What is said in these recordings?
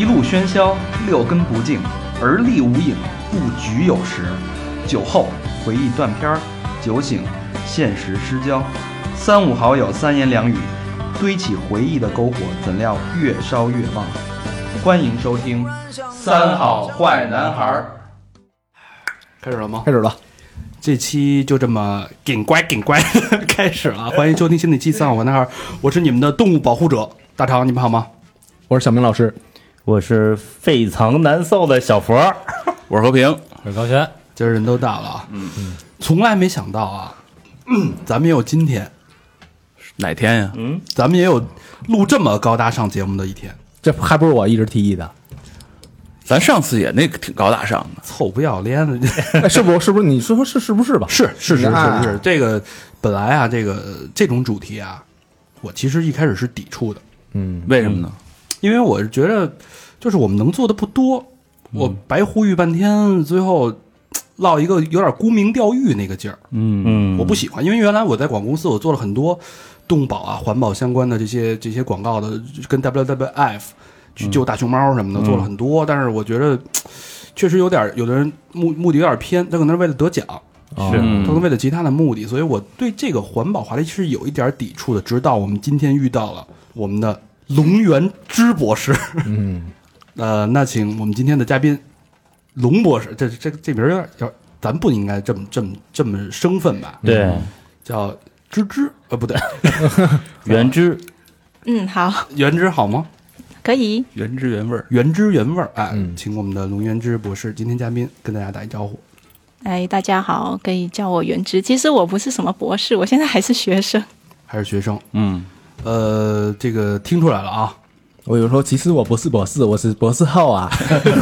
一路喧嚣，六根不净，而立无影，不局有时。酒后回忆断片儿，酒醒现实失焦。三五好友三言两语，堆起回忆的篝火，怎料越烧越旺。欢迎收听《三好坏男孩》。开始了吗？ 开始了。 这期就这么顶乖开始了，欢迎收听新的一期《三好坏男孩》，我是你们的动物保护者大长，你们好吗？ 我是小明老师， 我是肺藏难受的小佛， 我是和平， 我是高璇。 今儿人都到了啊，从来没想到啊，咱们也有今天， 哪天呀？ 咱们也有录这么高大上节目的一天， 这还不是我一直提议的。 咱上次也那个挺高大上的， 臭不要脸的， 是不是？你说是不是吧？ 是，这个本来啊，这种主题啊，我其实一开始是抵触的， 为什么呢？ 因为我是觉得，就是我们能做的不多，我白呼吁半天，最后落一个有点沽名钓誉那个劲儿，我不喜欢，因为原来我在广告公司，我做了很多动保啊、环保相关的这些广告的，跟 WWF 去救大熊猫什么的，做了很多，但是我觉得确实有的人目的有点偏，他可能是为了得奖，他可能为了其他的目的，所以我对这个环保话题是有一点抵触的。直到我们今天遇到了我们的龙元之博士，那请我们今天的嘉宾龙博士，这名有点，咱不应该这么生分吧？ 对， 叫芝芝，不对， 原汁。 好， 原汁好吗？ 可以， 原汁原味儿， 原汁原味儿。哎，请我们的龙元之博士，今天嘉宾跟大家打一招呼。 哎，大家好，可以叫我原之。其实我不是什么博士，我现在还是学生。 还是学生，这个听出来了啊。 我有时候其实我不是博士，我是博士后啊。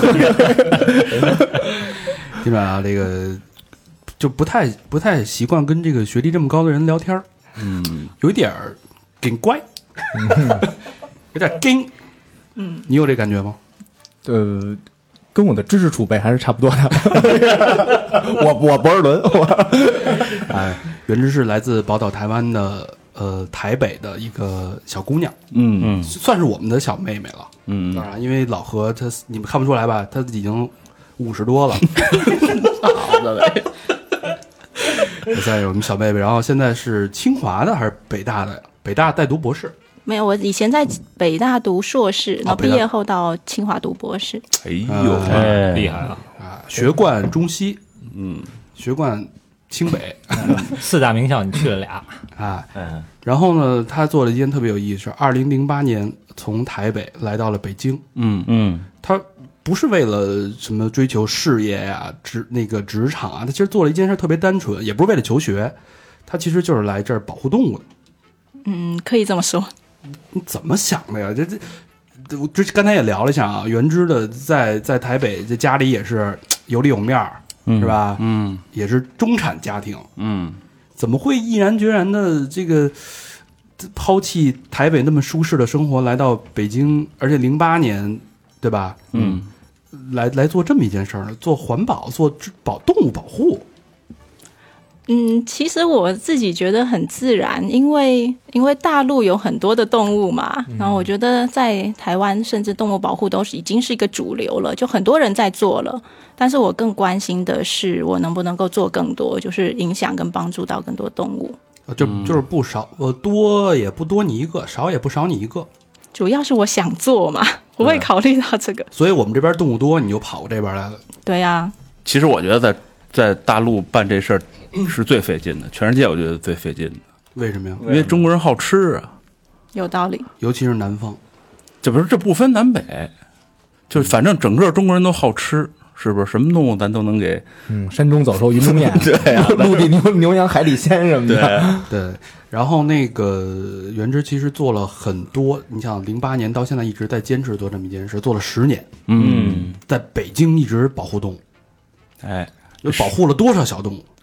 听出来啊，这个就不太习惯跟这个学历这么高的人聊天，有一点儿挺乖，有点硬，你有这感觉吗？ 跟我的知识储备还是差不多的。我博尔伦， 哎，原之是来自宝岛台湾的台北的一个小姑娘，算是我们的小妹妹了，当然，因为老何你们看不出来吧，他已经50多了，好的嘞，算是我们小妹妹，然后现在是清华的还是北大的？北大在读博士。 没有，我以前在北大读硕士，然后毕业后到清华读博士。 哎呦， 厉害了啊！学贯中西，学贯清北， 四大名校你去了俩啊。然后呢，他做了一件特别有意思的事，2008年从台北来到了北京。他不是为了什么追求事业呀、职场啊，他其实做了一件事特别单纯，也不是为了求学，他其实就是来这儿保护动物的。 可以这么说。 你怎么想的呀？我刚才也聊了一下啊，原之的在台北这家里也是有里有面儿，是吧？也是中产家庭，怎么会毅然决然的这个抛弃台北那么舒适的生活，来到北京，而且08年，对吧？来做这么一件事儿呢？做环保，做动物保护。 其实我自己觉得很自然，因为大陆有很多的动物嘛，然后我觉得在台湾甚至动物保护都已经是一个主流了，就很多人在做了。但是我更关心的是，我能不能够做更多，就是影响跟帮助到更多动物。 就是不少，多也不多你一个，少也不少你一个。 主要是我想做嘛，我会考虑到这个。 所以我们这边动物多，你就跑过这边来了。 对呀。 其实我觉得在大陆办这事儿是最费劲的，全世界我觉得最费劲的。 为什么呀？ 因为中国人好吃啊， 有道理。 尤其是南方， 这不分南北，就反正整个中国人都好吃，是不是？什么动物咱都能给。 山中走兽云中雁， 对呀， 陆地牛羊海底鲜什么的。 对。然后那个原之其实做了很多，你想08年到现在一直在坚持做这么一件事，做了10年。在北京一直保护动物，又保护了多少小动物？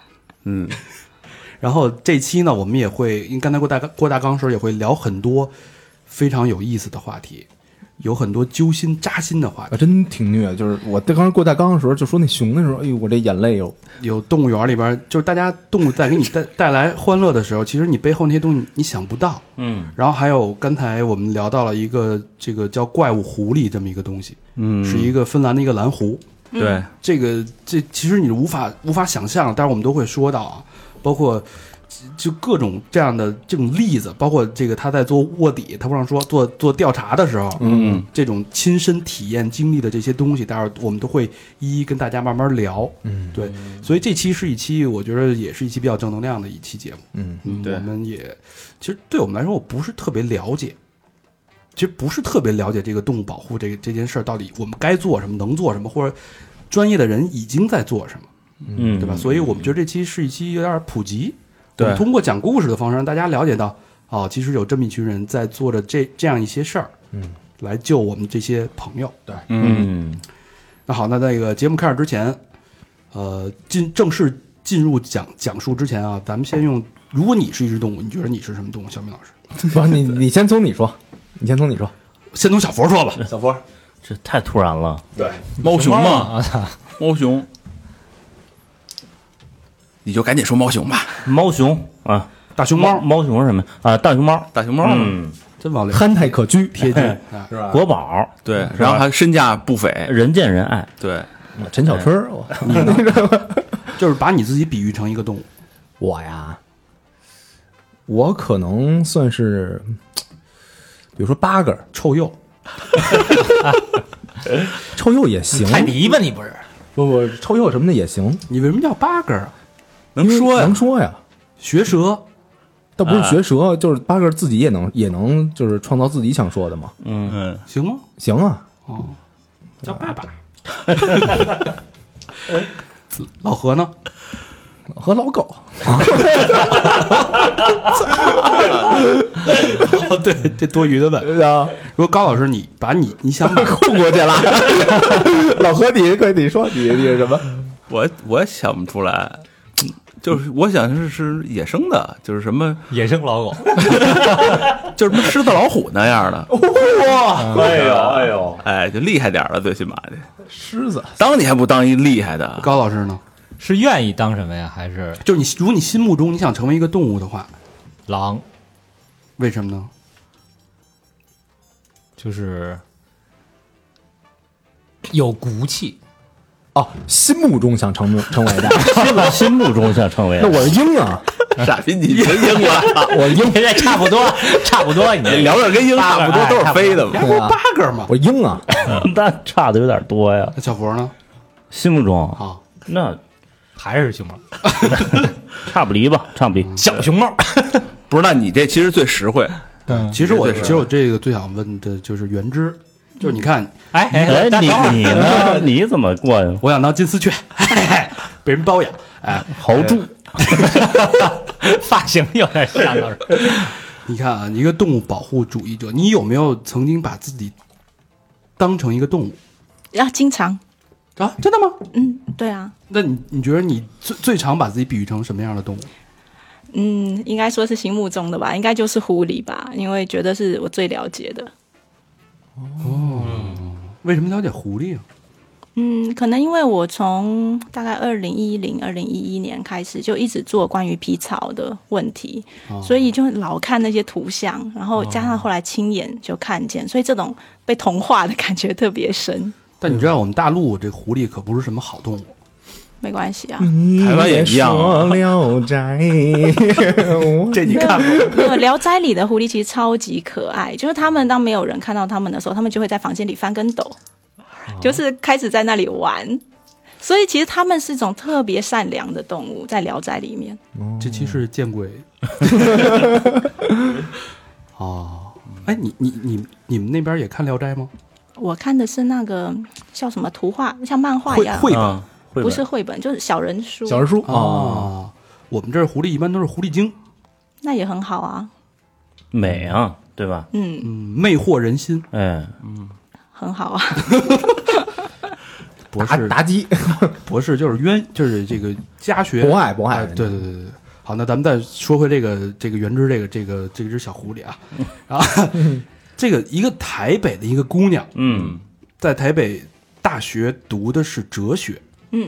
然后这期呢，我们也会，因为刚才郭大纲时候也会聊很多非常有意思的话题。 有很多揪心扎心的话题。 真挺虐。就是我刚刚过大纲的时候，就说那熊的时候，哎呦，我这眼泪有动物园里边，就是大家动物在给你带来欢乐的时候，其实你背后那些东西你想不到。然后还有刚才我们聊到了一个这个叫怪物狐狸这么一个东西，是一个芬兰的一个蓝狐。 对， 这其实你无法想象，但是我们都会说到啊，包括就各种这样的这种例子，包括这个他在做卧底，他不让说做调查的时候，这种亲身体验经历的这些东西，待会儿我们都会一一跟大家慢慢聊。对，所以这期是一期我觉得也是一期比较正能量的一期节目。 对， 我们也其实对我们来说，我不是特别了解。其实不是特别了解这个动物保护这件事儿到底我们该做什么，能做什么，或者专业的人已经在做什么，对吧？所以我们觉得这期是一期有点普及，我们通过讲故事的方式让大家了解到，其实有这么一群人在做着这样一些事儿，来救我们这些朋友。对，那好，那这个节目开始之前，正式进入讲述之前啊，咱们先用，如果你是一只动物，你觉得你是什么动物？小明老师， 不，你先从你说。先从小佛说吧。 小佛， 这太突然了。 对，猫熊嘛，猫熊，你就赶紧说猫熊吧。 猫熊啊， 大熊猫， 猫熊是什么啊？大熊猫， 大熊猫， 真往里憨态可掬， 贴近， 是吧？ 国宝， 对，然后还身价不菲， 人见人爱。 对， 陈小春， 你呢？就是把你自己比喻成一个动物。 我呀，我可能算是。比如说八哥、 臭鼬， 臭鼬也行。 泰迪吧，你不是？ 不，臭鼬什么的也行。 你为什么叫八哥啊？ 能说呀？ 学舌， 倒不是学舌，就是八哥自己也能就是创造自己想说的嘛。 行吗？ 行啊。 叫爸爸。老何呢？ 和老狗。 对，这多余的问。如果高老师，你想把混过去了。老何，你说你是什么？ 我想不出来，就是我想是野生的，就是什么野生老狗， 就是什么狮子老虎那样的。 哇！哎呦， 就厉害点了，最起码的。 狮子， 当你还不当一厉害的？ 高老师呢？ 是愿意当什么呀？还是就是如果你心目中你想成为一个动物的话， 狼？ 为什么呢？ 就是有骨气。 心目中想成为的， 心目中想成为。 那我是鹰啊， 傻逼，你真鹰了， 我鹰这差不多，你聊着跟鹰差不多，都是飞的嘛。 不是八哥吗？ 我鹰啊， 那差的有点多呀。 那小佛呢？ 心目中那还是熊猫， 差不离吧，差不离。 小熊猫。 不是，那你这其实最实惠。 其实我这个最想问的就是原汁，就是你看， 你呢？你怎么过呀？ 我想当金丝雀，被人包养， 豪猪， 发型有点像倒是。 你看啊，一个动物保护主义者，你有没有曾经把自己当成一个动物？ 经常啊，真的吗？ 对啊。 那你觉得你最常把自己比喻成什么样的动物？ 应该说是心目中的吧，应该就是狐狸吧，因为觉得是我最了解的。 为什么了解狐狸啊？ 可能因为我从大概2010、2011年开始就一直做关于皮草的问题，所以就老看那些图像，然后加上后来亲眼就看见，所以这种被同化的感觉特别深。 但你知道我们大陆这狐狸可不是什么好动物。 没关系啊， 台湾也一样啊。 聊斋， 这你看过？ 聊斋里的狐狸其实超级可爱，就是他们当没有人看到他们的时候，他们就会在房间里翻跟斗，就是开始在那里玩。所以其实他们是一种特别善良的动物，在聊斋里面。 这期是见鬼。你们那边也看聊斋吗？ 我看的是那个叫什么图画，像漫画一样绘本。 不是绘本，就是小人书。 小人书我们这儿狐狸一般都是狐狸精， 那也很好啊， 美啊，对吧？ 魅惑人心， 很好啊。 博士妲己， 博士就是就是这个家学博爱， 对。好，那咱们再说回这个原汁这只小狐狸啊，然后这个一个台北的一个姑娘， 嗯， 在台北大学读的是哲学，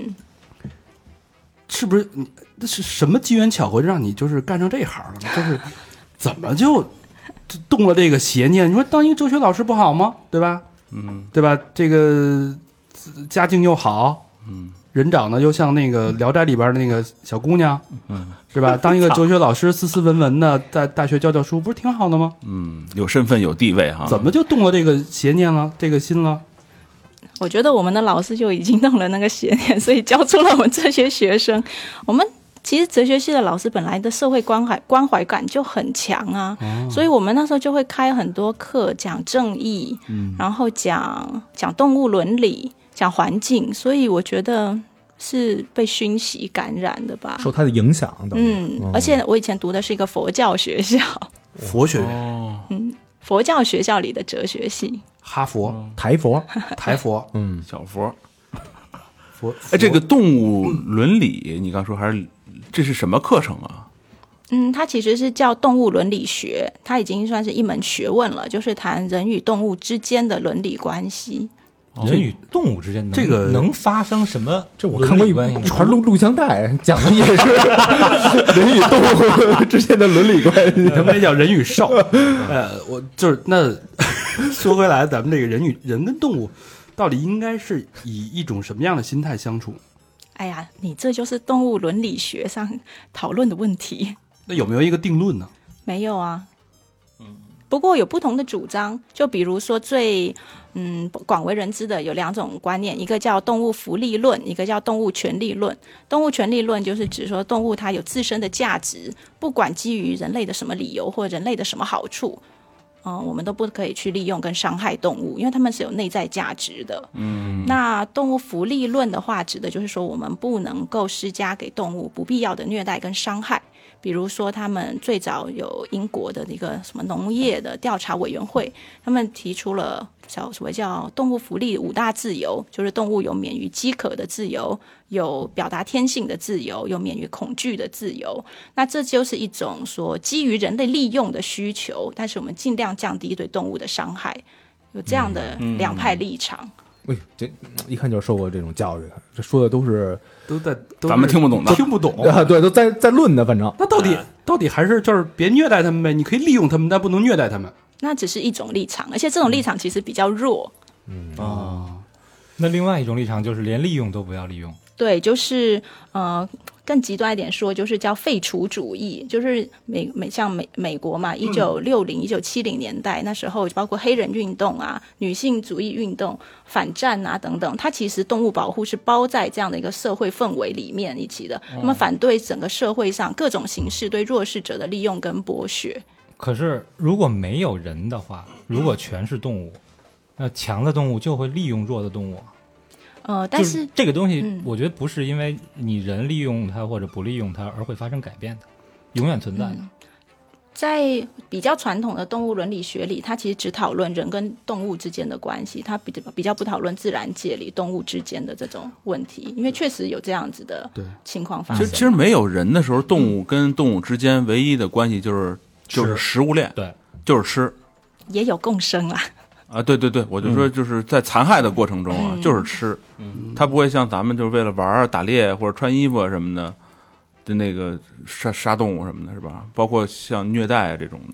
是不是？那是什么机缘巧合让你就是干上这行了呢？就是怎么就动了这个邪念？你说当一个哲学老师不好吗？对吧？对吧？这个家境又好，人长得又像那个《聊斋》里边的那个小姑娘，是吧？当一个哲学老师，斯斯文文的，在大学教书，不是挺好的吗？ 有身份有地位哈。 怎么就动了这个邪念了，这个心了？ 我觉得我们的老师就已经动了那个邪念，所以教出了我们这些学生。我们其实哲学系的老师本来的社会关怀感就很强啊，所以我们那时候就会开很多课讲正义，然后讲动物伦理，讲环境，所以我觉得是被熏习感染的吧， 受他的影响。 而且我以前读的是一个佛教学校， 佛学院， 佛教学校里的哲学系， 哈佛、 台佛， 台佛， 小佛。 佛。 哎，这个动物伦理，你刚说还是这是什么课程啊？ 它其实是叫动物伦理学，它已经算是一门学问了，就是谈人与动物之间的伦理关系。 人与动物之间这个能发生什么？ 这我看过一关系串录像带，讲的也是人与动物之间的伦理关系。 他们叫人与兽。我就是那说回来，咱们这个人跟动物到底应该是以一种什么样的心态相处？ 哎呀，你这就是动物伦理学上讨论的问题。 那有没有一个定论呢？ 没有啊。不过有不同的主张，就比如说最广为人知的有两种观念，一个叫动物福利论，一个叫动物权利论。动物权利论就是指说动物它有自身的价值，不管基于人类的什么理由或人类的什么好处，我们都不可以去利用跟伤害动物，因为它们是有内在价值的。那动物福利论的话，指的就是说我们不能够施加给动物不必要的虐待跟伤害。比如说他们最早有英国的那个什么农业的调查委员会，他们提出了所谓叫动物福利5大自由，就是动物有免于饥渴的自由，有表达天性的自由，有免于恐惧的自由。那这就是一种说基于人类利用的需求，但是我们尽量降低对动物的伤害，有这样的两派立场。 这一看就是受过这种教育，这说的都是咱们听不懂的， 听不懂啊，对，都在论的，反正那到底还是就是别虐待他们呗？你可以利用他们，但不能虐待他们。 那只是一种立场，而且这种立场其实比较弱。 那另外一种立场就是连利用都不要利用。 对，就是更极端一点说，就是叫废除主义，就是像美国嘛，1960、1970年代那时候，包括黑人运动啊、女性主义运动、反战啊等等，它其实动物保护是包在这样的一个社会氛围里面一起的。那么反对整个社会上各种形式对弱势者的利用跟剥削。 可是如果没有人的话，如果全是动物，那强的动物就会利用弱的动物。 但是这个东西，我觉得不是因为你人利用它或者不利用它而会发生改变的，永远存在的。 在比较传统的动物伦理学里，它其实只讨论人跟动物之间的关系，它比较不讨论自然界里动物之间的这种问题，因为确实有这样子的情况发生。 其实没有人的时候，动物跟动物之间唯一的关系就是食物链， 对， 就是吃， 也有共生啦。 啊，对对对，我就说就是在残害的过程中啊，就是吃，它不会像咱们就是为了玩儿、打猎或者穿衣服啊什么的那个杀动物什么的，是吧？包括像虐待这种的，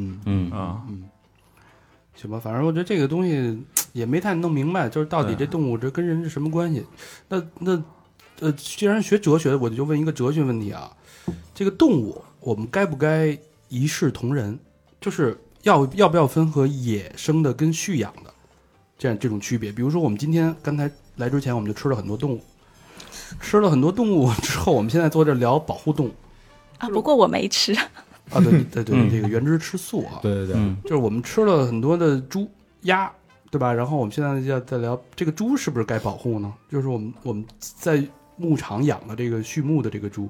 行吧，反正我觉得这个东西也没太弄明白，就是到底这动物这跟人是什么关系？既然学哲学，我就问一个哲学问题啊，这个动物我们该不该一视同仁？就是要不要分和野生的跟蓄养的这种区别？比如说我们刚才来之前我们就吃了很多动物，吃了很多动物之后，我们现在坐这聊保护动物啊。不过我没吃啊，对，这个原汁吃素啊， 对， 就是我们吃了很多的猪鸭，对吧？然后我们现在在聊这个猪是不是该保护呢？就是我们在牧场养的这个畜牧的这个猪，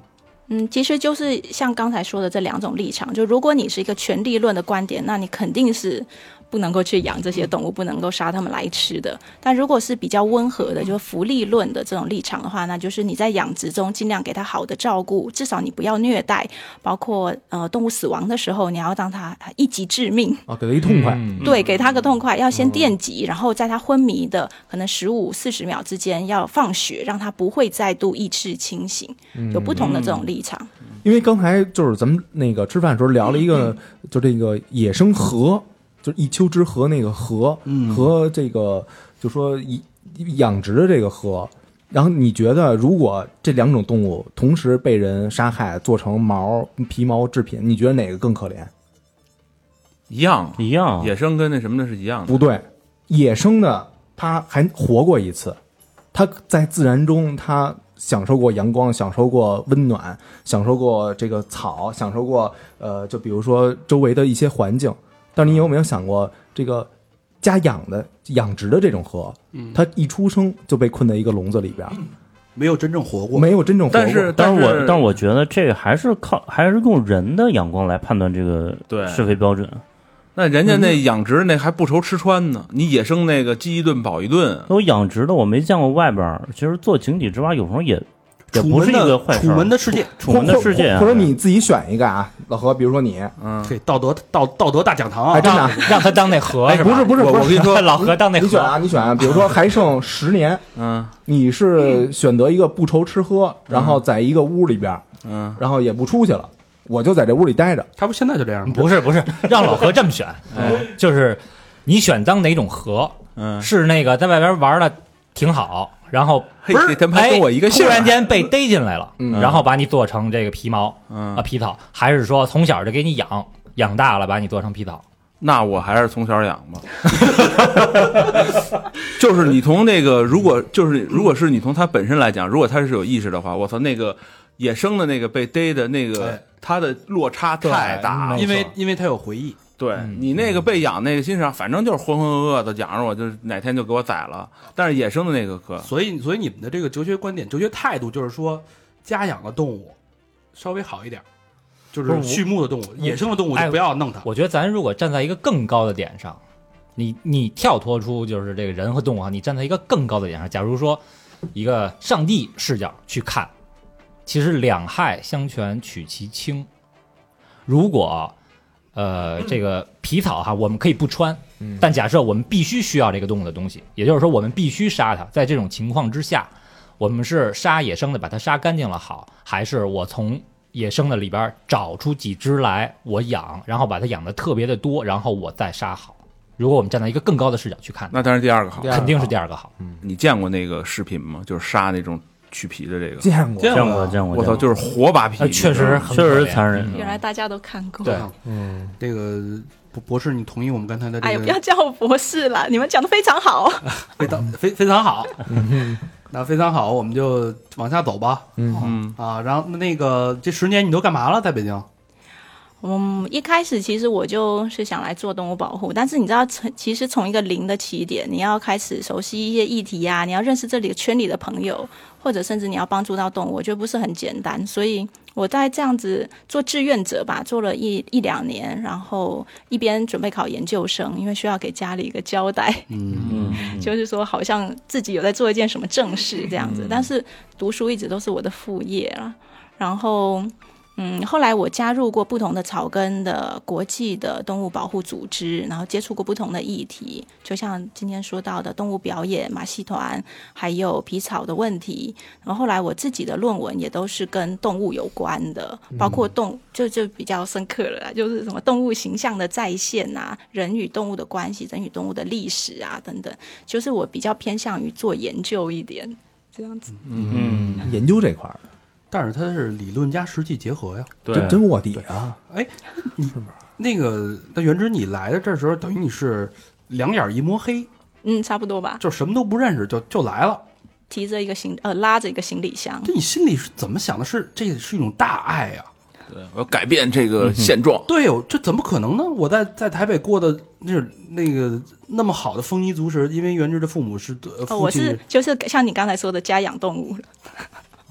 其实就是像刚才说的这两种立场，就如果你是一个权力论的观点，那你肯定是不能够去养这些动物，不能够杀它们来吃的。但如果是比较温和的，就是福利论的这种立场的话，那就是你在养殖中尽量给它好的照顾，至少你不要虐待，包括动物死亡的时候，你要让它一击致命给它一痛快， 对，给它个痛快，要先电击，然后在它昏迷的可能15-40秒之间要放血，让它不会再度意识清醒，有不同的这种立场。 因为刚才就是咱们那个吃饭的时候聊了一个，就这个野生河，就一丘之貉那个河，和这个就说养殖的这个河。然后你觉得，如果这两种动物同时被人杀害，做成皮毛制品，你觉得哪个更可怜？ 一样， 啊野生跟那什么的是一样的。 不对，野生的它还活过一次，它在自然中它享受过阳光，享受过温暖，享受过这个草，享受过就比如说周围的一些环境。但你有没有想过，这个养殖的这种河，它一出生就被困在一个笼子里边， 没有真正活过， 没有真正活过。 但是我觉得这个还是用人的眼光来判断这个是非标准。 那人家那养殖那还不愁吃穿呢，你野生那个饥一顿饱一顿。 我养殖的我没见过外边，其实做井底之蛙有时候也不是一个坏事。 楚门的世界， 或者你自己选一个啊，老何，比如说你， 对，道德大讲堂啊， 真的让他当那河是吧？ 不是，我跟你说，老何当那河， 你选啊，比如说还剩10年，你是选择一个不愁吃喝，然后在一个屋里边，然后也不出去了。我就在这屋里待着， 他不现在就这样吗？ 不是，让老何这么选，就是你选当哪种河，是那个在外边玩的挺好，然后跟我一个突然间被逮进来了，然后把你做成这个皮毛皮草，还是说从小就给你养大了，把你做成皮草？ 那我还是从小养吧。就是你从那个，如果是你从它本身来讲，如果它是有意识的话，我操，那个野生的那个被逮的那个，它的落差太大， 因为它有回忆。 对你那个被养那个欣赏，反正就是浑浑噩噩的养着我，就是哪天就给我宰了。但是野生的那个可， 所以你们的这个哲学观点、哲学态度就是说，家养的动物稍微好一点，就是畜牧的动物，野生的动物就不要弄它。 我觉得咱如果站在一个更高的点上，你跳脱出就是这个人和动物啊，你站在一个更高的点上，假如说一个上帝视角去看，其实两害相权取其轻。如果这个皮草哈，我们可以不穿，但假设我们必须需要这个动物的东西，也就是说我们必须杀它，在这种情况之下，我们是杀野生的把它杀干净了好，还是我从野生的里边找出几只来我养，然后把它养的特别的多，然后我再杀好？如果我们站在一个更高的视角去看， 那当然第二个好， 肯定是第二个好。 你见过那个视频吗？就是杀那种去皮的这个， 见过。 我操，就是活把皮， 确实残忍。 原来大家都看过。 对， 这个博士，你同意我们刚才的这个？ 哎呀，不要叫我博士了，你们讲的非常好， 非常好。那非常好，我们就往下走吧。然后那个这10年你都干嘛了？在北京？ 一开始其实我就是想来做动物保护，但是你知道，其实从一个零的起点，你要开始熟悉一些议题啊，你要认识这里圈里的朋友，或者甚至你要帮助到动物，我觉得不是很简单。所以我在这样子做志愿者吧，做了1-2年，然后一边准备考研究生，因为需要给家里一个交代，就是说好像自己有在做一件什么正事这样子，但是读书一直都是我的副业了，然后。后来我加入过不同的草根的国际的动物保护组织，然后接触过不同的议题，就像今天说到的动物表演、马戏团，还有皮草的问题。然后后来我自己的论文也都是跟动物有关的，包括就比较深刻了啦，就是什么动物形象的再现啊，人与动物的关系，人与动物的历史啊等等，就是我比较偏向于做研究一点这样子。 研究这块儿。 但是它是理论加实际结合呀， 对， 真卧底啊！ 哎，那原之你来的这时候，等于你是2眼一摸黑， 差不多吧， 就什么都不认识就来了， 提着一个拉着一个行李箱。 这你心里是怎么想的？这是一种大爱呀！ 对，我要改变这个现状。 对哦，这怎么可能呢？我在台北过的那么好的丰衣足食，因为原之的父母是我是就是像你刚才说的家养动物。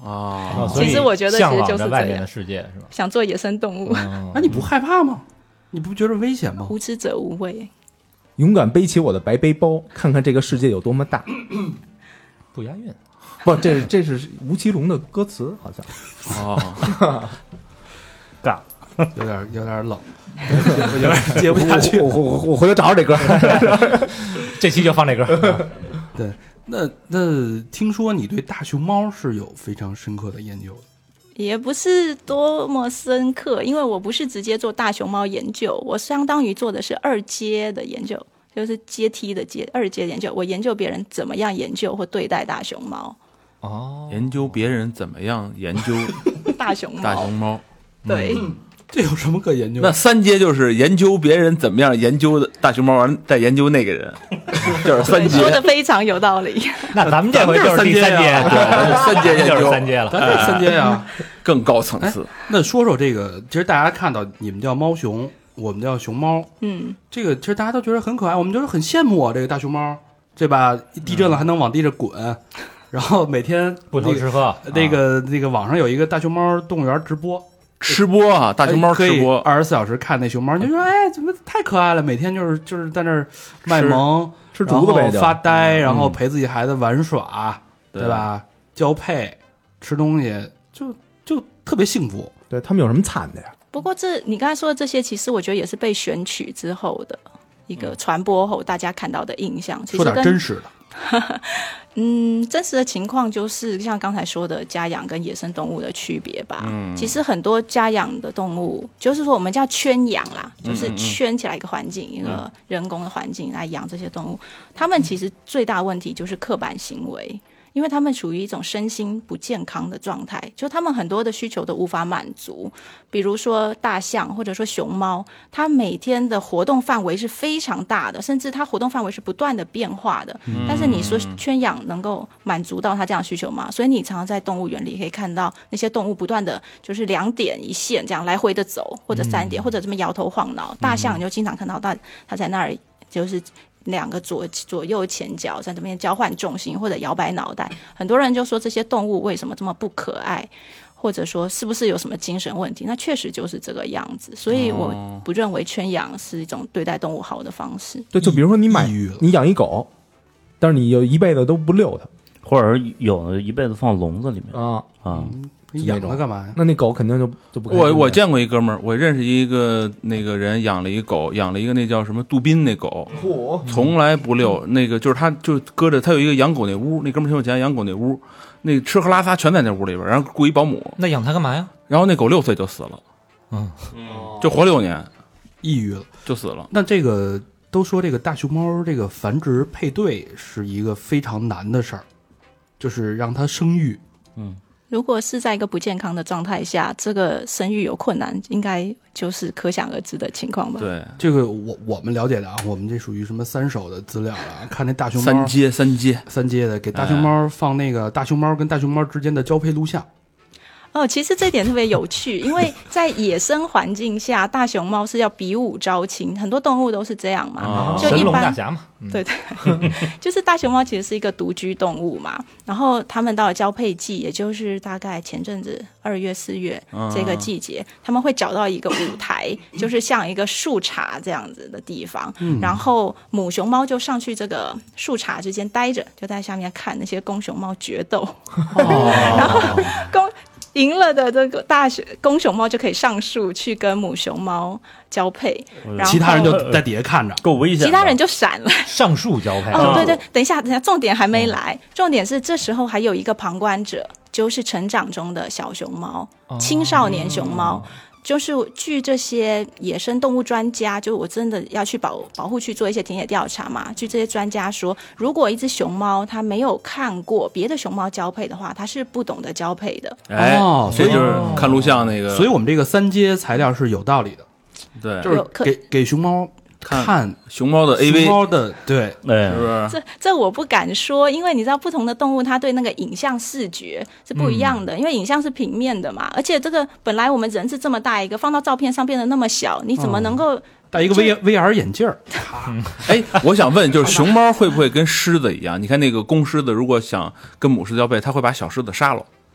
啊， 所以其实我觉得向其实往着外面就是这样的世界是吧？ 想做野生动物， 那你不害怕吗？你不觉得危险吗？ 无知者无畏。 勇敢背起我的白背包，看看这个世界有多么大。 不押韵。 不，这是吴奇隆的歌词，好像。 哦， 尬， 有点冷，有点接不下去。 我回头找找这歌。 这期就放这歌。 对，那听说你对大熊猫是有非常深刻的研究的。 也不是多么深刻，因为我不是直接做大熊猫研究，我相当于做的是二阶的研究，就是阶梯的阶，二阶研究。我研究别人怎么样研究或对待大熊猫。 哦， 研究别人怎么样研究大熊猫， 大熊猫。 对， 这有什么可研究那的？ 三阶就是研究别人怎么样研究的大熊猫，完了再研究那个人，就是三阶。 说的非常有道理。 那咱们这回就是第三阶， 对三阶研究就是三阶了。 咱这三阶呀， 更高层次。 那说说这个，其实大家看到你们叫猫熊，我们叫熊猫，这个其实大家都觉得很可爱，我们就是很羡慕啊，这个大熊猫，对吧？地震了还能往地上滚，然后每天不愁吃喝。 那个网上有一个大熊猫动物园直播。 吃播啊，大熊猫吃播 ，24小时看那熊猫，你就说哎，怎么太可爱了？每天就是在那儿卖萌， 吃竹子呗， 然后发呆，然后陪自己孩子玩耍，对吧？交配，吃东西，就特别幸福。 对他们有什么惨的呀？ 不过你刚才说的这些，其实我觉得也是被选取之后的一个传播后大家看到的印象。其实说点真实的。 真实的情况就是像刚才说的家养跟野生动物的区别吧。其实很多家养的动物，就是说我们叫圈养啦，就是圈起来一个环境，一个人工的环境来养这些动物。它们其实最大问题就是刻板行为。因为他们处于一种身心不健康的状态，就他们很多的需求都无法满足。比如说大象或者说熊猫，它每天的活动范围是非常大的，甚至它活动范围是不断的变化的。但是你说圈养能够满足到它这样的需求吗？所以你常常在动物园里可以看到那些动物不断的就是2点一线这样来回的走，或者3点，或者这么摇头晃脑。大象你就经常看到它在那儿就是2个左右前脚在这边交换重心或者摇摆脑袋，很多人就说这些动物为什么这么不可爱，或者说是不是有什么精神问题？那确实就是这个样子，所以我不认为圈养是一种对待动物好的方式。 对，就比如说你养一狗，但是你有一辈子都不遛它， 或者有的一辈子放笼子里面啊。 你养它干嘛呀？ 那狗肯定就不开心了。 我见过一哥们儿，我认识一个那个人养了一狗，养了一个那叫什么杜宾那狗，从来不遛。那个就是他就搁着，他有一个养狗那屋，那哥们儿挺有钱，养狗那屋，那吃喝拉撒全在那屋里边，然后雇一保姆。 那养它干嘛呀？ 然后那狗6岁就死了，就活6年， 抑郁了就死了。 那这个都说这个大熊猫这个繁殖配对是一个非常难的事儿，就是让它生育。 如果是在一个不健康的状态下，这个生育有困难，应该就是可想而知的情况吧。 对， 这个我们了解的啊，我们这属于什么3手的资料了？看那大熊猫三阶的，给大熊猫放那个大熊猫跟大熊猫之间的交配录像。 其实这点特别有趣，因为在野生环境下，大熊猫是要比武招亲，很多动物都是这样嘛。就一神龙大般侠嘛， 对，就是大熊猫其实是一个独居动物嘛。然后他们到了交配季，也就是大概前阵子2月4月这个季节，他们会找到一个舞台，就是像一个树杈这样子的地方，然后母熊猫就上去这个树杈之间待着，就在下面看那些公熊猫决斗，然后赢了的这个公熊猫就可以上树去跟母熊猫交配，然后其他人就在底下看着， 够危险的。 其他人就闪了。 上树交配。 对，等一下，重点还没来，重点是这时候还有一个旁观者，就是成长中的小熊猫、青少年熊猫。就是据这些野生动物专家，就我真的要去保护区做一些田野调查嘛，据这些专家说，如果一只熊猫它没有看过别的熊猫交配的话，它是不懂得交配的。 所以就是看录像那个， 所以我们这个3阶材料是有道理的。 对， 就是给熊猫看熊猫的 AV， 熊猫的对， 是不是？ 这我不敢说，因为你知道不同的动物它对那个影像视觉是不一样的，因为影像是平面的嘛，而且这个本来我们人是这么大一个，放到照片上变得那么小，你怎么能够戴一个 VR 眼镜儿？ 我想问，就是熊猫会不会跟狮子一样？你看那个公狮子，如果想跟母狮交配，它会把小狮子杀了。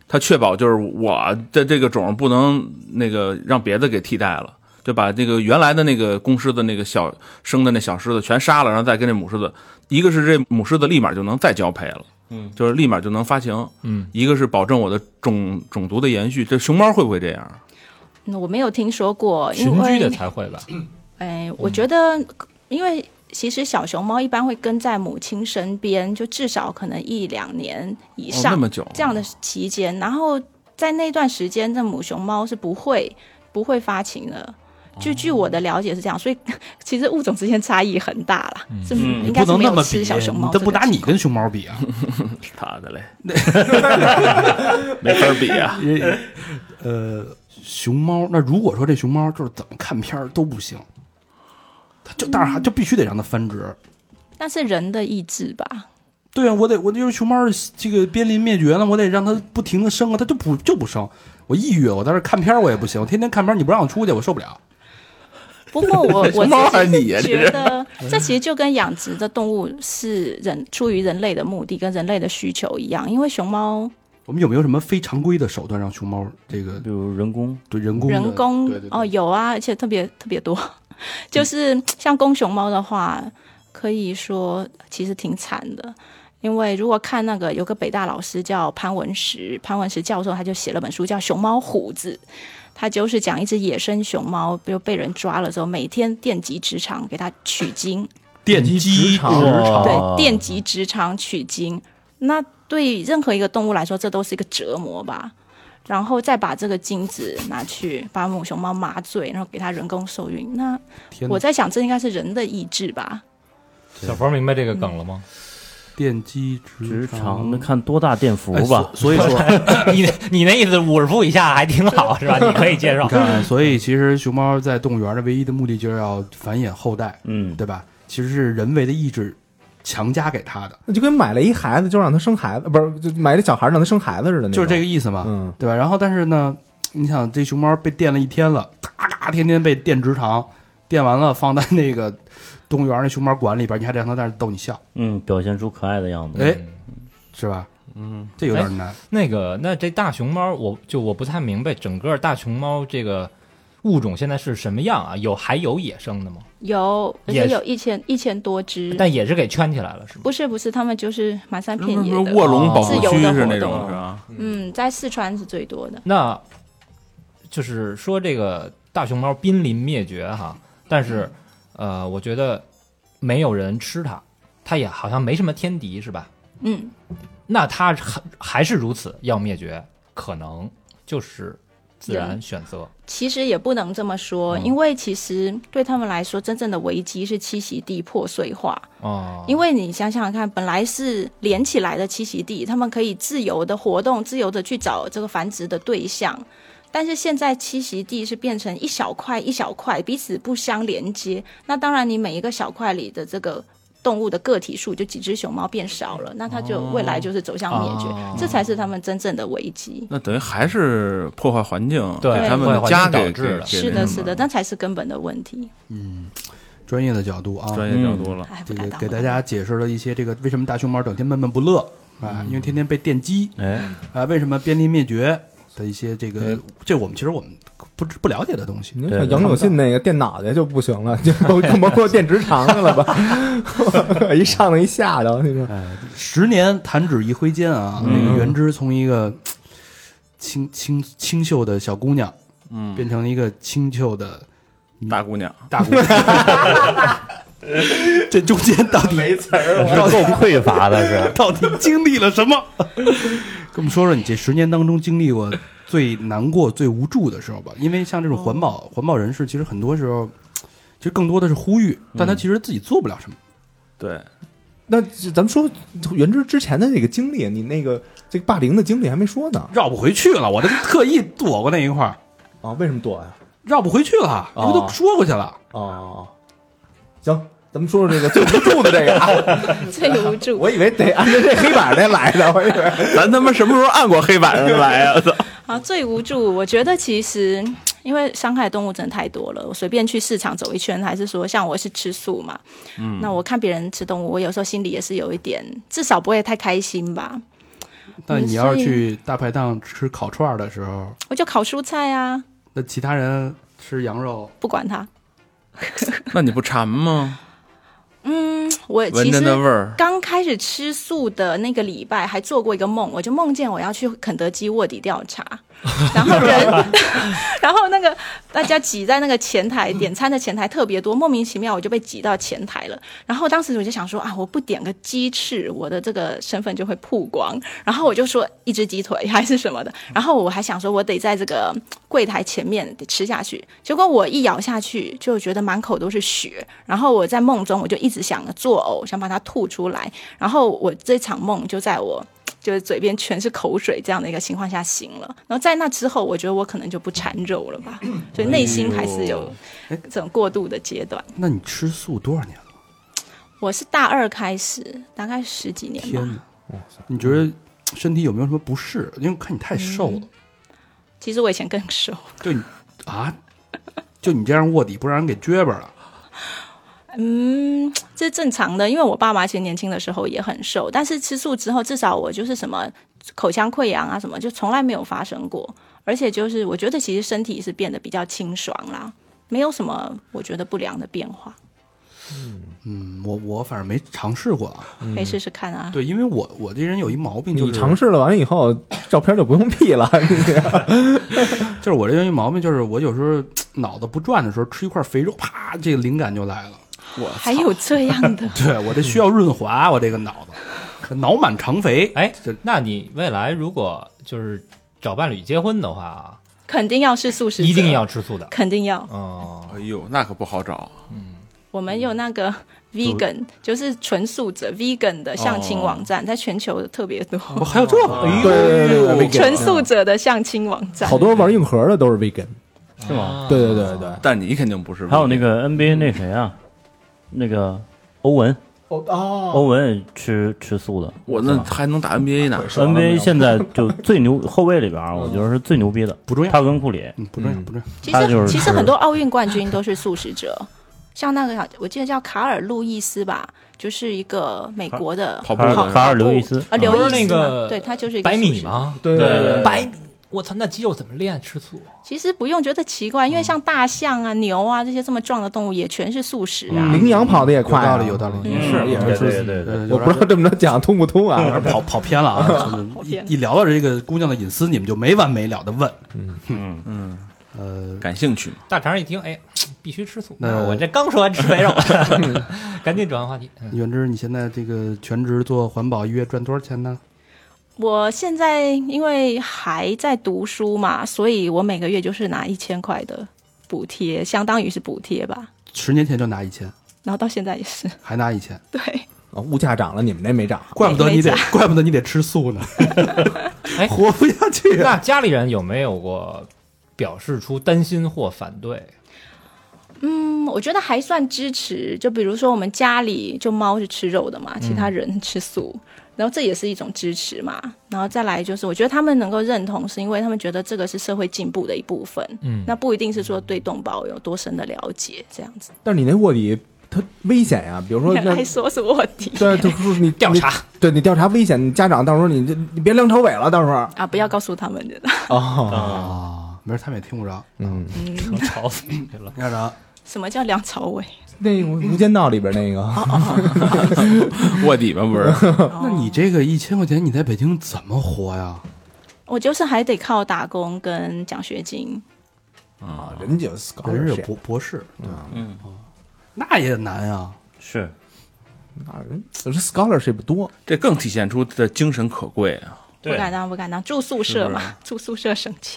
它确保就是我的这个种不能那个让别的给替代了，就把这个原来的那个公狮子那个小生的那小狮子全杀了，然后再跟这母狮子，一个是这母狮子立马就能再交配了，就是立马就能发情，一个是保证我的种族的延续。这熊猫会不会这样？ 我没有听说过，因群为居的才会吧？ 我觉得因为其实小熊猫一般会跟在母亲身边，就至少可能1-2年以上， 那么久这样的期间，然后在那段时间，这母熊猫是不会发情的。据我的了解是这样，所以其实物种之间差异很大啦，是应该是没有吃小熊猫， 这不拿你跟熊猫比啊？ 他的嘞，没法比啊。 熊猫，那如果说这熊猫就是怎么看片都不行，但是就必须得让它繁殖。 那是人的意志吧？ 对啊，我就是熊猫这个濒临灭绝了，我得让它不停的生啊，它就不生。我抑郁，我在这看片我也不行，我天天看片你不让我出去，我受不了。 不过我熊猫还是你呀？ 觉得这其实就跟养殖的动物是出于人类的目的跟人类的需求一样，因为熊猫。 我们有没有什么非常规的手段让熊猫这个， 比如人工对哦有啊，而且特别多，就是像公熊猫的话，可以说其实挺惨的。因为如果看那个有个北大老师叫潘文石教授，他就写了本书叫《熊猫虎子》，他就是讲一只野生熊猫，比如被人抓了之后，每天电击直肠给它取精， 电击直肠， 对，电击直肠取精，那对任何一个动物来说，这都是一个折磨吧。然后再把这个精子拿去把母熊猫麻醉，然后给它人工受孕。那我在想，这应该是人的意志吧？ 小佛明白这个梗了吗？ 电击直肠， 那看多大电伏吧。 所以说， 你那意思50伏以下还挺好是吧？你可以接受。 所以其实熊猫在动物园的唯一的目的就是要繁衍后代，对吧？其实是人为的意志强加给他的， 那就跟买了一孩子就让他生孩子，不是就买了小孩让他生孩子似的， 就是这个意思嘛，对吧？然后但是呢，你想这熊猫被电了1天了，嘎天天被电直肠，电完了放在那个动物园那熊猫馆里边，你还得让它在那逗你笑， 表现出可爱的样子， 是吧？这有点难。 那这大熊猫，我不太明白，整个大熊猫这个物种现在是什么样啊？还有野生的吗？ 有，而且有1000多只， 但也是给圈起来了，是吗？ 不是，他们就是满山遍野的， 卧龙保护区是那种，是吧？ 在四川是最多的。 那就是说这个大熊猫濒临灭绝哈，但是我觉得没有人吃它，它也好像没什么天敌，是吧？那它还是如此要灭绝，可能就是自然选择。 其实也不能这么说，因为其实对他们来说，真正的危机是栖息地破碎化。因为你想想看，本来是连起来的栖息地，他们可以自由的活动，自由的去找这个繁殖的对象。但是现在栖息地是变成一小块一小块，彼此不相连接。那当然，你每一个小块里的这个动物的个体数，就几只熊猫变少了，那它就未来就是走向灭绝，这才是他们真正的危机。 那等于还是破坏环境， 对他们的家给是的，那才是根本的问题。 专业的角度啊， 专业角度了， 这个给大家解释了一些这个为什么大熊猫整天闷闷不乐啊，因为天天被电击，为什么濒临灭绝的一些这个我们其实不了解的东西。 像杨永信那个电脑袋就不行了，就更甭说电直肠去了吧，一上来一下的那个。 10年弹指一挥间啊，那个原之从一个清秀的小姑娘，变成了一个清秀的大姑娘。 这中间到底没词儿， 是够匮乏的是？ 到底经历了什么？跟我们说说你这10年当中经历过最难过、最无助的时候吧。因为像这种环保人士，其实很多时候，其实更多的是呼吁，但他其实自己做不了什么。 对， 那咱们说原之前的那个经历，你那个这个霸凌的经历还没说呢， 绕不回去了，我这特意躲过那一块儿啊？为什么躲呀？ 绕不回去了，因为都说过去了。 行，咱们说说这个最无助的这个啊， 最无助。 我以为得按照这黑板那来的，我以为咱他妈什么时候按过黑板上来啊？ 最无助，我觉得其实因为伤害动物真的太多了。我随便去市场走一圈，还是说像我是吃素嘛，那我看别人吃动物，我有时候心里也是有一点，至少不会太开心吧。 但你要是去大排档吃烤串的时候， 我就烤蔬菜啊， 那其他人吃羊肉， 不管他。 那你不馋吗？ 我闻着其实那味儿， 刚开始吃素的那个礼拜，还做过一个梦，我就梦见我要去肯德基卧底调查，然后然后那个大家挤在那个前台点餐的前台特别多，莫名其妙我就被挤到前台了。然后当时我就想说啊，我不点个鸡翅，我的这个身份就会曝光。然后我就说一只鸡腿还是什么的，然后我还想说我得在这个柜台前面得吃下去。结果我一咬下去，就觉得满口都是血。然后我在梦中我就一直想作呕，想把它吐出来。然后我这场梦就在我就是嘴边全是口水这样的一个情况下醒了。然后在那之后，我觉得我可能就不馋肉了吧，所以内心还是有这种过渡的阶段。 那你吃素多少年了？ 我是大2开始，大概10几年吧。 天哪！你觉得身体有没有什么不适？因为看你太瘦了。 其实我以前更瘦。 就你啊，就你这样卧底，不让人给撅巴了。 这是正常的，因为我爸妈其实年轻的时候也很瘦，但是吃素之后，至少我就是什么口腔溃疡啊什么，就从来没有发生过。而且就是我觉得其实身体是变得比较清爽啦，没有什么我觉得不良的变化。 我反正没尝试过啊。 可以试试看啊。 对，因为我这人有一毛病，就是你尝试了完以后，照片就不用 P 了。 就是我这人有一毛病，就是我有时候脑子不转的时候，吃一块肥肉，啪，这个灵感就来了。 还有这样的？ 对，我这需要润滑，我这个脑子脑满肠肥。 哎，那你未来如果就是找伴侣结婚的话， 肯定要是素食者， 一定要吃素的， 肯定要。 哦， 哎呦，那可不好找。 我们有那个 vegan，就是纯素者 vegan 的相亲网站，在全球特别多。 还有这个？ 对， 纯素者的相亲网站， 好多玩硬核的都是 vegan， 是吗？ 对， 但你肯定不是。 还有那个 NBA 那谁啊，那个欧文，欧文吃素的， 我那还能打 NBA 呢。 NBA 现在就最牛后卫里边，我觉得是最牛逼的， 不重要。 他跟库里， 不重要。 其实很多奥运冠军都是素食者。像那个我记得叫卡尔路易斯吧，就是一个美国的跑步卡尔刘易斯刘易斯那个对，他就是一个 100米吗？ 对 100米，我操，那肌肉怎么练？吃素？ 其实不用觉得奇怪，因为像大象啊、牛啊这些这么壮的动物也全是素食啊。 羚羊跑的也快， 有道理， 也是对。 我不知道这么着讲通不通啊？ 跑偏了啊！一聊到这个姑娘的隐私，你们就没完没了的问。 感兴趣嘛？ 大肠一听，哎，必须吃素。 那我这刚说完吃肥肉，赶紧转换话题。 元之，你现在这个全职做环保，一月赚多少钱呢？ 我现在因为还在读书嘛，所以我每个月就是拿1000块的补贴，相当于是补贴吧。 10年前就拿1000， 然后到现在也是还拿1000。 对， 物价涨了，你们那没涨， 怪不得你得吃素呢， 哎， 活不下去那家里人有没有过表示出担心或反对？ 我觉得还算支持。就比如说我们家里就猫是吃肉的嘛，其他人吃素，然后这也是一种支持嘛。然后再来就是我觉得他们能够认同，是因为他们觉得这个是社会进步的一部分。那不一定是说对动保有多深的了解这样子。 但是你那卧底它危险呀，比如说还说是卧底， 对，就是你调查， 对你调查危险，你家长到时候你别梁朝伟了，到时候啊，不要告诉他们的。 没事，他们也听不着。 吵死你了， 家长。 什么叫梁朝伟？ 那《无间道》里边那个卧底吧，不是？ 那你这个1000块钱，你在北京怎么活呀？ 我就是还得靠打工跟奖学金啊，人家有博士，那也难啊。 是， 那人这 scholarship 多， 这更体现出的精神可贵啊！ 不敢当，住宿舍嘛，住宿舍省钱。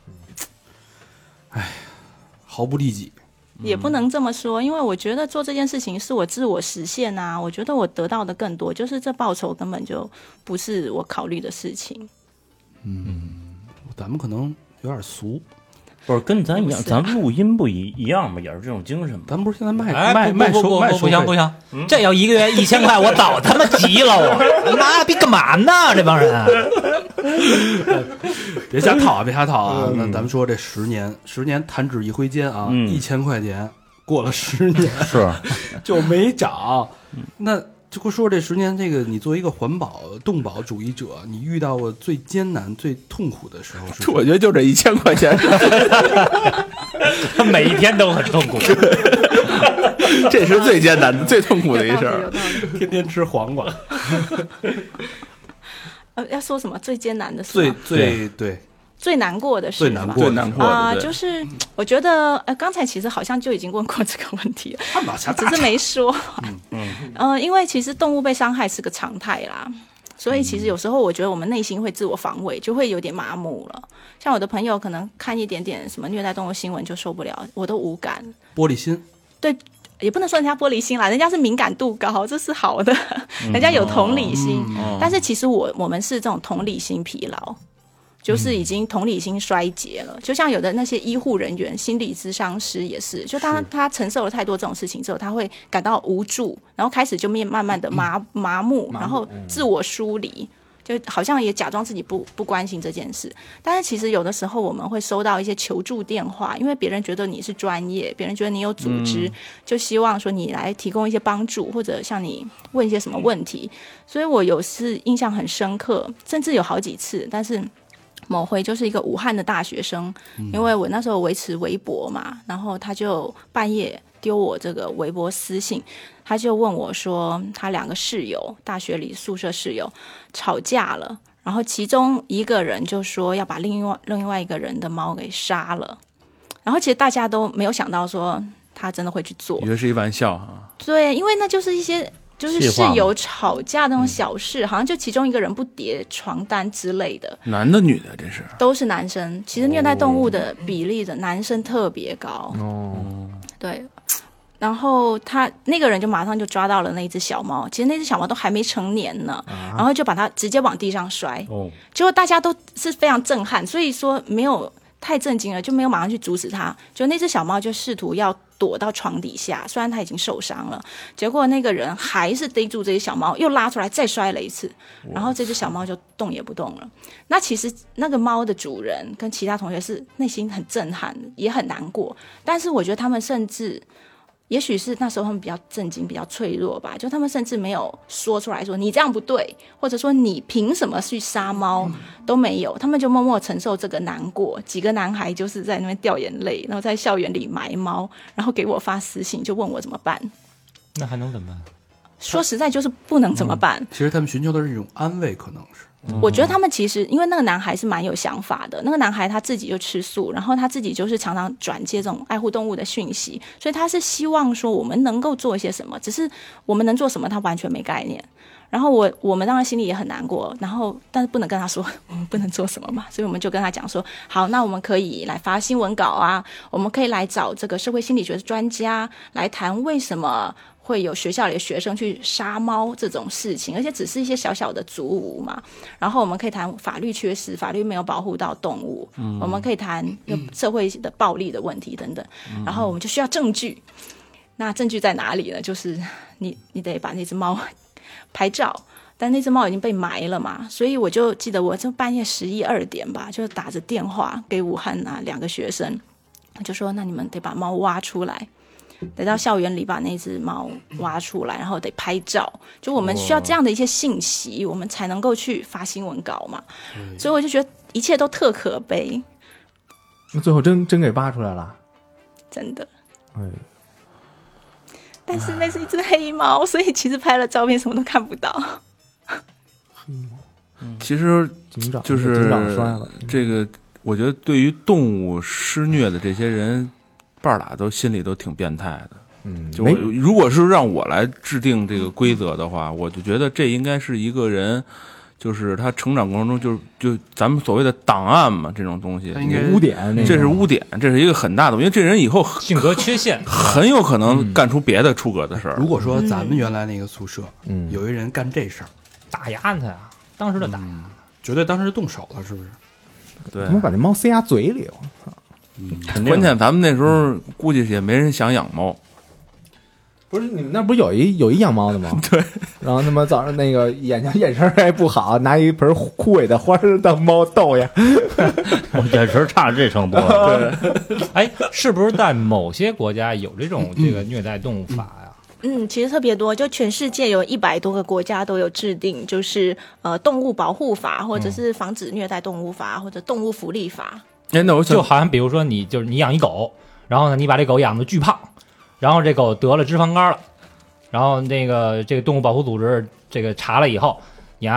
哎，毫不利己。 也不能这么说，因为我觉得做这件事情是我自我实现啊，我觉得我得到的更多，就是这报酬根本就不是我考虑的事情。 咱们可能有点俗， 不是跟咱一样，咱录音不一样吗？也是这种精神吗？ 咱不是现在卖不行，这要1个月1000块，我早他妈急了，我妈逼干嘛呢？这帮人， 别瞎套啊！那咱们说这10年弹指一挥间啊，1000块钱过了10年是就没涨，那就会说这10年，这个你作为一个环保动保主义者，你遇到过最艰难、最痛苦的时候是？ 我觉得就这1000块钱， 他每一天都很痛苦。 这是最艰难的、最痛苦的一事儿。 天天吃黄瓜。 要说什么最艰难的事？最难过的事， 最难过的就是我觉得刚才其实好像就已经问过这个问题了，只是没说。因为其实动物被伤害是个常态啦，所以其实有时候我觉得我们内心会自我防卫，就会有点麻木了。像我的朋友可能看一点点什么虐待动物新闻就受不了，我都无感。 玻璃心， 对。也不能说人家玻璃心啦，人家是敏感度高，这是好的，人家有同理心。但是其实我们是这种同理心疲劳，就是已经同理心衰竭了。就像有的那些医护人员、心理咨商师也是，就他承受了太多这种事情之后，他会感到无助，然后开始就慢慢的麻木，然后自我疏离。就好像也假装自己不关心这件事，但是其实有的时候我们会收到一些求助电话，因为别人觉得你是专业，别人觉得你有组织，就希望说你来提供一些帮助，或者向你问一些什么问题。所以我有次印象很深刻，甚至有好几次，但是某回就是一个武汉的大学生，因为我那时候维持微博嘛，然后他就半夜丢我这个微博私信，他就问我说他2个室友，大学里宿舍室友吵架了，然后其中一个人就说要把另外一个人的猫给杀了，然后其实大家都没有想到说他真的会去做， 以为是一玩笑啊。 对，因为那就是一些就是室友吵架那种小事，好像就其中一个人不叠床单之类的。 男的女的这是？都是男生。其实虐待动物的比例的男生特别高。对。然后他那个人就马上就抓到了那只小猫，其实那只小猫都还没成年呢，然后就把它直接往地上摔。结果大家都是非常震撼，所以说没有太震惊了，就没有马上去阻止它。就那只小猫就试图要躲到床底下，虽然它已经受伤了，结果那个人还是逮住这只小猫，又拉出来再摔了一次，然后这只小猫就动也不动了。那其实那个猫的主人跟其他同学是内心很震撼，也很难过，但是我觉得他们甚至也许是那时候他们比较震惊比较脆弱吧，就他们甚至没有说出来说你这样不对，或者说你凭什么去杀猫，都没有，他们就默默承受这个难过。几个男孩就是在那边掉眼泪，然后在校园里埋猫，然后给我发私信就问我怎么办。 那还能怎么办？ 说实在就是不能怎么办。 其实他们寻求的是一种安慰，可能是我觉得他们其实因为那个男孩是蛮有想法的，那个男孩他自己就吃素，然后他自己就是常常转接这种爱护动物的讯息，所以他是希望说我们能够做一些什么，只是我们能做什么他完全没概念。然后我们当然心里也很难过，然后但是不能跟他说我们不能做什么嘛，所以我们就跟他讲说好，那我们可以来发新闻稿啊，我们可以来找这个社会心理学的专家来谈为什么会有学校里的学生去杀猫这种事情，而且只是一些小小的足无嘛。然后我们可以谈法律缺失，法律没有保护到动物，我们可以谈社会的暴力的问题等等。然后我们就需要证据，那证据在哪里呢？就是你得把那只猫拍照，但那只猫已经被埋了嘛，所以我就记得我就半夜11、2点吧，就打着电话给武汉2个学生，就说那你们得把猫挖出来，得到校园里把那只猫挖出来，然后得拍照，就我们需要这样的一些信息，我们才能够去发新闻稿嘛。所以我就觉得一切都特可悲。 那最后真给挖出来了， 真的。但是那是一只黑猫，所以其实拍了照片什么都看不到。 其实就是这个，我觉得对于动物施虐的这些人，半打都心里都挺变态的。就如果是让我来制定这个规则的话，我就觉得这应该是一个人，就是他成长过程中就咱们所谓的档案嘛，这种东西污点， 这是污点，这是一个很大的，因为这人以后性格缺陷很有可能干出别的出格的事儿。 如果说咱们原来那个宿舍，有一人干这事儿， 打压他呀，当时就打压， 绝对当时就动手了，是不是？ 对，他们把这猫塞牙嘴里，我操！ 关键咱们那时候估计也没人想养猫。 不是你们那不是有一养猫的吗？ 对， 然后他妈早上那个眼神还不好，拿一盆枯萎的花当猫逗呀， 眼神差这程度。 对，哎，是不是在某些国家有这个虐待动物法呀？ 其实特别多，就全世界有100多个国家都有制定，就是动物保护法，或者是防止虐待动物法，或者动物福利法。 那我就好像比如说你养一狗，然后呢你把这狗养的巨胖，然后这狗得了脂肪肝了，然后这个动物保护组织这个查了以后，你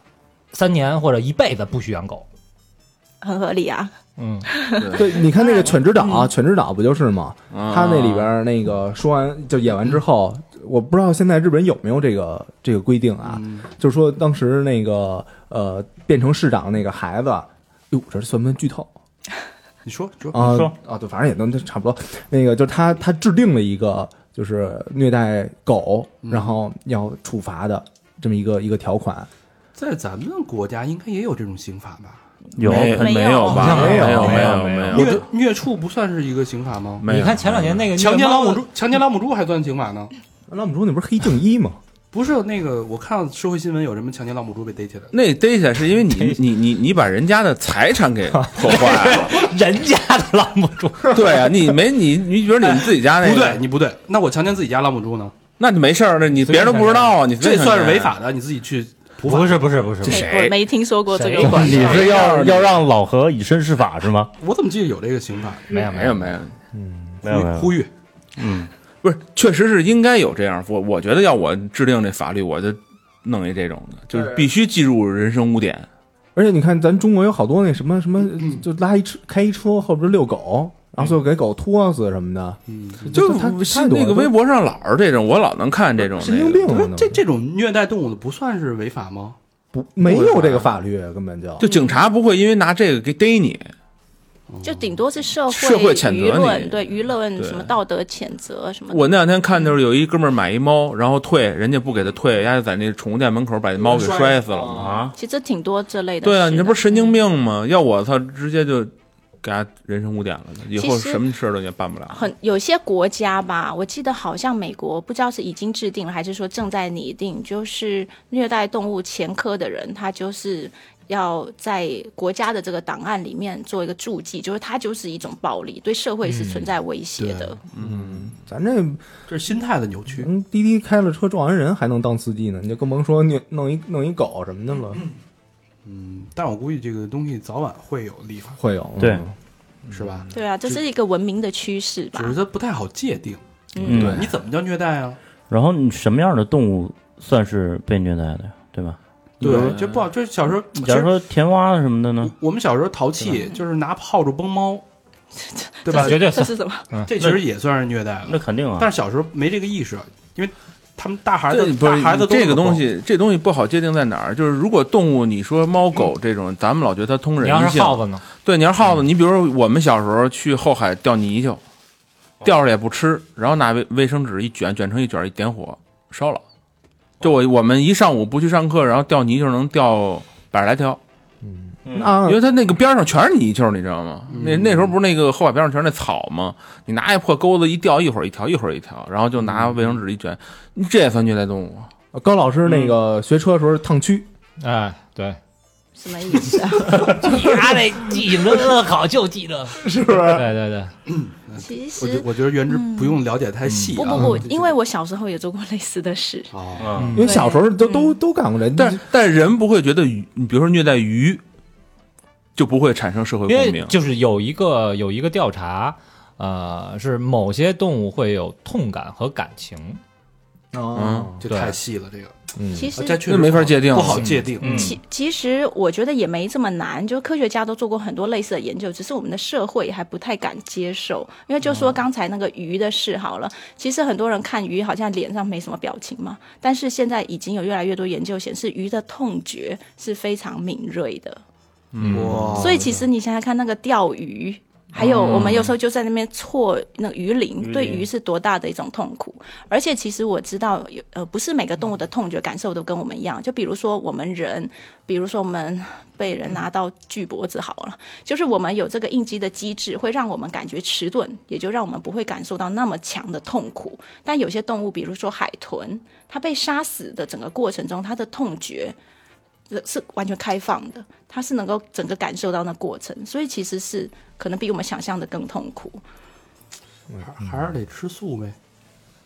3年或者一辈子不许养狗， 很合理啊。 对，你看那个犬之岛，犬之岛不就是吗？他那里边那个说完就演完之后，我不知道现在日本有没有这个规定啊？就是说当时那个变成市长那个孩子，哟，这算不算剧透？ 你说对，反正也能差不多。那个就是他制定了一个就是虐待狗，然后要处罚的这么一个条款。 在咱们国家应该也有这种刑法吧？ 有没有吧？没有。 虐畜不算是一个刑法吗？ 你看前2年那个强奸老母猪还算刑法呢？ 老母猪那不是黑镜1吗？ 不是那个，我看到社会新闻有什么强奸老母猪被逮起来的。 那逮起来是因为你把人家的财产给破坏了， 人家的老母猪。 对啊，你比如你们自己家那个不对，你不对，那我强奸自己家老母猪呢？ 那就没事儿，那你别人都不知道啊，你这算是违法的，你自己去。 不是， 这谁？ 我没听说过这个。 你是要让老何以身试法是吗？ 我怎么记得有这个刑法？ 没有。 没有。 呼吁。 不是，确实是应该有这样。我觉得要我制定这法律，我就弄一这种的，就是必须记住人生污点。 而且你看，咱中国有好多那什么，就开一车后边遛狗，然后最后给狗拖死什么的。 就他那个微博上老是这种，我老能看这种神经病。 这种虐待动物的不算是违法吗？ 没有这个法律，根本就警察不会因为拿这个给逮你。 就顶多是社会谴责舆论， 你， 对舆论什么道德谴责什么的。 我那2天看就是有一哥们儿买一猫，然后退，人家不给他退，人家在那宠物店门口把那猫给摔死了啊！ 其实挺多这类的。 对啊，你这不是神经病吗？要我操，直接就给他人生污点了，以后什么事都也办不了。 有些国家吧，我记得好像美国不知道是已经制定了，还是说正在拟定，就是虐待动物前科的人，他就是要在国家的这个档案里面做一个注记，就是它就是一种暴力，对社会是存在威胁的。 咱这是心态的扭曲。 滴滴开了车撞完人还能当司机呢，你就更甭说弄一狗什么的了。 但我估计这个东西早晚会有立法， 会有对， 是吧？ 对啊，这是一个文明的趋势吧？ 只是它不太好界定。 对， 你怎么叫虐待啊？ 然后你什么样的动物算是被虐待的呀？对吧？ 对，就不好。就是小时候， 假如说填蛙什么的呢？ 我们小时候淘气，就是拿炮竹崩猫，对吧？ 绝对这是什么？ 这其实也算是虐待了。 那肯定啊。 但是小时候没这个意识，因为他们大孩子这个东西，这东西不好界定在哪儿？就是如果动物，你说猫狗这种，咱们老觉得它通人性。 你要是耗子呢？ 对，你要是耗子，你比如我们小时候去后海钓泥鳅，钓着也不吃，然后拿卫生纸一卷成一卷，一点火烧了。就我们一上午不去上课，然后钓泥鳅能钓100来条。因为它那个边上全是泥鳅，你知道吗？那时候不是那个后海边上全是那草吗？你拿一破钩子一钓，一会儿一条，然后就拿卫生纸一卷，这也算虐待动物。 高老师那个学车的时候烫蛆， 哎，对， 什么意思啊？ 他得记乐考就记这， 是不是？ 对。 其实我觉得原之不用了解太细。 不，因为我小时候也做过类似的事。 因为小时候都干过这， 但人不会觉得鱼，你比如说虐待鱼，就不会产生社会共鸣。 就是有一个调查，是某些动物会有痛感和感情。 这太细了，这个。 其实这确实没法界定， 不好界定。 其实我觉得也没这么难，就科学家都做过很多类似的研究，只是我们的社会还不太敢接受。因为就说刚才那个鱼的事好了，其实很多人看鱼好像脸上没什么表情嘛，但是现在已经有越来越多研究显示，鱼的痛觉是非常敏锐的。所以其实你想想看，那个钓鱼。还有，我们有时候就在那边戳那个鱼鳞，对鱼是多大的一种痛苦。而且，其实我知道，不是每个动物的痛觉感受都跟我们一样。就比如说我们人，比如说我们被人拿到锯脖子好了，就是我们有这个应激的机制，会让我们感觉迟钝，也就让我们不会感受到那么强的痛苦。但有些动物，比如说海豚，它被杀死的整个过程中，它的痛觉是完全开放的，它是能够整个感受到那过程，所以其实是可能比我们想象的更痛苦。 还是得吃素呗。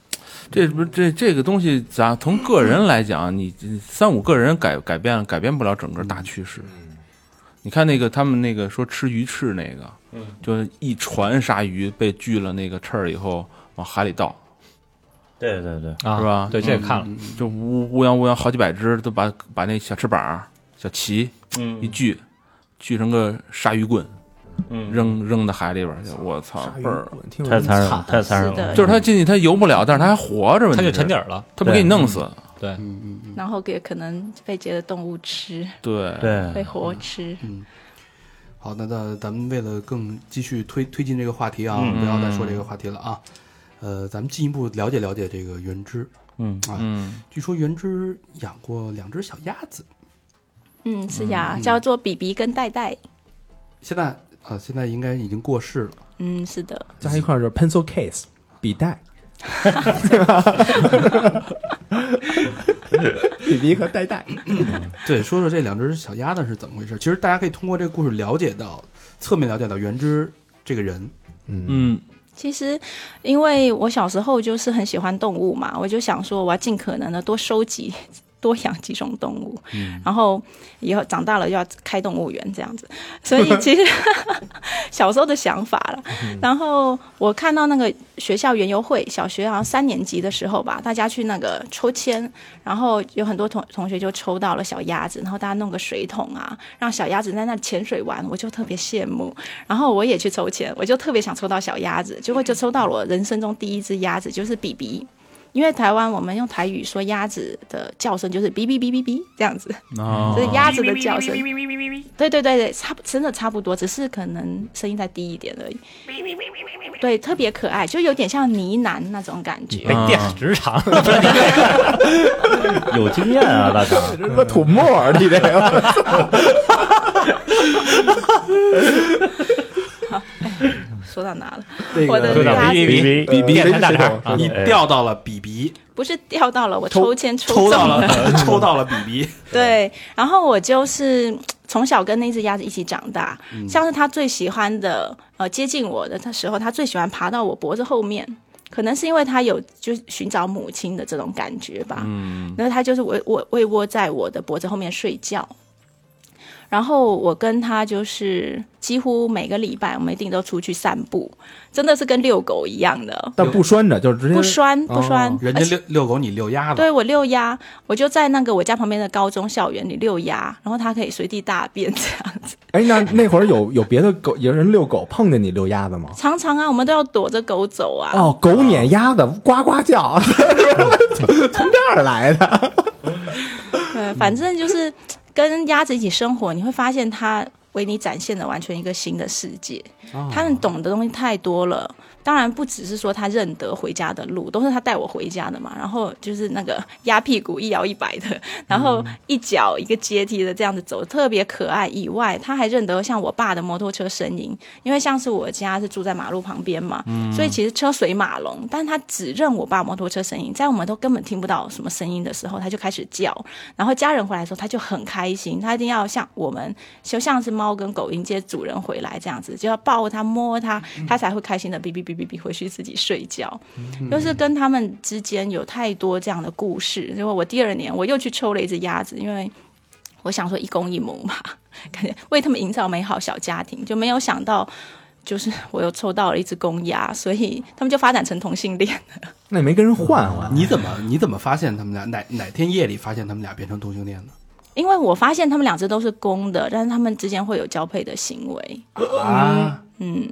这个东西，咱从个人来讲，你3-5个人改变不了整个大趋势。你看那个他们那个说吃鱼翅那个，就一船鲨鱼被锯了那个翅儿以后往海里倒。 对， 是吧？ 对，这个看了， 就乌泱好几百只都把那小翅膀、小鳍，一锯成个鲨鱼棍，扔到海里边去。我操，倍儿太残忍了。 就是他进去他游不了，但是他还活着， 他就沉底儿了， 他不给你弄死。 对， 然后也可能被别的动物吃， 对， 被活吃。 好，那咱们为了更继续推进这个话题啊，不要再说这个话题了啊。咱们进一步了解了解这个原之。据说原之养过2只小鸭子。 是呀，叫做比比跟戴戴。 现在应该已经过世了。 是的， 加一块就是 pencil case 笔袋。比比和戴戴。 对，说说这2只小鸭子是怎么回事。其实大家可以通过这个故事侧面了解到原之这个人。 其实因为我小时候就是很喜欢动物嘛，我就想说我要尽可能的多收集多养几种动物，然后以后长大了就要开动物园这样子，所以其实小时候的想法了。然后我看到那个学校园游会，小学好像3年级的时候吧，大家去那个抽签，然后有很多同学就抽到了小鸭子，然后大家弄个水桶啊，让小鸭子在那潜水玩，我就特别羡慕。然后我也去抽签，我就特别想抽到小鸭子，结果就抽到了我人生中第一只鸭子，就是比比。因为台湾我们用台语说鸭子的叫声就是哔哔哔哔哔这样子，就是鸭子的叫声。对，真的差不多，只是可能声音再低一点而已。对，特别可爱，就有点像呢喃那种感觉。 被电职场有经验啊，大长， 这他妈土沫儿，你这个。 说到哪了？ 我的鸭子比比跟大肠，你钓到了比比， 不是钓到了，我抽签抽到了比比。 对，然后我就是从小跟那只鸭子一起长大，像是它最喜欢的接近我的时候，它最喜欢爬到我脖子后面。可能是因为它有就是寻找母亲的这种感觉吧，然后它就是会窝在我的脖子后面睡觉。然后我跟他就是几乎每个礼拜我们一定都出去散步，真的是跟遛狗一样的， 但不拴着，就是直接不拴。 人家遛狗，你遛鸭子。 对，我遛鸭，我就在那个我家旁边的高中校园里遛鸭，然后它可以随地大便这样子。 那会儿有别的狗，有人遛狗碰见你遛鸭子吗？ 常常啊，我们都要躲着狗走啊。 狗撵鸭子，呱呱叫，从这儿来的。 对，反正就是跟鸭子一起生活，你会发现它为你展现了完全一个新的世界。他们懂的东西太多了，当然不只是说他认得回家的路，都是他带我回家的嘛。然后就是那个鸭屁股一摇一摆的，然后一脚一个阶梯的这样子走，特别可爱。以外，他还认得像我爸的摩托车声音，因为像是我家是住在马路旁边嘛，所以其实车水马龙，但是他只认我爸摩托车声音，在我们都根本听不到什么声音的时候，他就开始叫。然后家人回来的时候，他就很开心，他一定要像我们，就像是猫跟狗迎接主人回来这样子，就要抱它摸它，它才会开心的哔哔哔哔哔回去自己睡觉。就是跟他们之间有太多这样的故事。因为我第2年我又去抽了一只鸭子，因为我想说一公一母嘛，感觉为他们营造美好小家庭，就没有想到就是我又抽到了一只公鸭，所以他们就发展成同性恋了。 那你没跟人换换？ 你怎么发现他们俩哪天夜里发现他们俩变成同性恋的？ 因为我发现他们2只都是公的，但是他们之间会有交配的行为啊。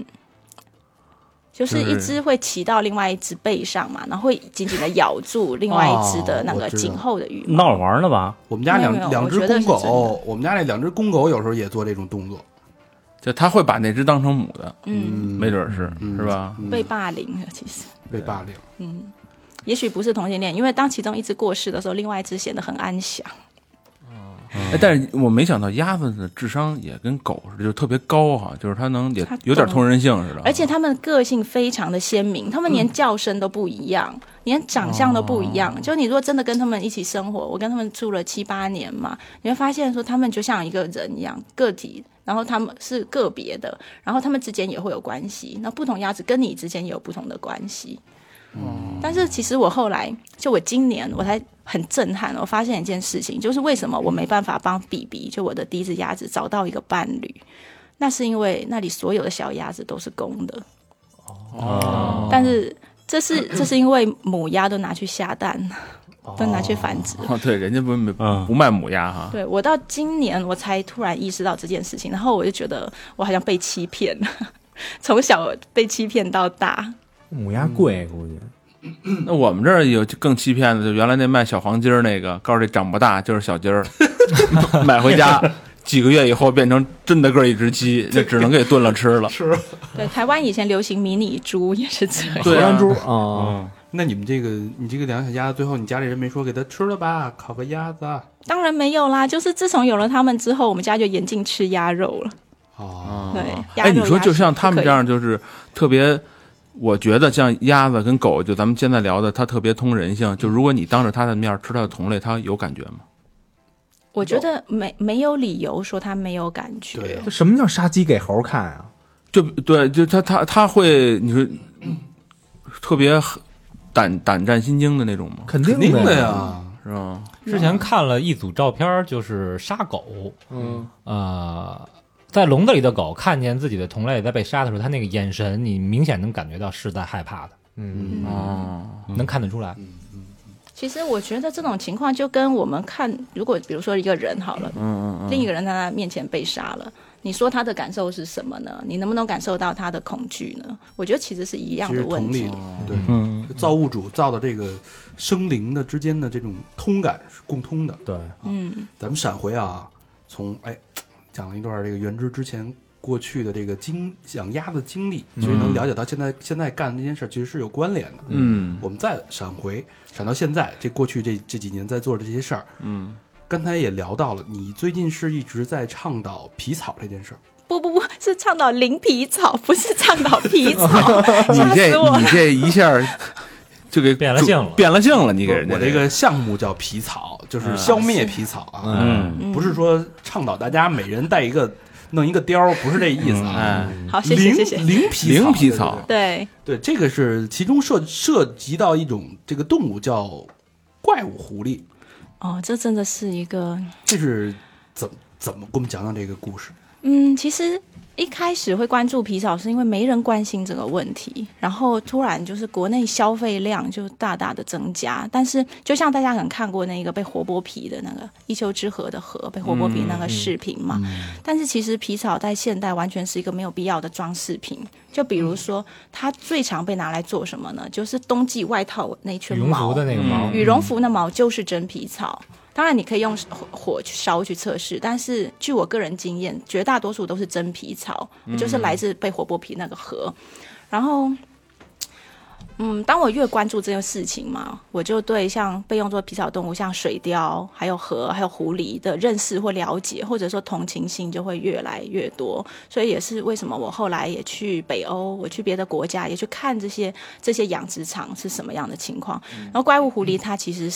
就是一只会骑到另外一只背上嘛，然后会紧紧的咬住另外一只的那个颈后的羽毛。 闹着玩呢吧？ 我们家两只公狗，我们家那2只公狗有时候也做这种动作， 就他会把那只当成母的，没准是吧？ 被霸凌了，其实被霸凌。 也许不是同性恋，因为当其中一只过世的时候，另外一只显得很安详。 但是我没想到鸭子的智商也跟狗似的，就特别高哈，就是它能也有点通人性似的。 而且它们个性非常的鲜明，它们连叫声都不一样，连长相都不一样。就你如果真的跟他们一起生活，我跟他们住了7、8年嘛，你会发现说他们就像一个人一样，个体，然后他们是个别的，然后他们之间也会有关系。那不同鸭子跟你之间也有不同的关系。 但是其实我后来我今年我才很震撼，我发现一件事情，就是为什么我没办法帮比比就我的第一只鸭子找到一个伴侣，那是因为那里所有的小鸭子都是公的。但是这是因为母鸭都拿去下蛋，都拿去繁殖。 对，人家不卖母鸭哈。 对，我到今年我才突然意识到这件事情，然后我就觉得我好像被欺骗了，从小被欺骗到大。 母鸭贵估计。 那我们这儿有更欺骗的，就原来那卖小黄鸡儿那个，告诉这长不大就是小鸡儿，买回家几个月以后变成真的个一只鸡，那只能给炖了吃了。 是， 对，台湾以前流行迷你猪也是这样。 荷兰猪啊。 那你这个两个小鸭子，最后你家里人没说给它吃了吧？烤个鸭子？ 当然没有啦，就是自从有了他们之后，我们家就严禁吃鸭肉了。对， 哎，你说就像他们这样，就是特别。我觉得像鸭子跟狗，就咱们现在聊的，它特别通人性。就如果你当着它的面吃它的同类，它有感觉吗？ 我觉得没有理由说它没有感觉。 这什么叫杀鸡给猴看啊？ 就对，就它会，你说特别胆战心惊的那种吗？ 肯定的呀， 是吧？ 之前看了一组照片，就是杀狗，在笼子里的狗看见自己的同类在被杀的时候，它那个眼神，你明显能感觉到是在害怕的。能看得出来。 其实我觉得这种情况就跟我们看，如果比如说一个人好了，另一个人在他面前被杀了，你说他的感受是什么呢？你能不能感受到他的恐惧呢？我觉得其实是一样的问题。 对，造物主造的这个生灵的之间的这种通感是共通的。 对， 咱们闪回啊，从讲了一段这个原之前过去的这个养鸭的经历，其实能了解到现在干的这件事其实是有关联的。我们再闪到现在，这过去这几年在做的这些事儿，刚才也聊到了，你最近是一直在倡导皮草这件事儿。 不，是倡导零皮草，不是倡导皮草。 你这一下就给变了性了，你给人家我这个项目叫皮草，就是消灭皮草啊，不是说倡导大家每人带一个弄一个貂，不是这意思啊。 好，谢谢。 零皮草， 对， 这个是其中涉及到一种这个动物叫怪物狐狸。 这真的是一个， 这是怎么给我们讲讲这个故事？ 其实一开始会关注皮草是因为没人关心这个问题，然后突然就是国内消费量就大大的增加，但是就像大家可能看过那个被活剥皮的那个一丘之貉的貉被活剥皮那个视频嘛，但是其实皮草在现代完全是一个没有必要的装饰品。就比如说它最常被拿来做什么呢？就是冬季外套那一圈毛， 羽绒服的那个毛， 羽绒服的毛就是真皮草。当然你可以用火去烧去测试，但是据我个人经验，绝大多数都是真皮草，就是来自被活剥皮那个貉。然后当我越关注这件事情嘛，我就对像被用作皮草动物像水貂还有貉还有狐狸的认识或了解，或者说同情心就会越来越多。所以也是为什么我后来也去北欧，我去别的国家也去看这些养殖场是什么样的情况。然后怪物狐狸它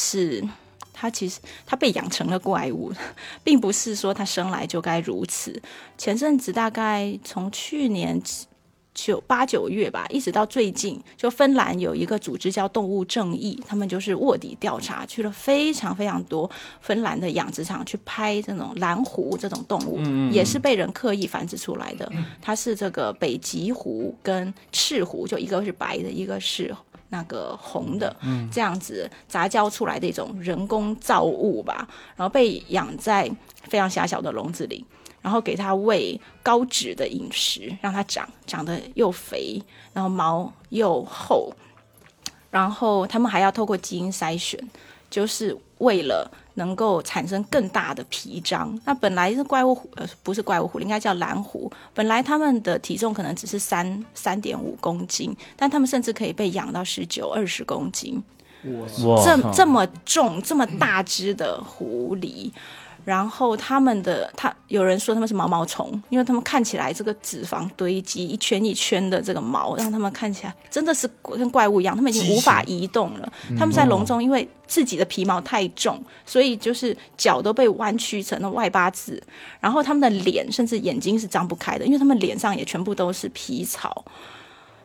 被养成了怪物，并不是说它生来就该如此。前阵子大概从去年8、9月吧，一直到最近，就芬兰有一个组织叫动物正义，他们就是卧底调查，去了非常非常多芬兰的养殖场去拍这种蓝狐这种动物，也是被人刻意繁殖出来的。它是这个北极狐跟赤狐，就一个是白的，一个是那个红的，这样子杂交出来的一种人工造物吧，然后被养在非常狭小的笼子里，然后给它喂高脂的饮食，让它长得又肥，然后毛又厚，然后他们还要透过基因筛选，就是为了能够产生更大的皮张。那本来是不是怪物狐，应该叫蓝狐。本来他们的体重可能只是3.5公斤，但他们甚至可以被养到19、20公斤。这么重、这么大只的狐狸。然后有人说他们是毛毛虫，因为他们看起来这个脂肪堆积一圈一圈的这个毛，让他们看起来真的是跟怪物一样，他们已经无法移动了。他们在笼中因为自己的皮毛太重，所以就是脚都被弯曲成了外八字，然后他们的脸甚至眼睛是张不开的，因为他们脸上也全部都是皮草。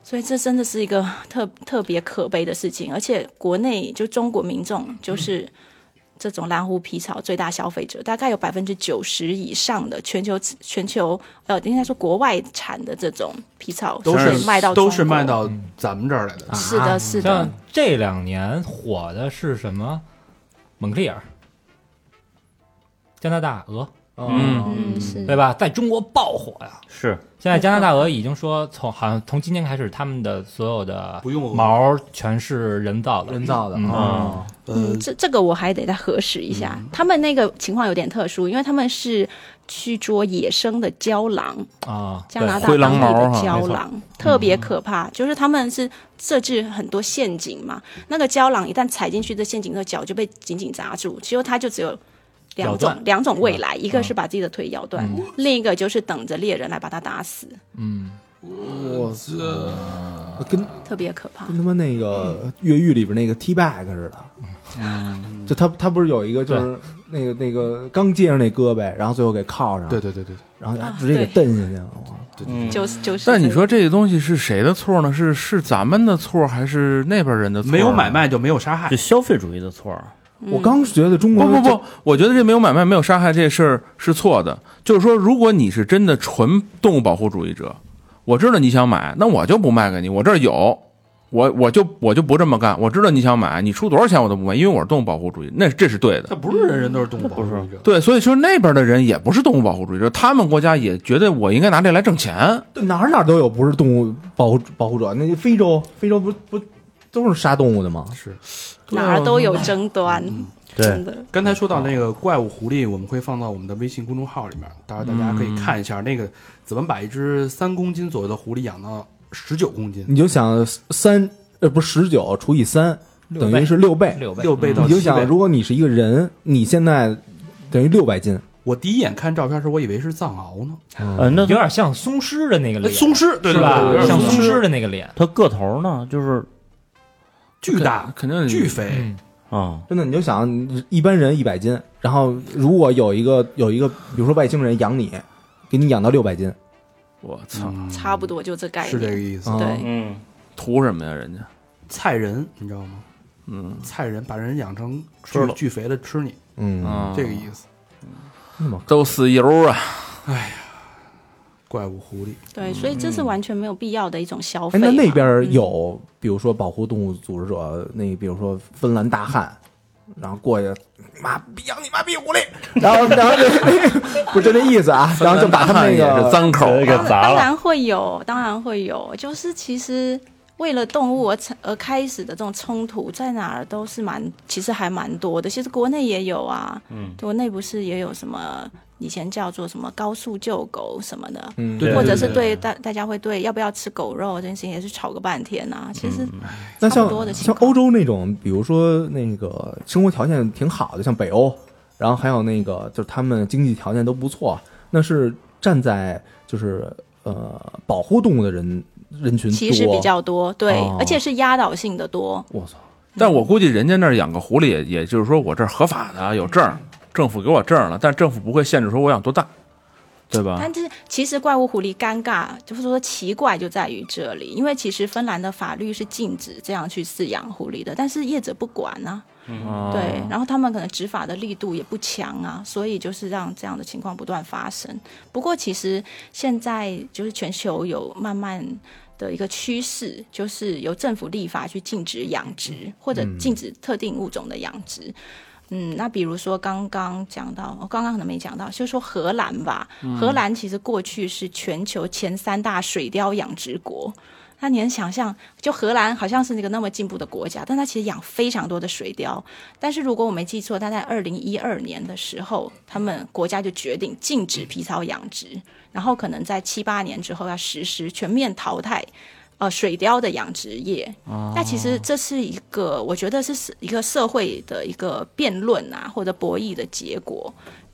所以这真的是一个特别可悲的事情，而且国内就中国民众就是这种蓝湖皮草最大消费者，大概有90%以上的全球应该说国外产的这种皮草都是卖到都是卖到咱们这儿来的。 是的，是的。 像这2年火的是什么？蒙特利尔、加拿大鹅， 是对吧？在中国爆火呀！ 是， 现在加拿大鹅已经说好像从今年开始，他们的所有的不用毛全是人造的， 这个我还得再核实一下。他们那个情况有点特殊，因为他们是去捉野生的郊狼啊， 加拿大当地的郊狼特别可怕，就是他们是设置很多陷阱嘛，那个郊狼一旦踩进去，这陷阱的脚就被紧紧扎住，结果它就只有两种未来，一个是把自己的腿咬断，另一个就是等着猎人来把它打死。 我这跟特别可怕， 跟他妈那个越狱里边那个 T-bag 似的。就他不是有一个就是那个刚接上那胳膊，然后最后给铐上， 对， 然后直接给蹬下去了。 就是。 但你说这个东西是谁的错呢？是咱们的错还是那边人的错？ 没有买卖就没有杀害， 这消费主义的错。 我刚觉得中国不，我觉得这没有买卖没有杀害这事儿是错的。就是说，如果你是真的纯动物保护主义者，我知道你想买，那我就不卖给你，我这儿有，我就不这么干。我知道你想买，你出多少钱我都不买，因为我是动物保护主义，这是对的。 他不是人人都是动物保护主义者， 对，所以说那边的人也不是动物保护主义者，他们国家也觉得我应该拿这来挣钱。 哪都有不是动物保护者，那非洲不都是杀动物的吗？ 是。 哪儿都有争端，真的。 刚才说到那个怪物狐狸，我们会放到我们的微信公众号里面，大家可以看一下那个怎么把一只3公斤左右的狐狸养到19公斤。 你就想不是19除以3，等于是6倍 ，6倍到7倍。 你就想，如果你是一个人，你现在等于600斤。 我第一眼看照片时，我以为是藏獒呢， 那有点像松狮的那个脸， 松狮对是吧？ 对， 像松狮的那个脸， 它个头呢，就是巨大， 肯定巨肥啊！ 真的，你就想一般人100斤，然后如果有一个，比如说外星人养你，给你养到600斤， 我操， 差不多就这概念， 是这个意思。 对， 图什么呀？人家菜人，你知道吗？菜人把人养成巨肥的吃你，这个意思。 都死油啊！ 哎呀，怪物狐狸。 对，所以这是完全没有必要的一种消费。 那边有，比如说保护动物组织者，比如说芬兰大汉，然后过去，养你妈逼狐狸，然后不是这意思啊，然后就把他们那个脏口给砸了。 当然会有，就是其实为了动物而开始的这种冲突，在哪儿都是其实还蛮多的。其实国内也有啊，国内不是也有什么以前叫做什么高速救狗什么的，或者是对大家会对要不要吃狗肉这件事情也是吵个半天啊。其实那差不多的情况， 像欧洲那种，比如说那个生活条件挺好的，像北欧，然后还有那个就是他们经济条件都不错，那是站在就是保护动物的人群其实比较多，对，而且是压倒性的多。 我操！ 但我估计人家那儿养个狐狸，也就是说我这儿合法的有证，政府给我证了，但政府不会限制说我养多大，对吧？ 但是其实怪物狐狸尴尬，就是说奇怪就在于这里，因为其实芬兰的法律是禁止这样去饲养狐狸的，但是业者不管啊。对，然后他们可能执法的力度也不强啊，所以就是让这样的情况不断发生。不过其实现在就是全球有慢慢的一个趋势，就是由政府立法去禁止养殖或者禁止特定物种的养殖。那比如说刚刚讲到，我刚刚可能没讲到，就是说荷兰吧，荷兰其实过去是全球前3大水貂养殖国。那你能想象，就荷兰好像是那个那么进步的国家，但它其实养非常多的水貂。但是如果我没记错，它在2012年的时候，他们国家就决定禁止皮草养殖，然后可能在7、8年之后要实施全面淘汰水貂的养殖业。那其实这是一个，我觉得是一个社会的一个辩论啊，或者博弈的结果。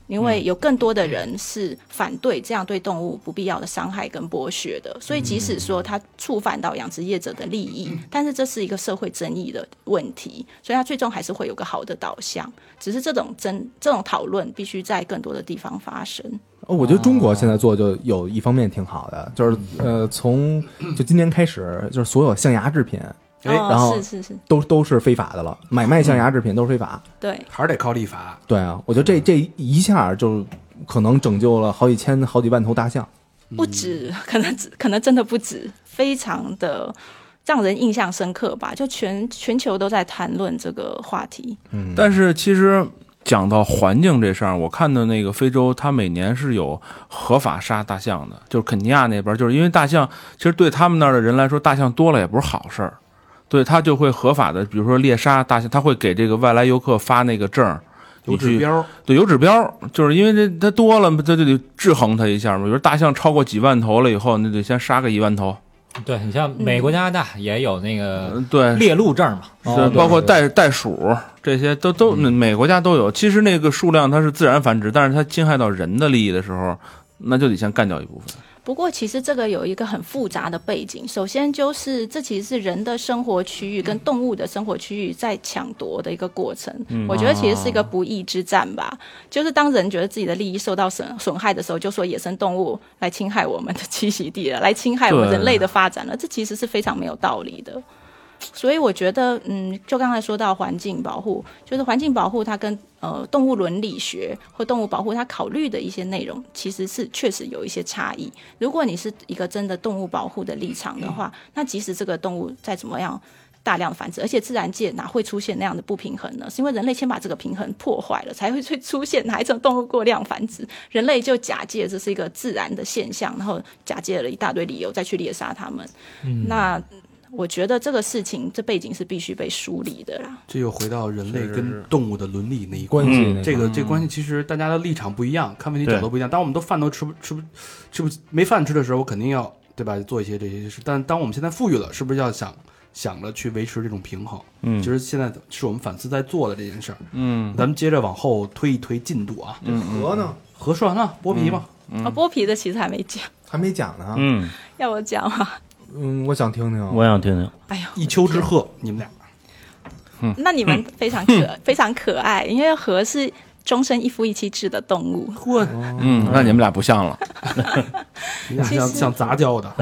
因为有更多的人是反对这样对动物不必要的伤害跟剥削的，所以即使说它触犯到养殖业者的利益，但是这是一个社会争议的问题，所以它最终还是会有个好的导向，只是这种讨论必须在更多的地方发生。 我觉得中国现在做就有一方面挺好的，就是从就今年开始，就是所有象牙制品，然后是都是非法的了，买卖象牙制品都是非法。 对， 还是得靠立法。 对啊，我觉得这一下就可能拯救了好几千、好几万头大象， 不止，可能真的不止，非常的让人印象深刻吧。就全球都在谈论这个话题。 但是其实讲到环境这事儿，我看到那个非洲，它每年是有合法杀大象的，就是肯尼亚那边，就是因为大象其实对他们那儿的人来说，大象多了也不是好事儿。对，他就会合法的，比如说猎杀大象，他会给这个外来游客发那个证， 有指标。 对，有指标，就是因为它多了，他就得制衡它一下嘛。比如大象超过几万头了以后，那得先杀个1万头。 对，你像美国、加拿大也有那个对猎鹿证嘛， 对，包括袋鼠这些都每国家都有。其实那个数量它是自然繁殖，但是它侵害到人的利益的时候，那就得先干掉一部分。 不过其实这个有一个很复杂的背景，首先就是这其实是人的生活区域跟动物的生活区域在抢夺的一个过程，我觉得其实是一个不义之战吧。就是当人觉得自己的利益受到损害的时候，就说野生动物来侵害我们的栖息地了，来侵害我们人类的发展了，这其实是非常没有道理的。所以我觉得就刚才说到环境保护，就是环境保护它跟动物伦理学或动物保护它考虑的一些内容其实是确实有一些差异。如果你是一个真的动物保护的立场的话，那即使这个动物再怎么样大量的繁殖，而且自然界哪会出现那样的不平衡呢？是因为人类先把这个平衡破坏了，才会出现哪一种动物过量繁殖，人类就假借这是一个自然的现象，然后假借了一大堆理由再去猎杀它们。那我觉得这个事情这背景是必须被梳理的啦。 这又回到人类跟动物的伦理那一关系， 这个关系其实大家的立场不一样，看问题角度不一样。当我们都饭都吃不没饭吃的时候，我肯定要对吧做一些这些事。但当我们现在富裕了，是不是要想着去维持这种平衡？其实现在是我们反思在做的这件事儿。咱们接着往后推一推进度啊。 河呢？ 河说完了，剥皮嘛。 剥皮的其实还没讲呢。 要我讲吗？ 我想听听。 我想听听。 哎呀， 一丘之貉，你们俩。 那你们非常非常可爱，因为河是终身一夫一妻制的动物。 那你们俩不像了。 你俩像杂交的。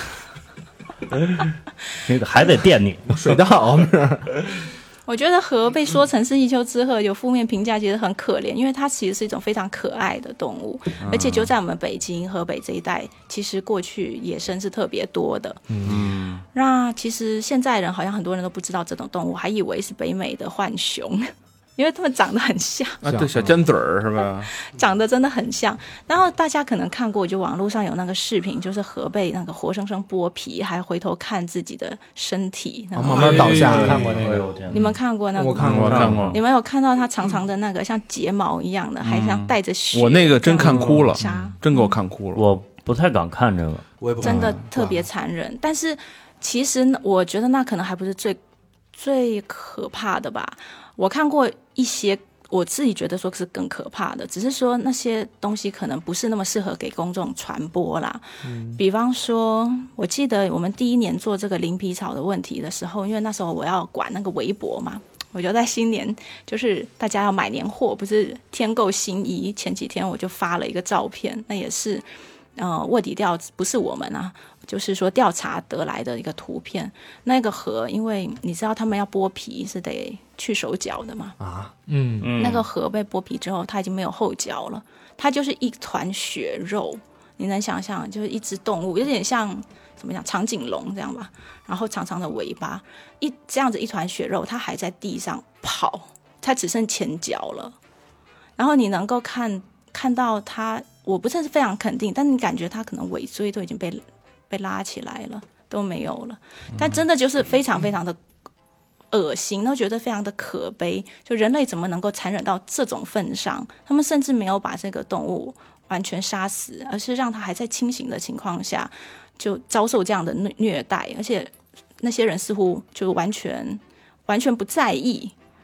那个还得惦你水稻是。 我觉得河被说成是一丘之貉有负面评价，其实很可怜，因为它其实是一种非常可爱的动物，而且就在我们北京、河北这一带，其实过去野生是特别多的。那其实现在人好像很多人都不知道这种动物，还以为是北美的浣熊。因为它们长得很像啊，对，小尖嘴儿是吧？ 长得真的很像。然后大家可能看过，就网络上有那个视频，就是河被那个活生生剥皮，还回头看自己的身体，然后慢慢倒下。 看过那个？ 你们看过那个？ 我看过。 你们有看到它长长的那个像睫毛一样的，还像带着血？ 我那个真看哭了，真给我看哭了。 我不太敢看这个， 我也不敢真的特别残忍。但是其实我觉得那可能还不是最可怕的吧。我看过一些我自己觉得说是更可怕的，只是说那些东西可能不是那么适合给公众传播啦。比方说我记得我们第一年做这个鳞皮草的问题的时候，因为那时候我要管那个围脖嘛，我就在新年就是大家要买年货，不是添购新衣，前几天我就发了一个照片，那也是卧底调不是我们啊，就是说调查得来的一个图片。那个河因为你知道他们要剥皮是得去手脚的嘛，那个河被剥皮之后它已经没有后脚了，它就是一团血肉，你能想象就是一只动物有点像怎么讲长颈龙这样吧，然后长长的尾巴，这样子一团血肉，它还在地上跑，它只剩前脚了，然后你能够看到它，我不是非常肯定，但你感觉它可能尾椎都已经被拉起来了，都没有了，但真的就是非常非常的恶心，都觉得非常的可悲，就人类怎么能够残忍到这种份上？他们甚至没有把这个动物完全杀死，而是让它还在清醒的情况下就遭受这样的虐待，而且那些人似乎就完全不在意。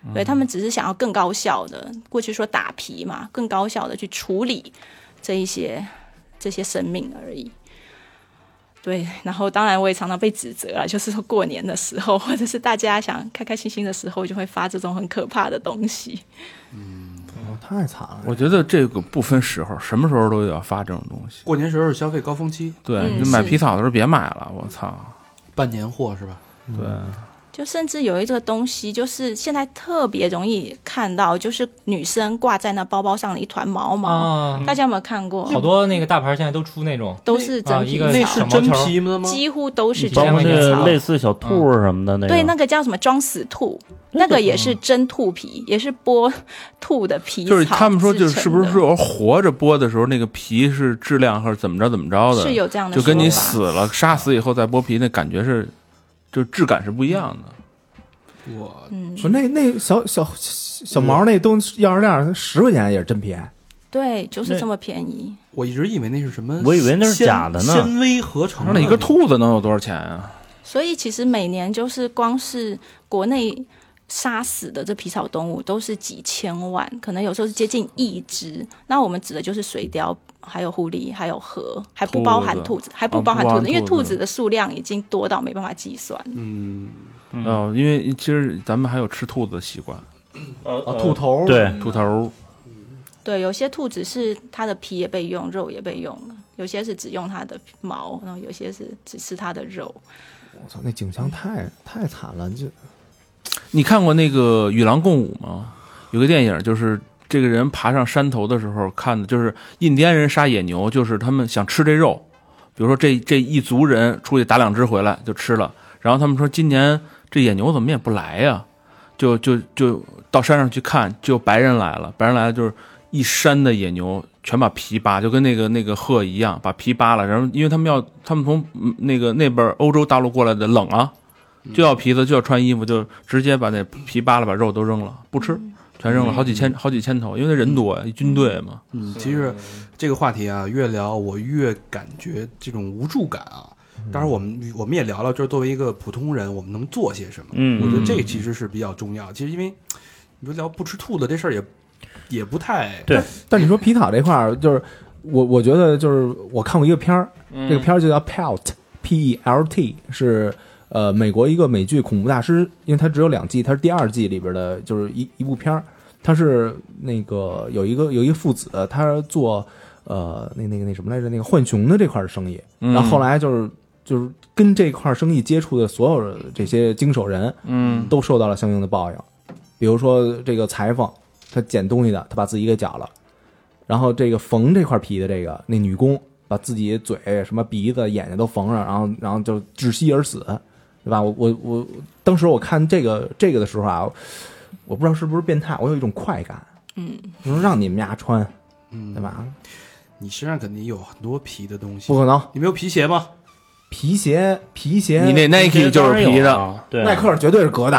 对，他们只是想要更高效的，过去说打皮嘛，更高效的去处理这些生命而已。对，然后当然我也常常被指责了，就是说过年的时候，或者是大家想开开心心的时候，就会发这种很可怕的东西。 太惨了。 我觉得这个不分时候，什么时候都要发这种东西。 过年时候是消费高峰期， 对，你买皮草的时候别买了，我操！ 办年货是吧？ 对。 就甚至有一个东西，就是现在特别容易看到，就是女生挂在那包包上的一团毛毛，大家有没有看过？ 好多那个大牌现在都出那种， 都是真皮草， 那是真皮的吗？ 几乎都是真包括皮草， 类似小兔什么的那个。 对，那个叫什么装死兔，那个也是真兔皮，也是剥兔的皮草。 就是他们说，就是不是说活着剥的时候，那个皮是质量或者怎么着的， 是有这样的说法， 就跟你死了杀死以后再剥皮，那感觉是，就质感是不一样的。 说那小毛那都钥匙链10块钱也是真皮， 对，就是这么便宜。 我一直以为那是什么， 我以为那是假的呢， 纤维合成。 那一个兔子能有多少钱啊？ 所以其实每年就是光是国内杀死的这皮草动物都是几千万，可能有时候是接近1只。那我们指的就是水貂，还有狐狸，还有河，还不包含兔子，因为兔子的数量已经多到没办法计算。 因为其实咱们还有吃兔子的习惯， 兔头， 对， 兔头， 对，有些兔子是它的皮也被用，肉也被用了，有些是只用它的毛，然后有些是只吃它的肉。 我操，那景象太惨了！ 你看过那个《与狼共舞》吗？有个电影，就是这个人爬上山头的时候看的，就是印第安人杀野牛，就是他们想吃这肉，比如说这一族人出去打2只回来就吃了，然后他们说今年这野牛怎么也不来呀，就到山上去看，就白人来了就是一山的野牛全把皮扒，就跟那个鹤一样把皮扒了，然后因为他们从那边欧洲大陆过来的冷啊，就要皮子就要穿衣服，就直接把那皮扒了，把肉都扔了，不吃，全扔了，好几千头，因为那人多呀，一军队嘛。 其实这个话题啊，越聊我越感觉这种无助感啊。当然我们也聊了，就是作为一个普通人，我们能做些什么？我觉得这其实是比较重要。其实因为你说聊不吃兔子这事儿也不太对， 但你说皮草这块儿，就是我觉得就是我看过一个片儿，这个片儿就叫 Pelt，P-E-L-T， 是美国一个美剧恐怖大师，因为它只有2季，它是第2季里边的，就是一部片儿，它是那个有一个父子，他做那什么来着，那个浣熊的这块的生意，然后后来就是跟这块生意接触的所有的这些经手人，都受到了相应的报应。比如说这个裁缝，他捡东西的，他把自己给绞了；然后这个缝这块皮的那女工，把自己嘴、什么鼻子、眼睛都缝上，然后就窒息而死，对吧？我当时我看这个的时候啊，我不知道是不是变态，我有一种快感，能让你们家穿，对吧？ 你身上肯定有很多皮的东西， 不可能， 你没有皮鞋吗？ 皮鞋， 你那 Nike 就是皮的， 对， 耐克绝对是革的。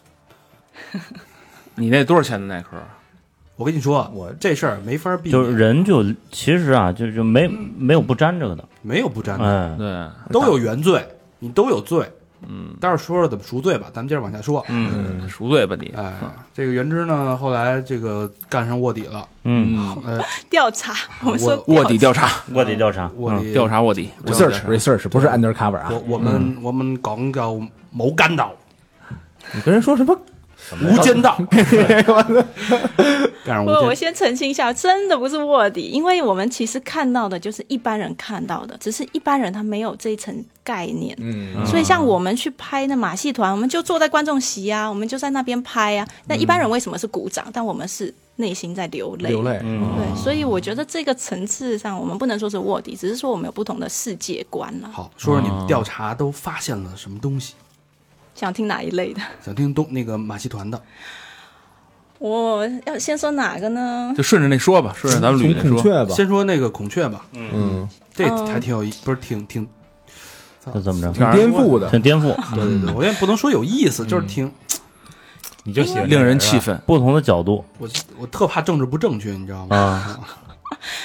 你那多少钱的耐克？ 我跟你说，我这事儿没法避免， 就是人其实啊，就没有不沾这个的， 没有不沾的， 对， 都有原罪，你都有罪。待会儿说怎么赎罪吧，咱们接着往下说。 赎罪吧你。 这个原之呢，后来这个干上卧底了。 调查，我们说卧底调查， 卧底调查卧底 research 不是 undercover 啊。 我们讲叫冇間道。 你跟人说什么无间道？ 不，我先澄清一下，真的不是卧底，因为我们其实看到的就是一般人看到的，只是一般人他没有这一层概念。所以像我们去拍那马戏团，我们就坐在观众席啊，我们就在那边拍啊。那一般人为什么是鼓掌？但我们是内心在流泪。对，所以我觉得这个层次上，我们不能说是卧底，只是说我们有不同的世界观了。 好，说说你们调查都发现了什么东西？ 想听哪一类的？ 想听那个马戏团的。 我要先说哪个呢？ 就顺着那说吧，顺着咱们捋孔雀吧。 先说那个孔雀吧。这还挺有不是挺这怎么着？ 挺颠覆的， 挺颠覆。 对，我也不能说有意思，就是挺你就喜欢令人气愤， 不同的角度。 我特怕政治不正确，你知道吗？ 因为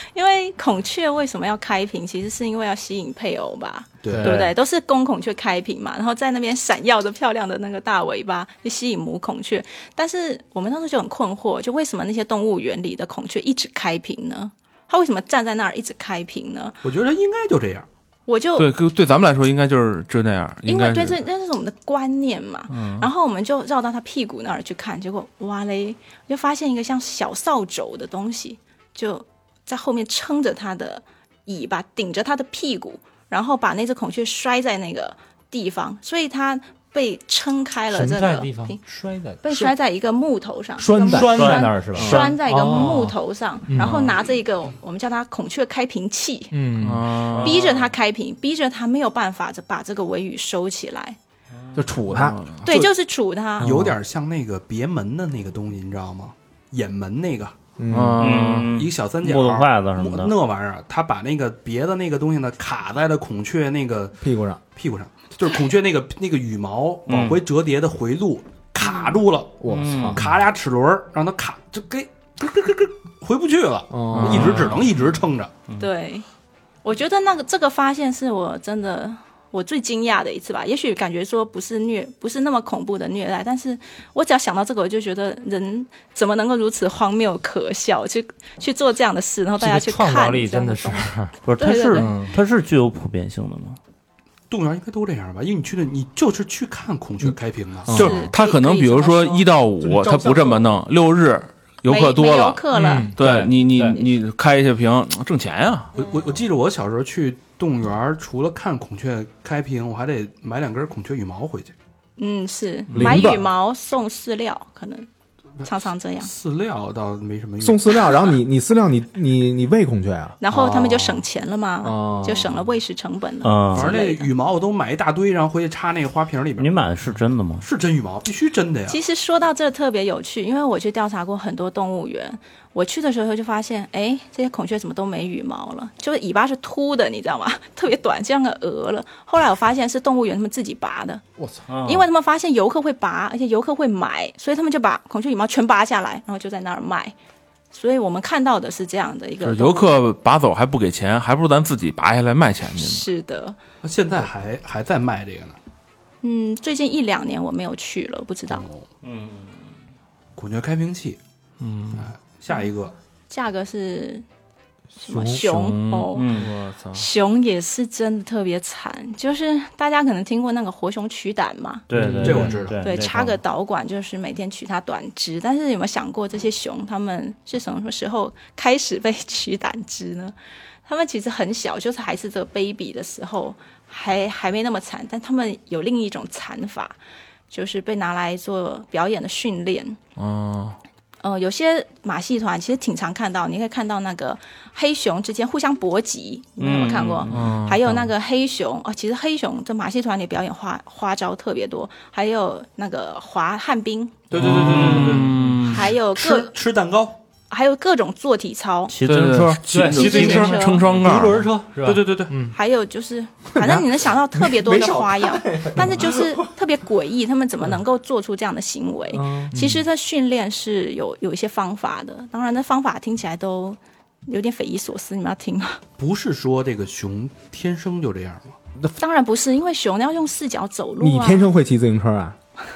为孔雀为什么要开屏，其实是因为要吸引配偶吧， 对对不对？都是公孔雀开屏嘛，然后在那边闪耀着漂亮的那个大尾巴，去吸引母孔雀。但是我们当时就很困惑，就为什么那些动物园里的孔雀一直开屏呢？它为什么站在那儿一直开屏呢？ 我觉得应该就这样。 我就对咱们来说应该就是那样， 因为对这是我们的观念嘛，然后我们就绕到他屁股那儿去看，结果哇嘞，就发现一个像小扫帚的东西，就在后面撑着他的尾巴，顶着他的屁股，然后把那只孔雀摔在那个地方，所以他被撑开了这个地方被摔在一个木头上， 拴在那儿是吧？ 拴在一个木头上，然后拿着一个我们叫它孔雀开屏器，逼着它开屏，逼着它没有办法把这个尾羽收起来， 就杵它。 对，就是杵它， 有点像那个别门的那个东西，你知道吗？掩门那个，一个小三角木头筷子什么的， 那玩意儿，他把那个别的那个东西呢卡在了孔雀那个屁股上， 就是孔雀那个羽毛往回折叠的回路卡住了， 我操， 卡俩齿轮让它卡就给回不去了，只能一直撑着。 对，我觉得这个发现是我最惊讶的一次吧。也许感觉说不是那么恐怖的虐待，但是我只要想到这个，我就觉得人怎么能够如此荒谬可笑，去做这样的事，然后大家去看， 创造力真的是不是？它是具有普遍性的吗？ 动物园应该都这样吧，因为你就是去看孔雀开屏的， 就是他可能比如说1到5他不这么弄，6日游客多了， 没游客了， 对你开一下屏挣钱呀。 我记得我小时候去动物园，除了看孔雀开屏，我还得买2根孔雀羽毛回去。 是买羽毛送饲料，可能常常这样。 饲料倒没什么用， 送饲料，然后你饲料你喂孔雀啊， 然后他们就省钱了嘛，就省了喂食成本了。 反正那羽毛我都买一大堆，然后回去插那个花瓶里边。 你买的是真的吗？ 是真羽毛，必须真的呀。 其实说到这特别有趣，因为我去调查过很多动物园，我去的时候就发现，这些孔雀怎么都没羽毛了，就是尾巴是秃的，你知道吗？特别短，像个鹅了。后来我发现是动物园他们自己拔的， 我操！ 因为他们发现游客会拔，而且游客会买，所以他们就把孔雀羽毛全拔下来，然后就在那儿卖。所以我们看到的是这样的一个游客拔走还不给钱，还不如咱自己拔下来卖钱去呢。 是的， 现在还在卖这个呢。 最近1-2年我没有去了，不知道。 孔雀开屏器，下一个价格是什么熊？ 我操， 熊也是真的特别惨，就是大家可能听过那个活熊取胆嘛？ 对， 这我知道。 对，插个导管就是每天取它短肢，但是有没有想过这些熊它们是什么时候开始被取胆肢呢？它们其实很小，就是还是这个 baby 的时候，还没那么惨，但它们有另一种惨法，就是被拿来做表演的训练。有些马戏团其实挺常看到，你可以看到那个黑熊之间互相搏击，你们有没有看过？还有那个黑熊其实黑熊在马戏团里表演花招特别多，还有那个滑旱冰， 对， 还有吃蛋糕， 还有各种做体操， 骑自行车， 骑自行车撑双杠， 独轮车是吧？对， 还有就是反正你能想到特别多的花样，但是就是特别诡异，他们怎么能够做出这样的行为？其实他训练是有一些方法的，当然那方法听起来都有点匪夷所思，你们要听吗？ 不是说这个熊天生就这样吗？ 当然不是，因为熊要用4脚走路啊。 你天生会骑自行车啊？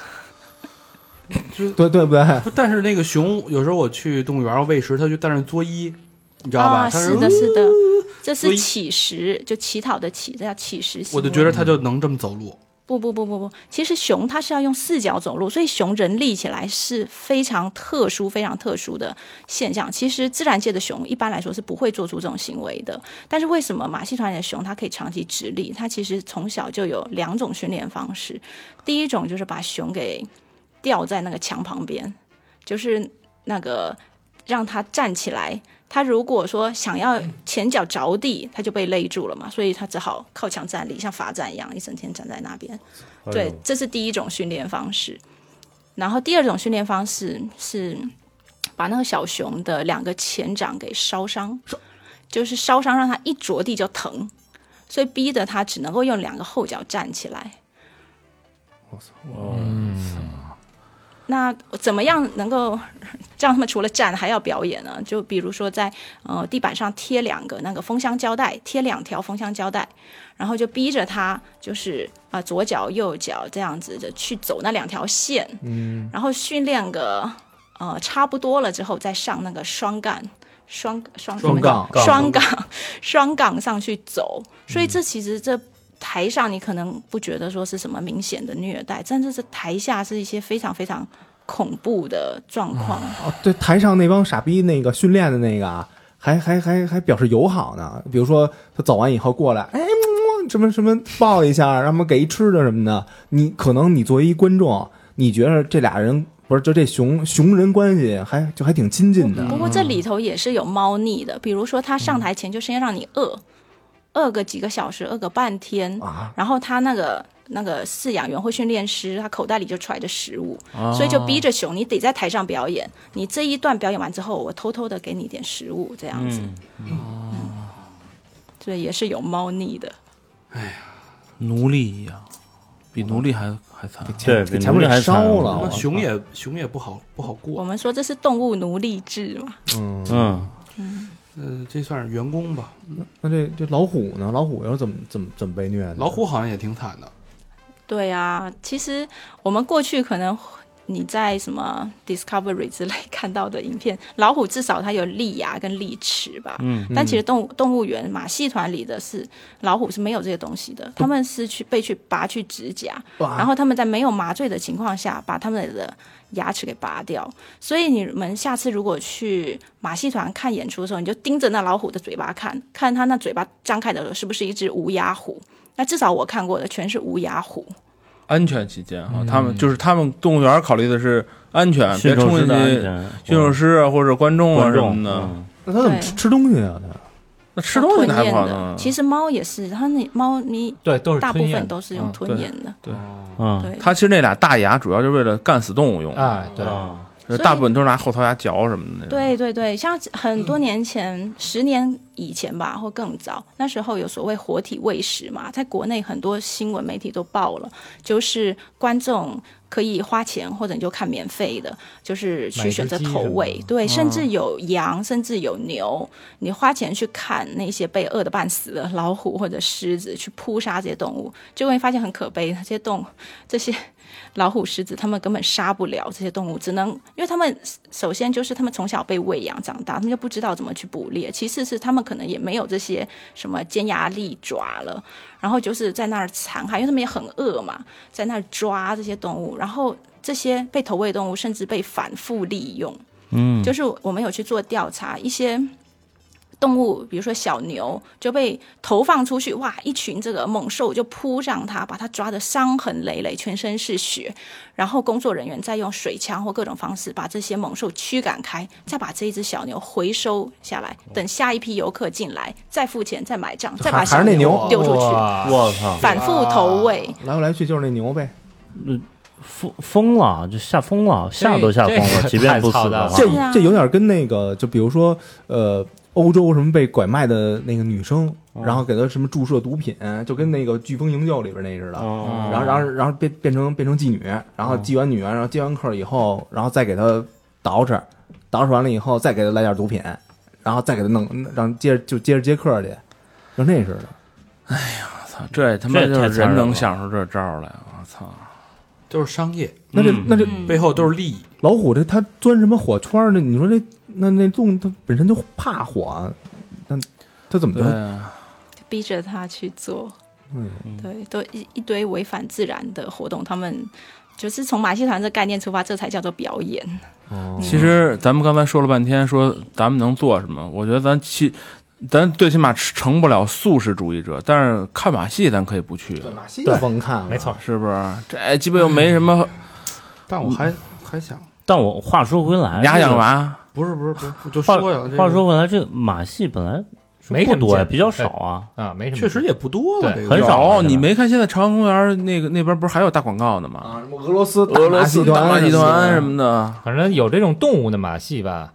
对不对？ 但是那个熊有时候我去动物园喂食，它就在那作揖，你知道吧？ 是的，这是乞食，就乞讨的乞，这叫乞食行为。 我就觉得它就能这么走路。 不，其实熊它是要用4脚走路，所以熊人立起来是非常特殊的现象。其实自然界的熊一般来说是不会做出这种行为的，但是为什么马戏团里的熊它可以长期直立？它其实从小就有2种训练方式。第一种就是把熊给吊在那个墙旁边，就是那个让它站起来。他如果说想要前脚着地，他就被勒住了嘛，所以他只好靠墙站立，像罚站一样，一整天站在那边。对，这是第一种训练方式。然后第2种训练方式是把那个小熊的2个前掌给烧伤，就是烧伤让它一着地就疼，所以逼得它只能够用2个后脚站起来。 那怎么样能够让他们除了站还要表演呢？就比如说在地板上贴2个那个封箱胶带，贴2条封箱胶带，然后就逼着他就是左脚右脚这样子的去走那2条线，然后训练个差不多了之后再上那个双杠上去走。所以这其实这台上你可能不觉得说是什么明显的虐待，但是台下是一些非常非常恐怖的状况。 对，台上那帮傻逼那个训练的那个啊，还表示友好呢。比如说他走完以后过来，什么抱一下，然后给一吃的什么的。你可能你作为一观众，你觉得这俩人不是就这熊人关系还挺亲近的。 不过这里头也是有猫腻的，比如说他上台前就先让你饿个几个小时，饿个半天，然后他那个饲养员或训练师，他口袋里就揣着食物，所以就逼着熊，你得在台上表演。你这一段表演完之后，我偷偷的给你点食物，这样子。所以也是有猫腻的。 哎呀，奴隶一样，比奴隶还惨。 对，比奴隶还烧惨了。 熊也不好过。 我们说这是动物奴隶制嘛。 这算是员工吧。 那这老虎呢？老虎又怎么被虐的？ 老虎好像也挺惨的。 对啊，其实我们过去可能你在什么 Discovery 之类看到的影片，老虎至少它有利牙跟利齿吧。但其实动物园马戏团里的是老虎是没有这些东西的，他们是被拔去指甲，然后他们在没有麻醉的情况下把他们的牙齿给拔掉。所以你们下次如果去马戏团看演出的时候，你就盯着那老虎的嘴巴看它那嘴巴张开的时候是不是一只无牙虎。那至少我看过的全是无牙虎。 安全起见他们动物园考虑的是安全，别冲进去驯兽师啊或者观众啊什么的。 那他怎么吃东西啊？ 那吃东西还不好呢。 其实猫也是，它那猫咪对都是大部分都是用吞咽的。 对， 对， 它其实那俩大牙主要就是为了干死动物用的。 对， 大部分都是拿后槽牙嚼什么的。 对，像很多年前，10年以前吧，或更早，那时候有所谓活体喂食嘛，在国内很多新闻媒体都报了，就是观众可以花钱或者你就看免费的，就是去选择投喂，对，甚至有羊，甚至有牛，你花钱去看那些被饿得半死的老虎或者狮子去扑杀这些动物，就会发现很可悲，这些老虎、狮子，他们根本杀不了这些动物，只能因为他们首先就是他们从小被喂养长大，他们就不知道怎么去捕猎；其次是他们可能也没有这些什么尖牙利爪了，然后就是在那儿残害，因为他们也很饿嘛，在那儿抓这些动物，然后这些被投喂动物甚至被反复利用。就是我们有去做调查，一些动物，比如说小牛就被投放出去，哇，一群这个猛兽就扑上它，把它抓得伤痕累累，全身是血，然后工作人员再用水枪或各种方式把这些猛兽驱赶开，再把这一只小牛回收下来，等下一批游客进来再付钱再买账，再把小牛丢出去。 我操， 反复投喂， 来来去就是那牛呗。 疯了，就吓疯了，吓都吓疯了，即便不死的话。 这有点跟那个，就比如说欧洲什么被拐卖的那个女生，然后给她什么注射毒品，就跟那个《飓风营救》里边那似的。然后变成妓女，然后妓完女，然后接完客以后，然后再给她捯饬完了以后，再给她来点毒品，然后再给她弄，让接着接客去，就那似的。 哎呀，我操，这他妈就是人能想出这招来，我操！ 都是商业， 那这背后都是利益。 老虎它钻什么火圈呢？你说那动物它本身就怕火，那它怎么就逼着它去做？对，都一堆违反自然的活动，他们就是从马戏团这概念出发，这才叫做表演。 其实咱们刚才说了半天，说咱们能做什么？我觉得咱最起码成不了素食主义者，但是看马戏咱可以不去。 马戏就甭看了， 没错， 是不是？这鸡巴又没什么。 但我还想， 但我话说回来， 你还想嘛？ 不是，我就说呀。 话说回来，这个马戏本来没不多呀，比较少啊， 没什么， 确实也不多了， 很少。 你没看现在朝阳公园那边不是还有大广告呢吗？ 什么俄罗斯大马戏团什么的， 反正有这种动物的马戏吧。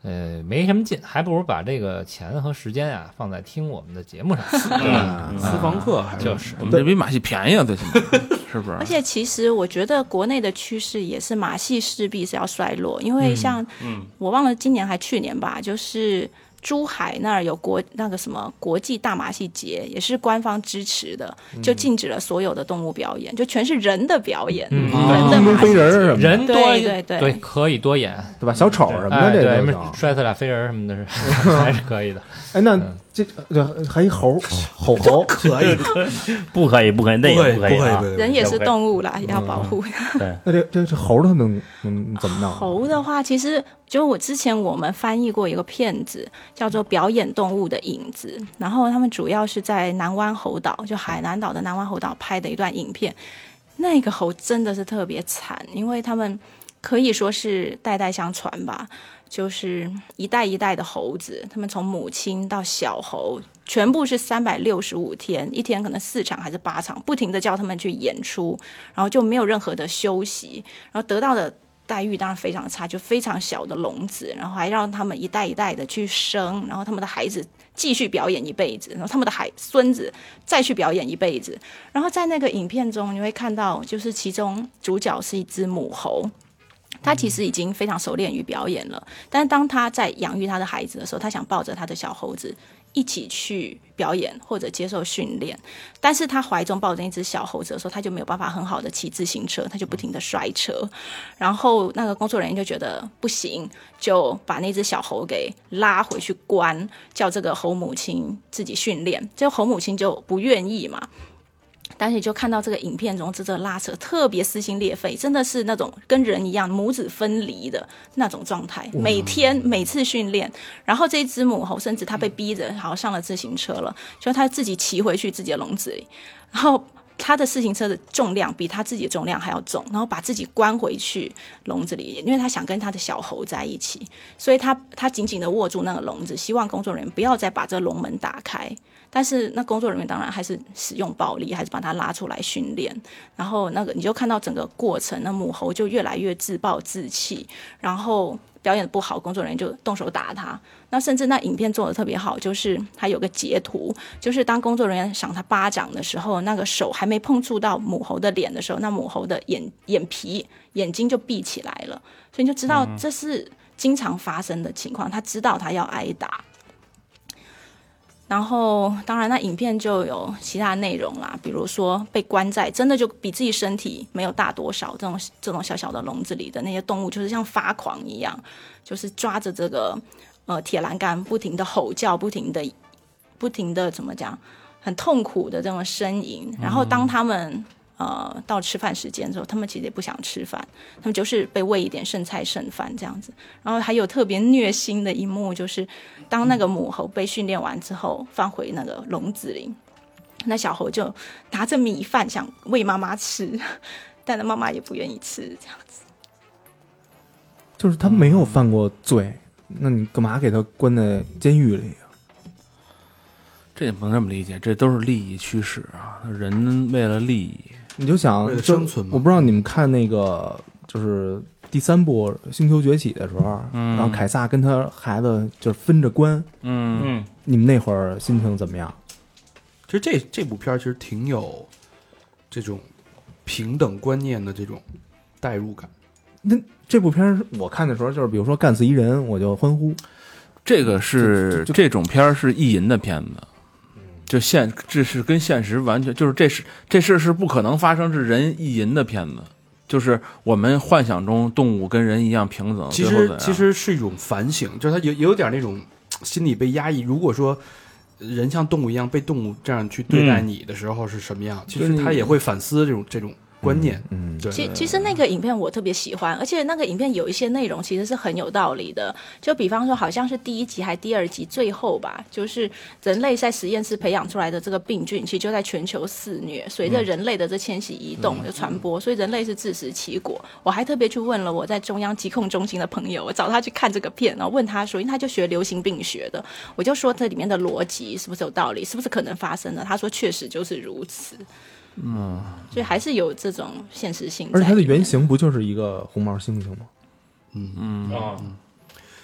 没什么劲，还不如把这个钱和时间啊放在听我们的节目上。 私房课还就是我们这比马戏便宜啊，最起码是不是？ 而且其实我觉得国内的趋势也是马戏势必是要衰落，因为像我忘了今年还去年吧，就是珠海那儿有那个什么国际大马戏节，也是官方支持的，就禁止了所有的动物表演，就全是人的表演，人的马戏飞人什么的， 人多对可以多演， 对吧？小丑什么的，这对， 都行。 摔死俩飞人什么的是还是可以的。 哎，那这还一猴， 可以， 不可以，那也不可以啊。 人也是动物啦，也要保护。 对， 那这猴它能怎么弄？ 猴的话，其实就我们翻译过一个片子，叫做《表演动物的影子》，然后他们主要是在南湾猴岛，就海南岛的南湾猴岛拍的一段影片。那个猴真的是特别惨，因为他们可以说是代代相传吧。就是一代一代的猴子，他们从母亲到小猴，全部是365天，一天可能4场还是8场，不停的叫他们去演出，然后就没有任何的休息，然后得到的待遇当然非常差，就非常小的笼子，然后还让他们一代一代的去生，然后他们的孩子继续表演一辈子，然后他们的孙子再去表演一辈子。然后在那个影片中你会看到，就是其中主角是一只母猴，他其实已经非常熟练于表演了，但是当他在养育他的孩子的时候，他想抱着他的小猴子一起去表演或者接受训练，但是他怀中抱着一只小猴子的时候，他就没有办法很好的骑自行车，他就不停的摔车，然后那个工作人员就觉得不行，就把那只小猴给拉回去关，叫这个猴母亲自己训练，这个猴母亲就不愿意嘛。但是你就看到这个影片中这个拉扯特别撕心裂肺，真的是那种跟人一样母子分离的那种状态，每次训练，然后这一只母猴甚至他被逼着好上了自行车了，就他自己骑回去自己的笼子里，然后他的自行车的重量比他自己的重量还要重，然后把自己关回去笼子里，因为他想跟他的小猴在一起，所以他紧紧的握住那个笼子，希望工作人员不要再把这个笼门打开。但是那工作人员当然还是使用暴力，还是把他拉出来训练。然后那个你就看到整个过程，那母猴就越来越自暴自弃，然后表演的不好，工作人员就动手打他。那甚至那影片做的特别好，就是还有个截图，就是当工作人员赏他巴掌的时候，那个手还没碰触到母猴的脸的时候，那母猴的眼睛就闭起来了，所以你就知道这是经常发生的情况，他知道他要挨打。然后当然那影片就有其他内容啦，比如说被关在真的就比自己身体没有大多少这种小小的笼子里的那些动物，就是像发狂一样，就是抓着这个铁栏杆不停的吼叫，不停的怎么讲，很痛苦的这种呻吟。然后当他们到吃饭时间的时候，他们其实也不想吃饭，他们就是被喂一点剩菜剩饭这样子。然后还有特别虐心的一幕，就是当那个母猴被训练完之后放回那个笼子里，那小猴就拿着米饭想喂妈妈吃，但是妈妈也不愿意吃这样子。 就是他没有犯过罪，那你干嘛给他关在监狱里啊？ 这也不能这么理解，这都是利益驱使啊，人为了利益。 你就想为了生存嘛。 我不知道你们看那个就是第3部《星球崛起》的时候，然后凯撒跟他孩子就是分着关，你们那会儿心情怎么样？ 其实这部片其实挺有这种平等观念的这种代入感。 那这部片我看的时候，就是比如说干死一人我就欢呼， 这个是这种片儿是意淫的片子。就这是跟现实完全就是这事是不可能发生，是人意淫的片子，就是我们幻想中动物跟人一样平等。 其实是一种反省，就是它有点那种心理被压抑。如果说人像动物一样被动物这样去对待你的时候是什么样，其实他也会反思这种观念。对。 其实那个影片我特别喜欢，而且那个影片有一些内容其实是很有道理的。就比方说，好像是第1集还第2集最后吧，就是人类在实验室培养出来的这个病菌，其实就在全球肆虐，随着人类的这迁徙移动的传播，所以人类是自食其果。我还特别去问了我在中央疾控中心的朋友，我找他去看这个片，然后问他说，因为他就学流行病学的，我就说这里面的逻辑是不是有道理，是不是可能发生的？他说确实就是如此。所以还是有这种现实性。 而且它的原型不就是一个红毛猩猩吗？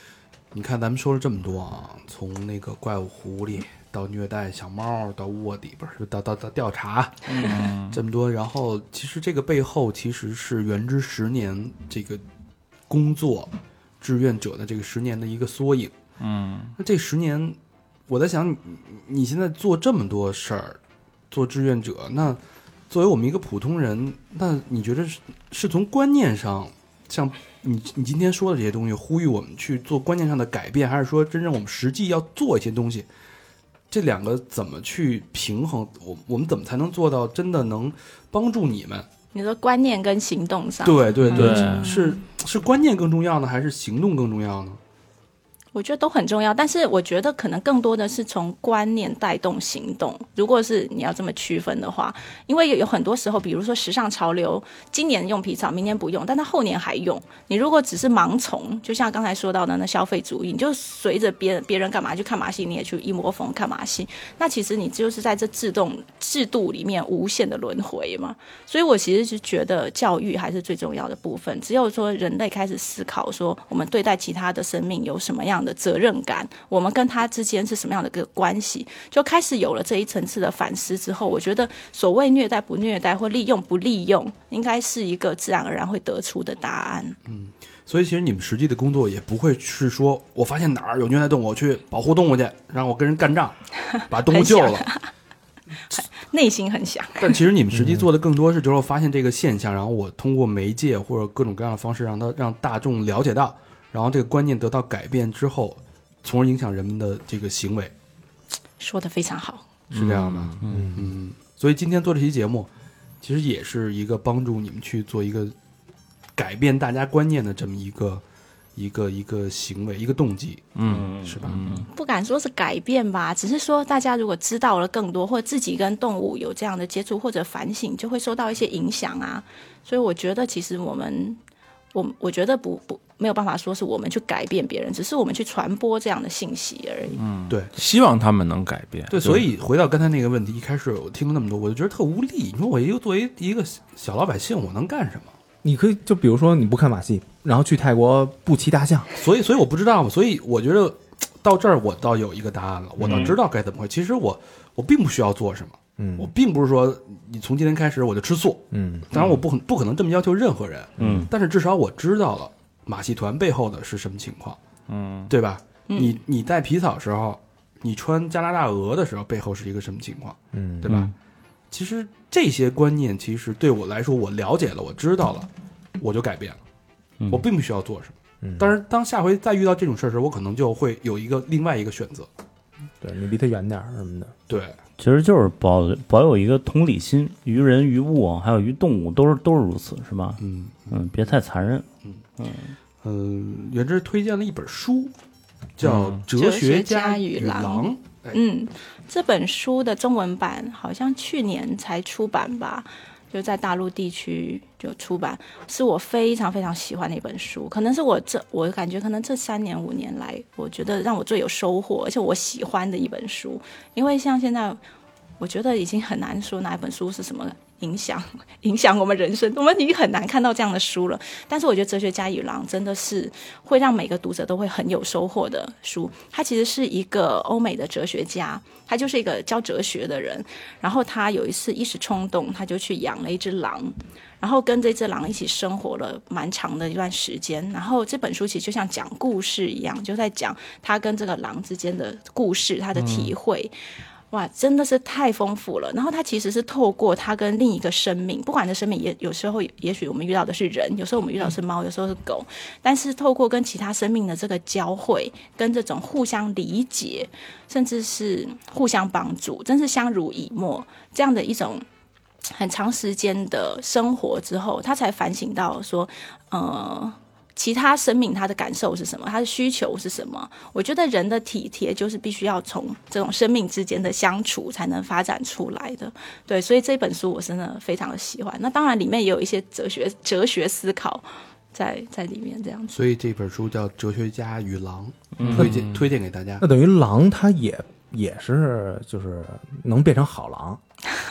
你看咱们说了这么多啊，从那个怪物狐狸到虐待小猫，到卧底，不是到调查，这么多，然后其实这个背后其实是原之10年这个工作志愿者的这个10年的一个缩影。那这10年，我在想你现在做这么多事儿，做志愿者，那作为我们一个普通人，那你觉得是从观念上，像你今天说的这些东西，呼吁我们去做观念上的改变，还是说真正我们实际要做一些东西？这两个怎么去平衡？我们怎么才能做到真的能帮助你们？ 你说观念跟行动上， 对，是观念更重要呢，还是行动更重要呢？ 我觉得都很重要，但是我觉得可能更多的是从观念带动行动。如果是你要这么区分的话，因为有很多时候，比如说时尚潮流，今年用皮草，明年不用，但它后年还用。你如果只是盲从，就像刚才说到的那消费主义，你就随着别人干嘛去看马戏，你也去一窝蜂看马戏，那其实你就是在这制度里面无限的轮回嘛。所以我其实是觉得教育还是最重要的部分。只有说人类开始思考说，我们对待其他的生命有什么样的责任感，我们跟他之间是什么样的一个关系，就开始有了这一层次的反思之后，我觉得所谓虐待不虐待或利用不利用，应该是一个自然而然会得出的答案。 所以其实你们实际的工作也不会是说我发现哪儿有虐待动物，我去保护动物去，让我跟人干仗，把动物救了。 内心很想， 但其实你们实际做的更多是，就是我发现这个现象，然后我通过媒介或者各种各样的方式，让大众了解到，然后这个观念得到改变之后，从而影响人们的这个行为。 说得非常好， 是这样的。所以今天做这期节目，其实也是一个帮助你们去做一个改变大家观念的这么一个行为，一个动机，是吧？ 不敢说是改变吧，只是说大家如果知道了更多，或者自己跟动物有这样的接触或者反省，就会受到一些影响啊。所以我觉得其实我觉得没有办法说是我们去改变别人，只是我们去传播这样的信息而已。 对，希望他们能改变。 对，所以回到刚才那个问题，一开始我听了那么多，我就觉得特无力。你说我作为一个小老百姓，我能干什么？ 你可以就比如说你不看马戏，然后去泰国不骑大象， 所以我不知道嘛，所以我觉得到这儿我倒有一个答案了，我倒知道该怎么回。其实我并不需要做什么，我并不是说你从今天开始我就吃素，当然我不可能这么要求任何人，但是至少我知道了马戏团背后的是什么情况，对吧？你戴皮草时候，你穿加拿大鹅的时候，背后是一个什么情况，对吧？其实这些观念，其实对我来说，我了解了，我知道了，我就改变了，我并不需要做什么。当然，当下回再遇到这种事儿时，我可能就会有另外一个选择。 对，你离他远点什么的。 对， 其实就是保有一个同理心，于人于物还有于动物都是如此，是吧？别太残忍。 元之推荐了一本书，叫《哲学家与狼》。 这本书的中文版好像去年才出版吧，就在大陆地区就出版，是我非常非常喜欢的一本书，可能是我感觉可能这3年5年来，我觉得让我最有收获，而且我喜欢的一本书。因为像现在，我觉得已经很难说哪一本书是什么影响我们人生，我们已经很难看到这样的书了。但是我觉得《哲学家与狼》真的是会让每个读者都会很有收获的书。他其实是一个欧美的哲学家，他就是一个教哲学的人，然后他有一次一时冲动，他就去养了一只狼，然后跟这只狼一起生活了蛮长的一段时间。然后这本书其实就像讲故事一样，就在讲他跟这个狼之间的故事，他的体会。哇，真的是太丰富了。然后他其实是透过他跟另一个生命，不管这生命有时候也许我们遇到的是人，有时候我们遇到的是猫，有时候是狗，但是透过跟其他生命的这个交汇，跟这种互相理解，甚至是互相帮助，真是相濡以沫，这样的一种很长时间的生活之后，他才反省到说其他生命他的感受是什么，他的需求是什么。我觉得人的体贴就是必须要从这种生命之间的相处才能发展出来的。对，所以这本书我真的非常的喜欢。那当然里面也有一些哲学思考在里面这样子。 所以这本书叫《哲学家与狼》，推荐给大家。 那等于狼它也是就是能变成好狼。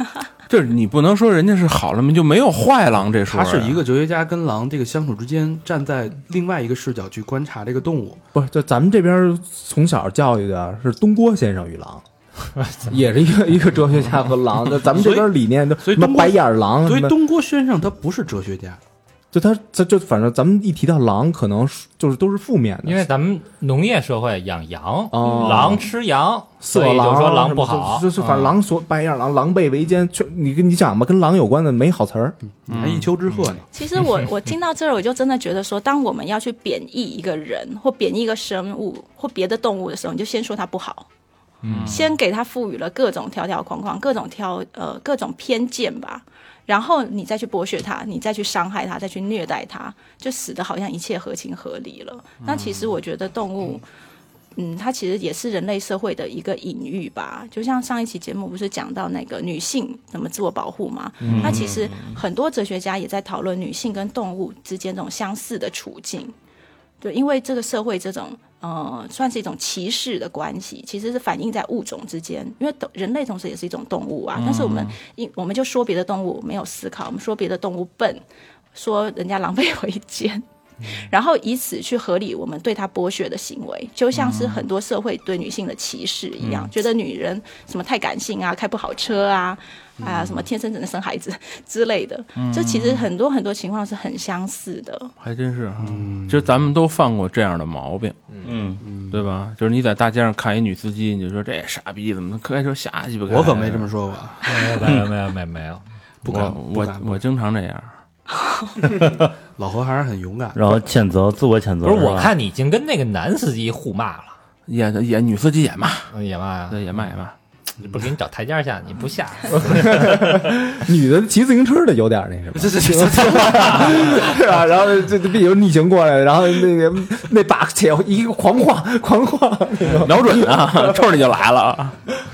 就是你不能说人家是好了，就没有坏狼这说。 他是一个哲学家跟狼这个相处之间，站在另外一个视角去观察这个动物。 不是，就咱们这边从小教育的是东郭先生与狼，也是一个哲学家和狼。那咱们这边理念都什么白眼狼， 所以东郭先生他不是哲学家。 就他就反正咱们一提到狼，可能就是都是负面的， 因为咱们农业社会养羊， 哦狼吃羊，所色狼以就说狼不好， 就是反正狼所白眼狼、狼狈为奸，你想吧，跟狼有关的没好词儿。 还一丘之貉呢。 其实我听到这儿，我就真的觉得说，当我们要去贬义一个人或贬义一个生物或别的动物的时候，你就先说它不好，先给它赋予了各种条条框框、各种偏见吧。然后你再去剥削它，你再去伤害它，再去虐待它，就死得好像一切合情合理了。那其实我觉得动物，它其实也是人类社会的一个隐喻吧。就像上一期节目不是讲到那个女性怎么自我保护吗？那其实很多哲学家也在讨论女性跟动物之间这种相似的处境。对，因为这个社会这种算是一种歧视的关系，其实是反映在物种之间，因为人类同时也是一种动物啊。但是我们就说别的动物没有思考，我们说别的动物笨，说人家狼狈为奸，然后以此去合理我们对他剥削的行为，就像是很多社会对女性的歧视一样，觉得女人什么太感性啊，开不好车啊。什么天生只能生孩子之类的，这其实很多很多情况是很相似的。 还真是，就咱们都犯过这样的毛病，对吧？就是你在大街上看一女司机，你就说这傻逼怎么能开车瞎鸡巴开？ 我可没这么说过， 没有， 不敢。 我经常这样。 老何还是很勇敢， 然后谴责，自我谴责。 不是，我看你已经跟那个男司机互骂了， 也女司机也骂， 也骂呀， 对，也骂。 你不是给你找台阶下，你不下。 女的骑自行车的有点那什么，是吧？然后这比如逆行过来，然后那把且一个狂晃， 瞄准啊，冲你就来了。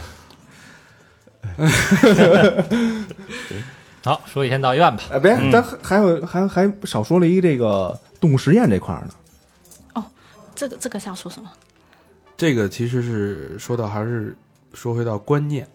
好，说一千道一万吧。 别，咱还少说了一个这个动物实验这块呢。 哦，这个是要说什么？ 这个其实是还是说回到观念。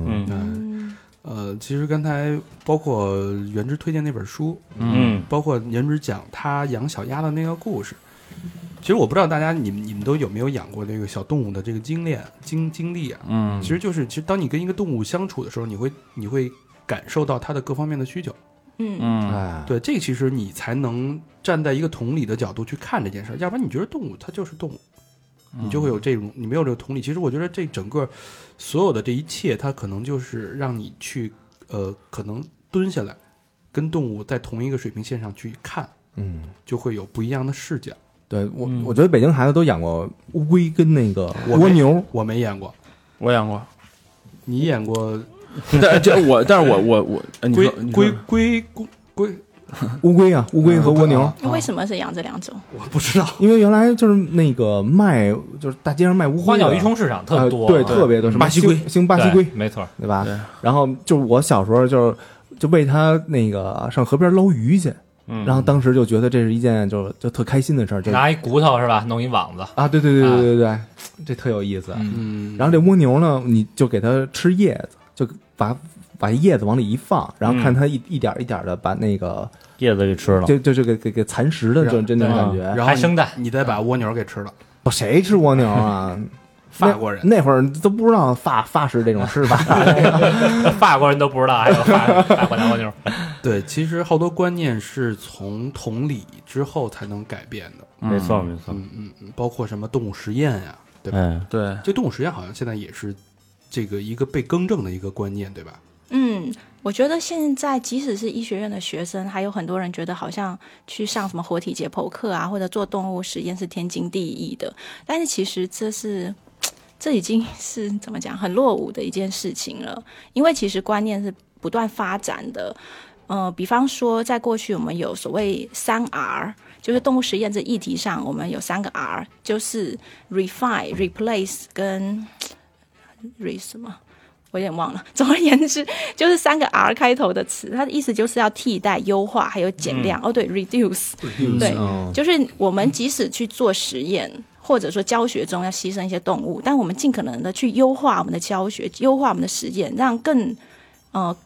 其实刚才包括原之推荐那本书，包括原之讲他养小鸭的那个故事。其实我不知道大家你们都有没有养过那个小动物的这个经历啊？其实当你跟一个动物相处的时候，你会感受到它的各方面的需求。对，这个其实你才能站在一个同理的角度去看这件事，要不然你觉得动物它就是动物，你就会有这种你没有这个同理。其实我觉得这整个所有的这一切，它可能就是让你去可能蹲下来，跟动物在同一个水平线上去看，就会有不一样的视角。 对我觉得北京孩子都养过乌龟跟那个蜗牛， 我没演过， 我养过， 你演过？ 但是我龟乌龟啊，乌龟和蜗牛。 为什么是养这两种？ 我不知道， 因为原来就是那个就是大街上卖乌龟， 花鸟鱼虫市场特多， 对，特别多，什么巴西龟， 兴巴西龟， 没错， 对吧？对。然后就是我小时候就为他那个上河边捞鱼去。然后当时就觉得这是一件就特开心的事儿，就拿一骨头是吧，弄一网子啊，对，这特有意思。然后这蜗牛呢，你就给它吃叶子，就把叶子往里一放，然后看它一点一点的把那个叶子给吃了， 就给蚕食的这种感觉。 然后还生蛋， 你再把蜗牛给吃了。 谁吃蜗牛啊？ 法国人那会儿都不知道法式这种吃法， 法国人都不知道还有法国蜗牛。 对，其实好多观念是从同理之后才能改变的。 没错。 包括什么动物实验呀，对吧？ 对， 这动物实验好像现在也是这个一个被更正的一个观念，对吧？ 我觉得现在即使是医学院的学生，还有很多人觉得好像去上什么活体解剖课啊，或者做动物实验是天经地义的，但是其实这已经是怎么讲很落伍的一件事情了，因为其实观念是不断发展的。比方说在过去我们有所谓3R， 就是动物实验这议题上我们有3个 R， 就是 refine、replace 跟什么我有点忘了，总而言之就是3个 R 开头的词，它的意思就是要替代、优化还有减量。对 reduce， 对，就是我们即使去做实验或者说教学中要牺牲一些动物，但我们尽可能的去优化我们的教学，优化我们的实践，让更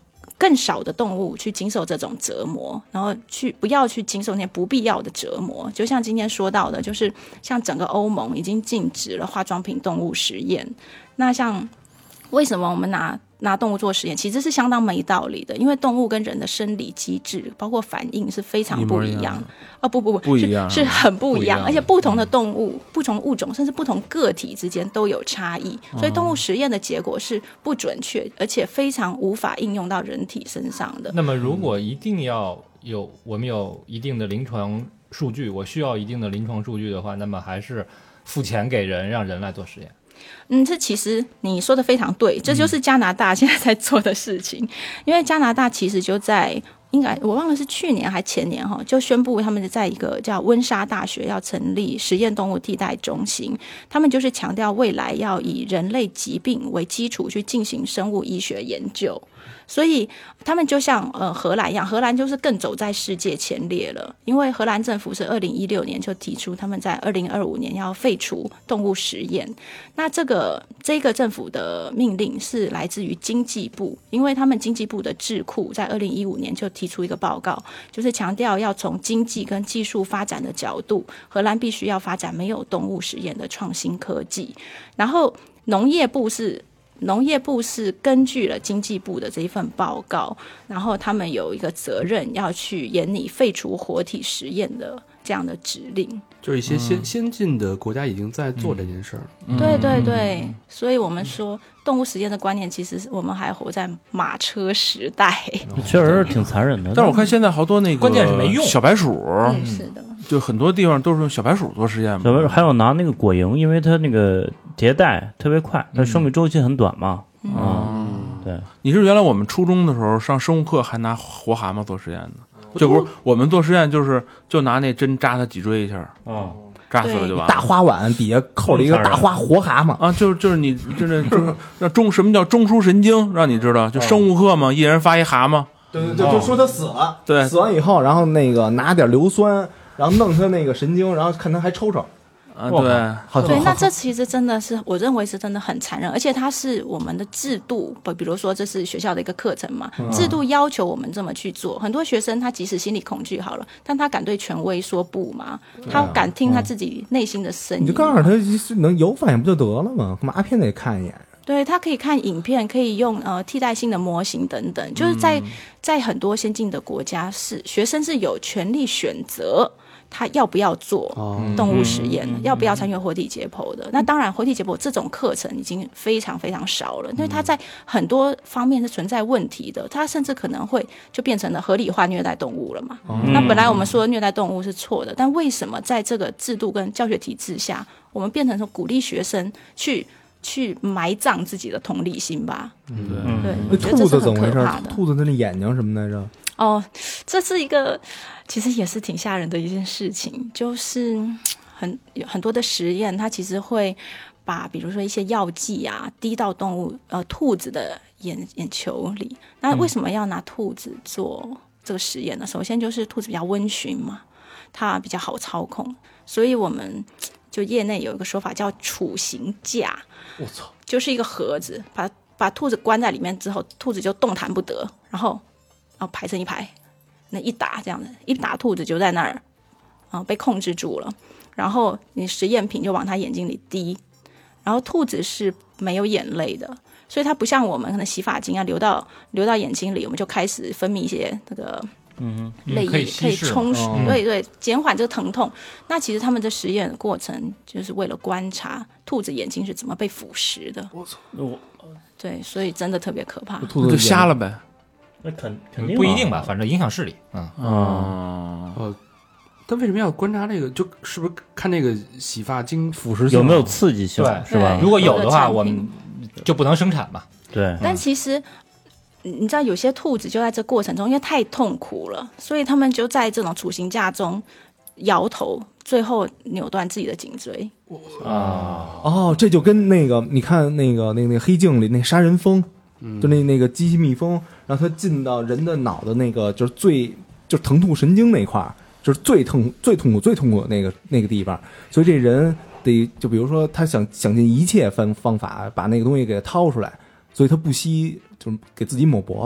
更少的动物去经受这种折磨，然后不要去经受那些不必要的折磨。就像今天说到的，就是像整个欧盟已经禁止了化妆品动物实验。那像为什么我们拿动物做实验，其实是相当没道理的，因为动物跟人的生理机制包括反应是非常不一样的。不一样，是很不一样，而且不同的动物、不同物种甚至不同个体之间都有差异，所以动物实验的结果是不准确，而且非常无法应用到人体身上的。 那么如果一定要我们有一定的临床数据，我需要一定的临床数据的话，那么还是付钱给人，让人来做实验。 这其实你说的非常对，这就是加拿大现在在做的事情。因为加拿大其实就在应该我忘了是去年还前年就宣布他们在一个叫温莎大学要成立实验动物替代中心，他们就是强调未来要以人类疾病为基础去进行生物医学研究。所以他们就像荷兰一样，荷兰就是更走在世界前列了，因为荷兰政府是2016年就提出他们在2025年要废除动物实验。那这个政府的命令是来自于经济部，因为他们经济部的智库在2015年就提出一个报告，就是强调要从经济跟技术发展的角度，荷兰必须要发展没有动物实验的创新科技。然后农业部是根据了经济部的这一份报告，然后他们有一个责任要去研拟废除活体实验的这样的指令。 就是一些先进的国家已经在做这件事儿。 对对对，所以我们说动物实验的观念，其实我们还活在马车时代。 确实是挺残忍的。 但是我看现在好多那个关键是没用小白鼠， 是的， 就很多地方都是用小白鼠做实验嘛。 小白鼠还有拿那个果蝇，因为它那个迭代特别快，它生命周期很短嘛。对。 你是原来我们初中的时候上生物课还拿活蛤蟆做实验呢？就不是我们做实验就拿那针扎它脊椎一下，扎死了就完了。 大花碗底下扣了一个大活蛤蟆啊，就是你就是那什么叫中枢神经？让你知道，就生物课嘛，一人发一蛤蟆。 对，就说他死了， 对， 死完以后，然后那个拿点硫酸，然后弄他那个神经，然后看他还抽抽。 对，那这其实真的是我认为是真的很残忍，而且它是我们的制度，比如说这是学校的一个课程嘛，制度要求我们这么去做。很多学生他即使心理恐惧好了，但他敢对权威说不吗？他敢听他自己内心的声音？ 你就告诉他能有反应不就得了吗？干嘛偏得看一眼？ 对，他可以看影片，可以用替代性的模型等等，就是在很多先进的国家，是学生是有权利选择他要不要做动物实验，要不要参与活体解剖的。那当然活体解剖这种课程已经非常非常少了，因为它在很多方面是存在问题的，它甚至可能会就变成了合理化虐待动物了嘛。那本来我们说虐待动物是错的，但为什么在这个制度跟教学体制下，我们变成说鼓励学生去埋葬自己的同理心吧？对，我觉得这是很可怕的。 兔子的那眼睛什么来着？ 这是一个其实也是挺吓人的一件事情，就是很多的实验，它其实会把比如说一些药剂啊滴到兔子的眼球里。那为什么要拿兔子做这个实验呢？首先就是兔子比较温驯嘛，它比较好操控，所以我们就业内有一个说法叫处刑架。我操，就是一个盒子，把兔子关在里面之后，兔子就动弹不得，然后排成一排，那一打这样子，一打兔子就在那儿被控制住了，然后你实验品就往它眼睛里滴，然后兔子是没有眼泪的，所以它不像我们可能洗发精流到眼睛里，我们就开始分泌一些那个泪液可以冲洗，对，减缓这个疼痛。那其实他们的实验过程就是为了观察兔子眼睛是怎么被腐蚀的。我操！对，所以真的特别可怕。 兔子就瞎了呗。 那肯定不一定吧，反正影响视力。 但为什么要观察这个？就是不是看那个洗发精腐蚀有没有刺激性，是吧？ 如果有的话，我们就不能生产嘛。 对。 但其实你知道，有些兔子就在这过程中，因为太痛苦了，所以他们就在这种处刑架中摇头，最后扭断自己的颈椎。 这就跟那个你看那个黑镜里那杀人蜂。就那个机器蜜蜂，然后它进到人的脑的那个就是疼痛神经那块儿，就是最痛苦的那个地方，所以这人得就比如说他想尽一切方法把那个东西给掏出来，所以他不惜就是给自己抹脖子。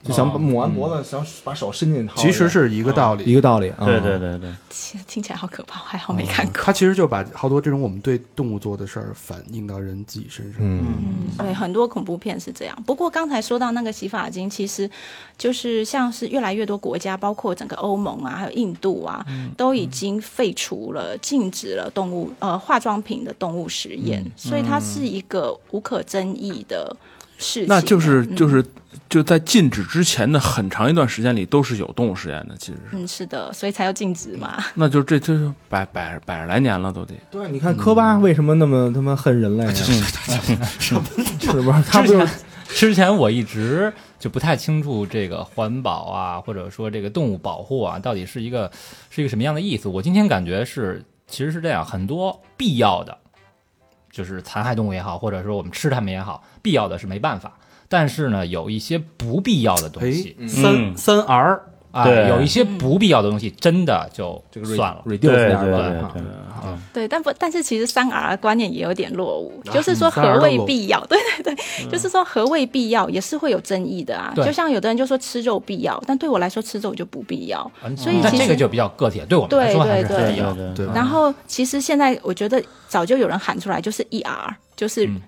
就想抹完脖子，想把手伸进掏， 其实是一个道理。 一个道理。 对对对对， 听起来好可怕，还好没看过。 他其实就把好多这种我们对动物做的事儿反映到人自己身上。 对，很多恐怖片是这样。不过刚才说到那个洗发精，其实就是像是越来越多国家，包括整个欧盟啊，还有印度啊，都已经废除了、禁止了动物化妆品的动物实验，所以它是一个无可争议的事情。 那就在禁止之前的很长一段时间里都是有动物实验的，其实是。 是的，所以才要禁止嘛。 那就这就是百十来年了都得。 对，你看科巴为什么那么他妈恨人类啊？是不是？他不是之前我一直就不太清楚这个环保啊，或者说这个动物保护啊，到底是一个什么样的意思。我今天感觉其实是这样，很多必要的，就是残害动物也好，或者说我们吃它们也好，必要的是没办法。但是呢，有一些不必要的东西， 三 R 对有一些不必要的东西，真的就这个算了。 对 reduce 对， 但是其实3R 观念也有点落伍，就是说何谓必要？对，就是说何谓必要也是会有争议的啊。就像有的人就说吃肉必要，但对我来说吃肉就不必要。所以其实这个就比较个体，对我们来说还是很必要。 对。 然后其实现在我觉得早就有人喊出来，就是 ER， 就是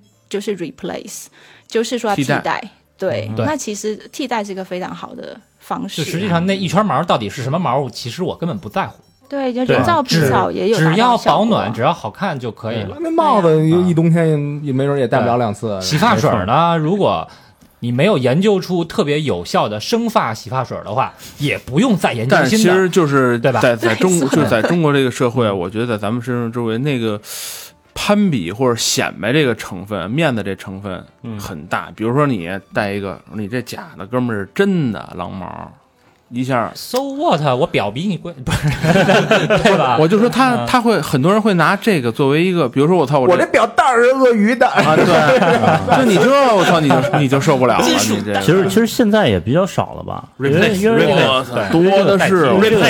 replace， 就是说要替代。对，那其实替代是一个非常好的方式。 就实际上那一圈毛到底是什么毛，其实我根本不在乎。 对，就人造皮草也有， 只要保暖，只要好看就可以了。 那帽子一冬天也没准也戴不了2次。 洗发水呢，如果你没有研究出特别有效的生发洗发水的话，也不用再研究新的。 但其实就是对吧？ 在中国这个社会，我觉得在咱们身上周围那个攀比或者显摆这个成分、面子这成分很大。比如说你戴一个，你这假的，哥们儿是真的狼毛，一下 ，so what？ 我表比你贵，不是对吧？ 我就说他会很多人会拿这个作为一个，比如说我这表带是鳄鱼的啊，对，就你这我操你就受不了了，你这其实现在也比较少了吧？因为多的是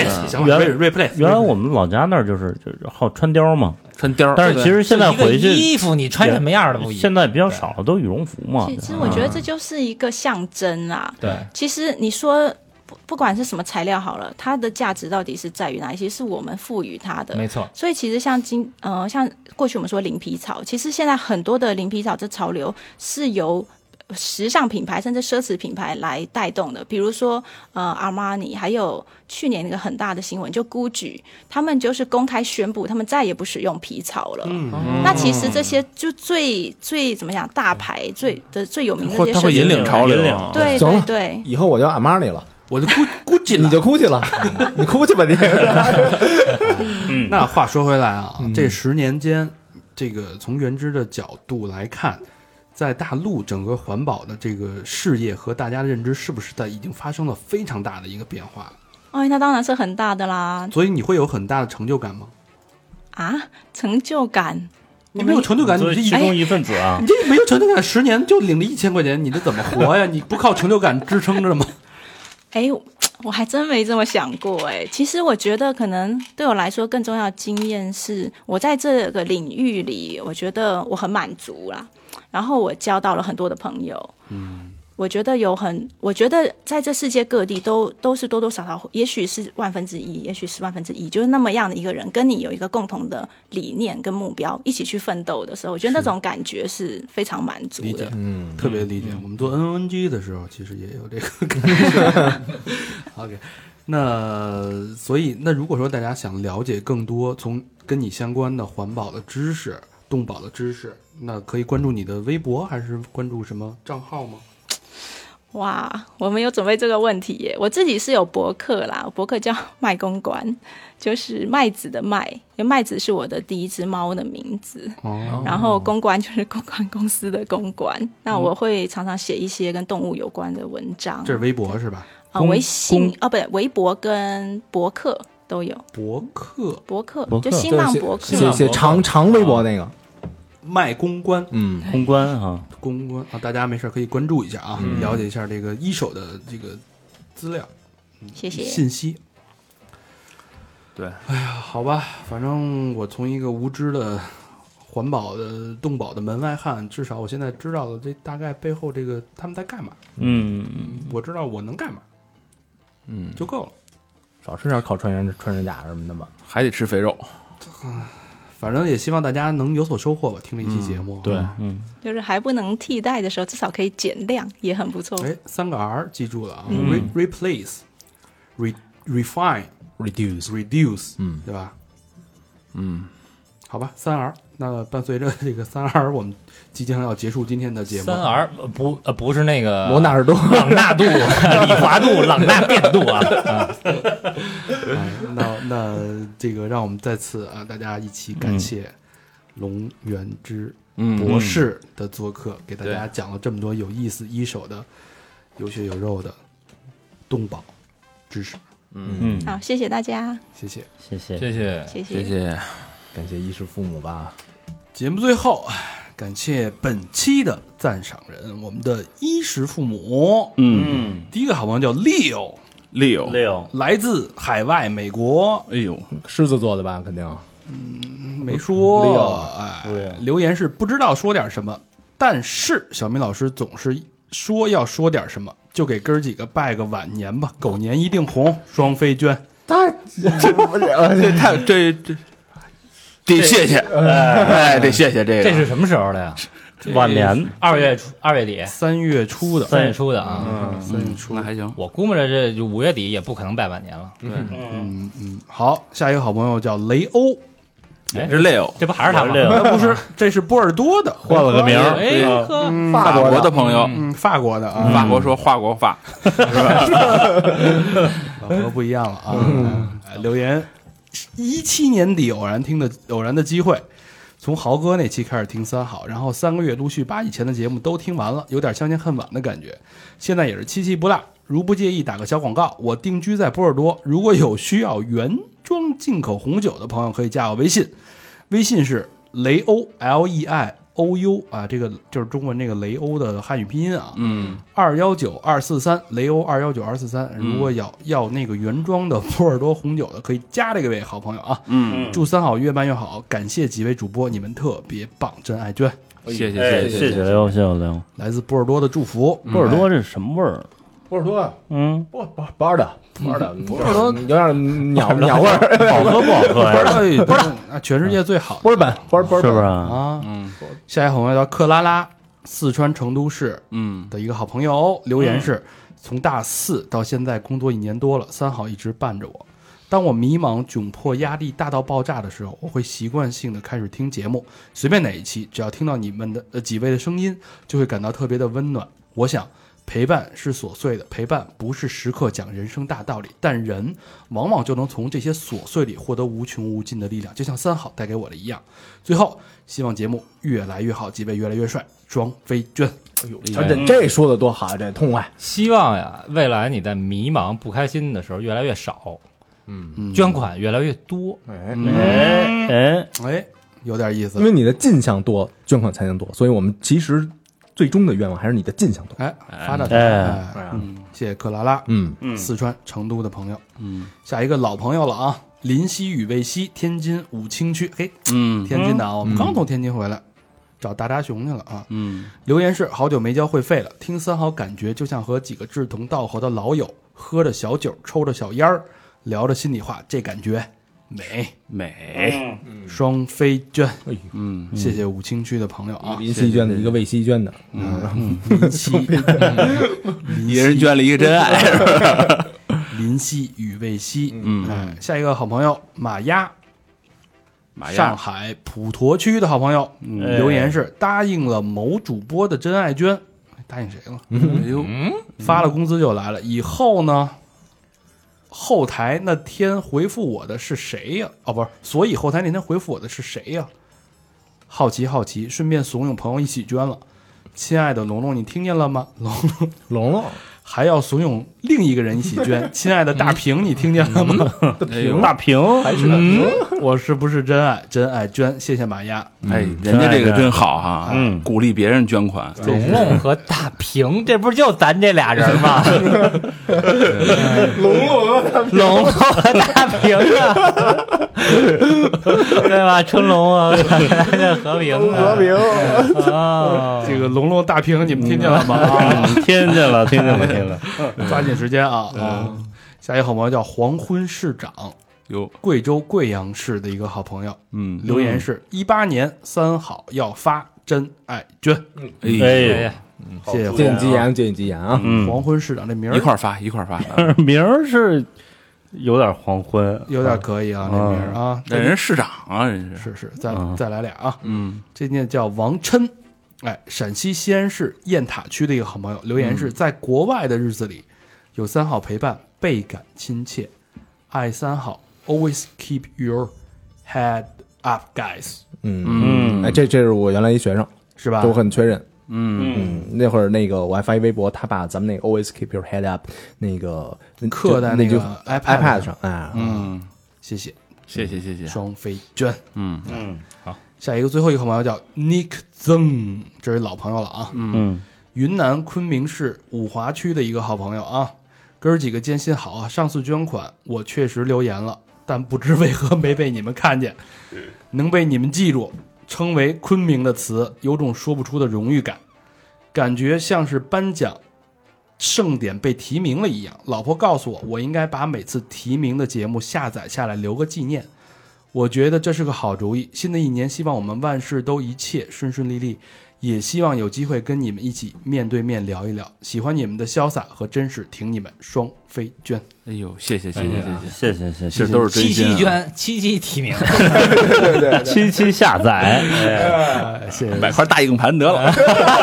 replace。 原来我们老家那儿就是好穿貂嘛。 穿貂， 但是其实现在回去衣服你穿什么样的不一样， 现在比较少了，都羽绒服嘛。 其实我觉得这就是一个象征啊。 对， 其实你说不管是什么材料好了，它的价值到底是在于哪一些，是我们赋予它的。 没错。 所以其实像过去我们说零皮草，其实现在很多的零皮草这潮流是由时尚品牌甚至奢侈品牌来带动的，比如说Armani， 还有去年那个很大的新闻，就 Gucci， 他们就是公开宣布他们再也不使用皮草了。那其实这些就最怎么讲，大牌最有名的这些， 它会引领潮流。 对对对， 以后我叫 Armani 了。 我就估计你就哭去了，你哭去吧你。 那话说回来啊，这10年间，这个从原知的角度来看，在大陆整个环保的这个事业和大家的认知，是不是已经发生了非常大的一个变化？ 那当然是很大的啦。 所以你会有很大的成就感吗？ 啊，成就感？ 你没有成就感，你是其中一份子啊！ 你这没有成就感，10年就领了1000块钱，你这怎么活呀？你不靠成就感支撑着吗？ 我还真没这么想过其实我觉得可能对我来说更重要的经验是我在这个领域里，我觉得我很满足啦，然后我交到了很多的朋友。我觉得在这世界各地都是多多少少，也许是1/1000，也许是1/1000，就是那么样的一个人，跟你有一个共同的理念跟目标，一起去奋斗的时候，我觉得那种感觉是非常满足的。 理解，特别理解。我们做 NNG 的时候，其实也有这个感觉。OK， 所以如果说大家想了解更多从跟你相关的环保的知识、动保的知识，那可以关注你的微博，还是关注什么账号吗？ 哇，我没有准备这个问题耶。我自己是有博客啦，博客叫麦公关，就是麦子的麦，因为麦子是我的第一只猫的名字。然后公关就是公关公司的公关。那我会常常写一些跟动物有关的文章。 这是微博是吧？ 微信不对，微博跟博客都有。博客就新浪博客， 写长微博那个。 卖公关， 公关啊， 公关啊，大家没事可以关注一下啊，了解一下这个一手的这个资料， 谢谢信息。 对， 哎呀，好吧，反正我从一个无知的环保的动保的门外汉，至少我现在知道了这大概背后这个他们在干嘛。我知道我能干嘛，就够了。 少吃点烤穿山甲什么的吧。 还得吃肥肉。 反正也希望大家能有所收获吧。听了一期节目， 对， 就是还不能替代的时候，至少可以减量，也很不错。 哎，3个 R 记住了啊，replace、refine、reduce，对吧？好吧，3R。那伴随着这个3R，我们即将要结束今天的节目。 3R 不是那个罗纳尔多、 朗纳度、李华度、朗纳变度啊。 那这个让我们再次啊，大家一起感谢龙元之博士的做客，给大家讲了这么多有意思、一手的、有血有肉的动保知识。 好，谢谢大家， 谢谢。 谢谢。 感谢衣食父母吧。 节目最后，感谢本期的赞赏人，我们的衣食父母。第一个好朋友叫 Leo， 来自海外美国。 哎呦， 狮子座的吧，肯定。 没说。留言是不知道说点什么，但是小明老师总是说要说点什么，就给哥儿几个拜个晚年吧，狗年一定红，双飞娟。 这得谢谢，得谢谢这个。 这是什么时候的呀？ 晚年 2月底 ，3月初的 ，3月初的啊。 3月初那还行。 我估摸着这就5月底也不可能拜晚年了。 好，下一个好朋友叫雷欧， 也是 Leo， 这不还是他吗？ 不是，这是波尔多的， 换了个名儿， 哎呵， 法国的朋友， 法国的啊， 法国说华国法， 老何不一样了啊。留言，17年底偶然的机会，从豪哥那期开始听三好，然后3个月陆续把以前的节目都听完了，有点相见恨晚的感觉。现在也是7期不落，如不介意打个小广告，我定居在波尔多，如果有需要原装进口红酒的朋友可以加我微信，微信是雷欧 LEIOU 啊，这个就是中文这个雷欧的汉语拼音啊，219243雷欧219243，如果要那个原装的波尔多红酒的，可以加这个位好朋友啊。祝三好越办越好，感谢几位主播，你们特别棒，真爱娟。 谢谢刘，谢谢刘。 来自波尔多的祝福。 波尔多这是什么味儿？ 波尔多，波尔多有点鸟味儿， 好喝不好喝呀？ 不是，全世界最好的波尔本，波尔是不是啊？下一个好朋友叫克拉拉，四川成都市的一个好朋友，留言是从大4到现在工作1年多了，三好一直伴着我。当我迷茫、窘迫、压力大到爆炸的时候，我会习惯性的开始听节目，随便哪一期，只要听到你们的几位的声音，就会感到特别的温暖。我想陪伴是琐碎的，陪伴不是时刻讲人生大道理，但人往往就能从这些琐碎里获得无穷无尽的力量，就像三好带给我的一样。最后，希望节目越来越好，几位越来越帅，双飞娟。哎呦， 这说的多好啊，这痛快。 希望呀，未来你在迷茫、不开心的时候越来越少，捐款越来越多。 有点意思。 因为你的进项多，捐款才能多，所以我们其实最终的愿望还是你的进项多。 发展谢谢克拉拉，四川成都的朋友，下一个老朋友了啊，林夕与魏夕，天津武清区，嘿，天津的啊，我们刚从天津回来，找大扎熊去了啊，留言是好久没交会费了，听三好感觉就像和几个志同道合的老友，喝着小酒，抽着小烟儿，聊着心里话，这感觉美，双飞娟，谢谢武清区的朋友啊， 林夕捐的一个魏夕捐的， 林夕， 一人捐了一个真爱， 林夕与魏夕，下一个好朋友马丫，上海普陀区的好朋友，留言是答应了某主播的真爱捐，答应谁了？哎呦，发了工资就来了，以后呢？后台那天回复我的是谁呀？哦，不是，所以后台那天回复我的是谁呀？好奇，顺便怂恿朋友一起捐了。亲爱的龙龙，你听见了吗？龙龙， 还要怂恿另一个人一起捐。亲爱的大平，你听见了吗？ 大平还是大平， 我是不是真爱？真爱捐，谢谢马丫。 哎，人家这个真好哈，鼓励别人捐款。 龙龙和大平，这不就咱这俩人吗？龙和大平啊，对吧？春龙啊，和平啊， 这个龙龙大平，你们听见了吗？ 听见了， 抓紧时间啊！下一个好朋友叫黄昏市长， 有贵州贵阳市的一个好朋友， 嗯， 留言是18年3号要发真爱捐， 哎， 谢谢见你吉言啊！ 黄昏市长这名儿一块儿发一块儿发， 名儿是有点黄昏， 有点可以啊，这名儿啊， 那人市长啊，人是是再来俩啊，这念叫王琛，哎，陕西西安市雁塔区的一个好朋友，留言是在国外的日子里有3号陪伴，倍感亲切，爱3号 ，always keep your head up, guys， 哎，这是我原来一学生， 是吧？ 都很确认。那会儿那个我还发一微博，他把咱们那个 always keep your head up 那个刻在那个 iPad 上，哎， 谢谢双飞娟， 好， 下一个最后一个好朋友叫 Nick Zeng， 这是老朋友了啊，云南昆明市五华区的一个好朋友啊，哥儿几个艰辛好啊，上次捐款我确实留言了，但不知为何没被你们看见，能被你们记住，称为昆明的词，有种说不出的荣誉感，感觉像是颁奖盛典被提名了一样。老婆告诉我，我应该把每次提名的节目下载下来留个纪念。我觉得这是个好主意。新的一年，希望我们万事都一切顺顺利利，也希望有机会跟你们一起面对面聊一聊。喜欢你们的潇洒和真实，挺你们双飞娟。 哎呦，谢谢， 这都是真心 7捐7提名 ，7下载， 谢谢买块大硬盘得了。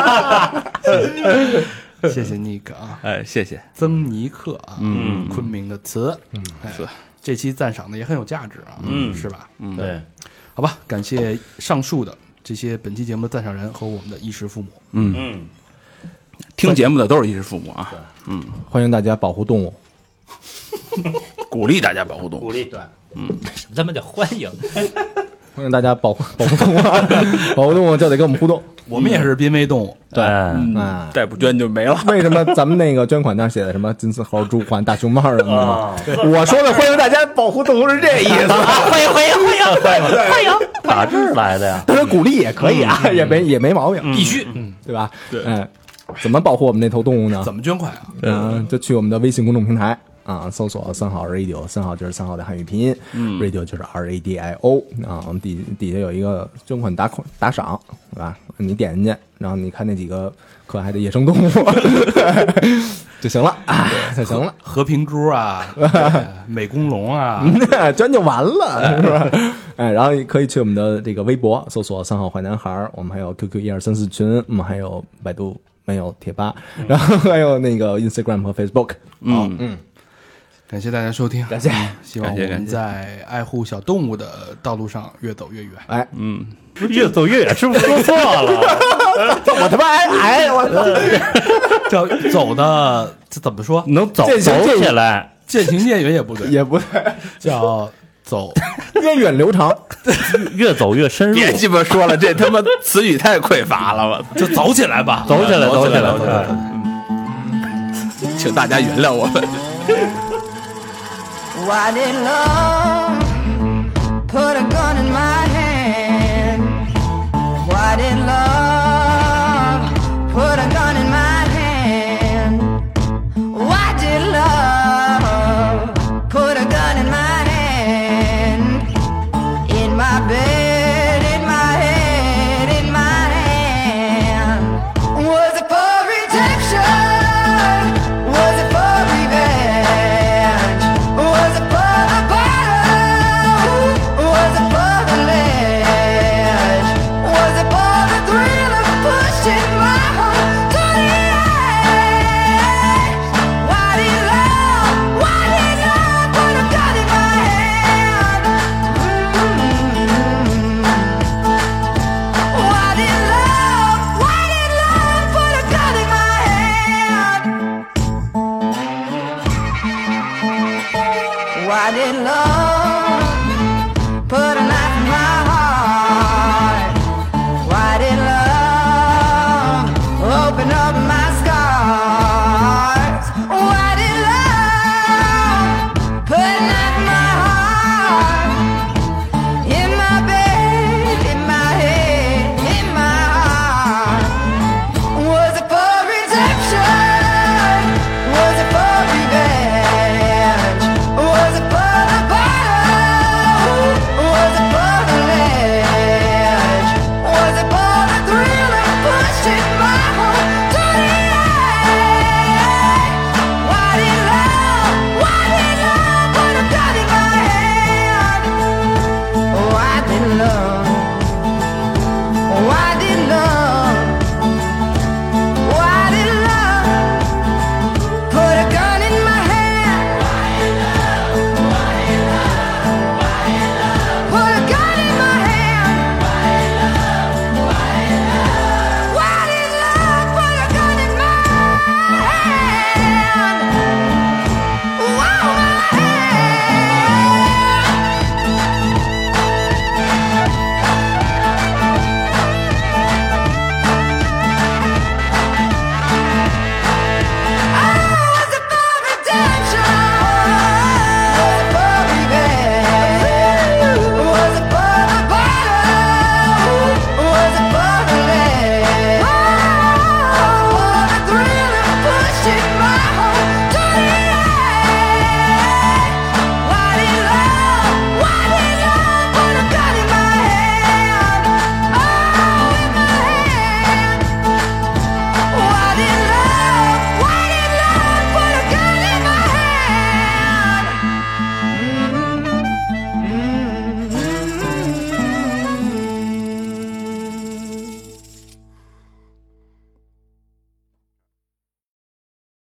谢谢尼克啊， 哎，谢谢曾尼克啊，昆明的词，是这期赞赏的也很有价值啊，是吧？ 对， 好吧，感谢上述的这些本期节目的赞赏人和我们的衣食父母， 听节目的都是衣食父母啊， 欢迎大家保护动物， 鼓励大家保护动物， 对， 咱们得欢迎， 欢迎大家保护动物，保护动物就得跟我们互动。 我们也是濒危动物， 对， 再不捐就没了。 为什么咱们那个捐款那写的什么金丝猴、猪环、大熊猫什么的？我说的欢迎大家保护动物是这意思， 欢迎， 打这儿来的呀？ 当然鼓励也可以啊，也没毛病， 必须， 对吧？怎么保护我们那头动物呢？ 怎么捐款啊？ 就去我们的微信公众平台啊，搜索3号 radio， 3号就是3号的汉语拼音，radio 就是 RADIO 啊，我们底下有一个捐款打赏，对吧？你点进去，然后你看那几个可爱的野生动物就行了，就行了。 和平猪啊，美工龙啊， 捐就完了，是吧？哎，然后可以去我们的这个微博搜索3号坏男孩，我们还有 QQ 1234群，我们还有百度没有贴吧，然后还有那个 Instagram 和 Facebook。 感谢大家收听， 感谢， 希望我们在爱护小动物的道路上越走越远。 哎， 越走越远，是不是说错了？ 我他妈哎，我叫走的这怎么说？ 能走起来， 渐行渐远也不对， 也不对， 叫走源远流长， 越走越深入。 别鸡巴说了，这他妈词语太匮乏了，我就走起来吧， 走起来。 请大家原谅我们。 Why did love put a gun in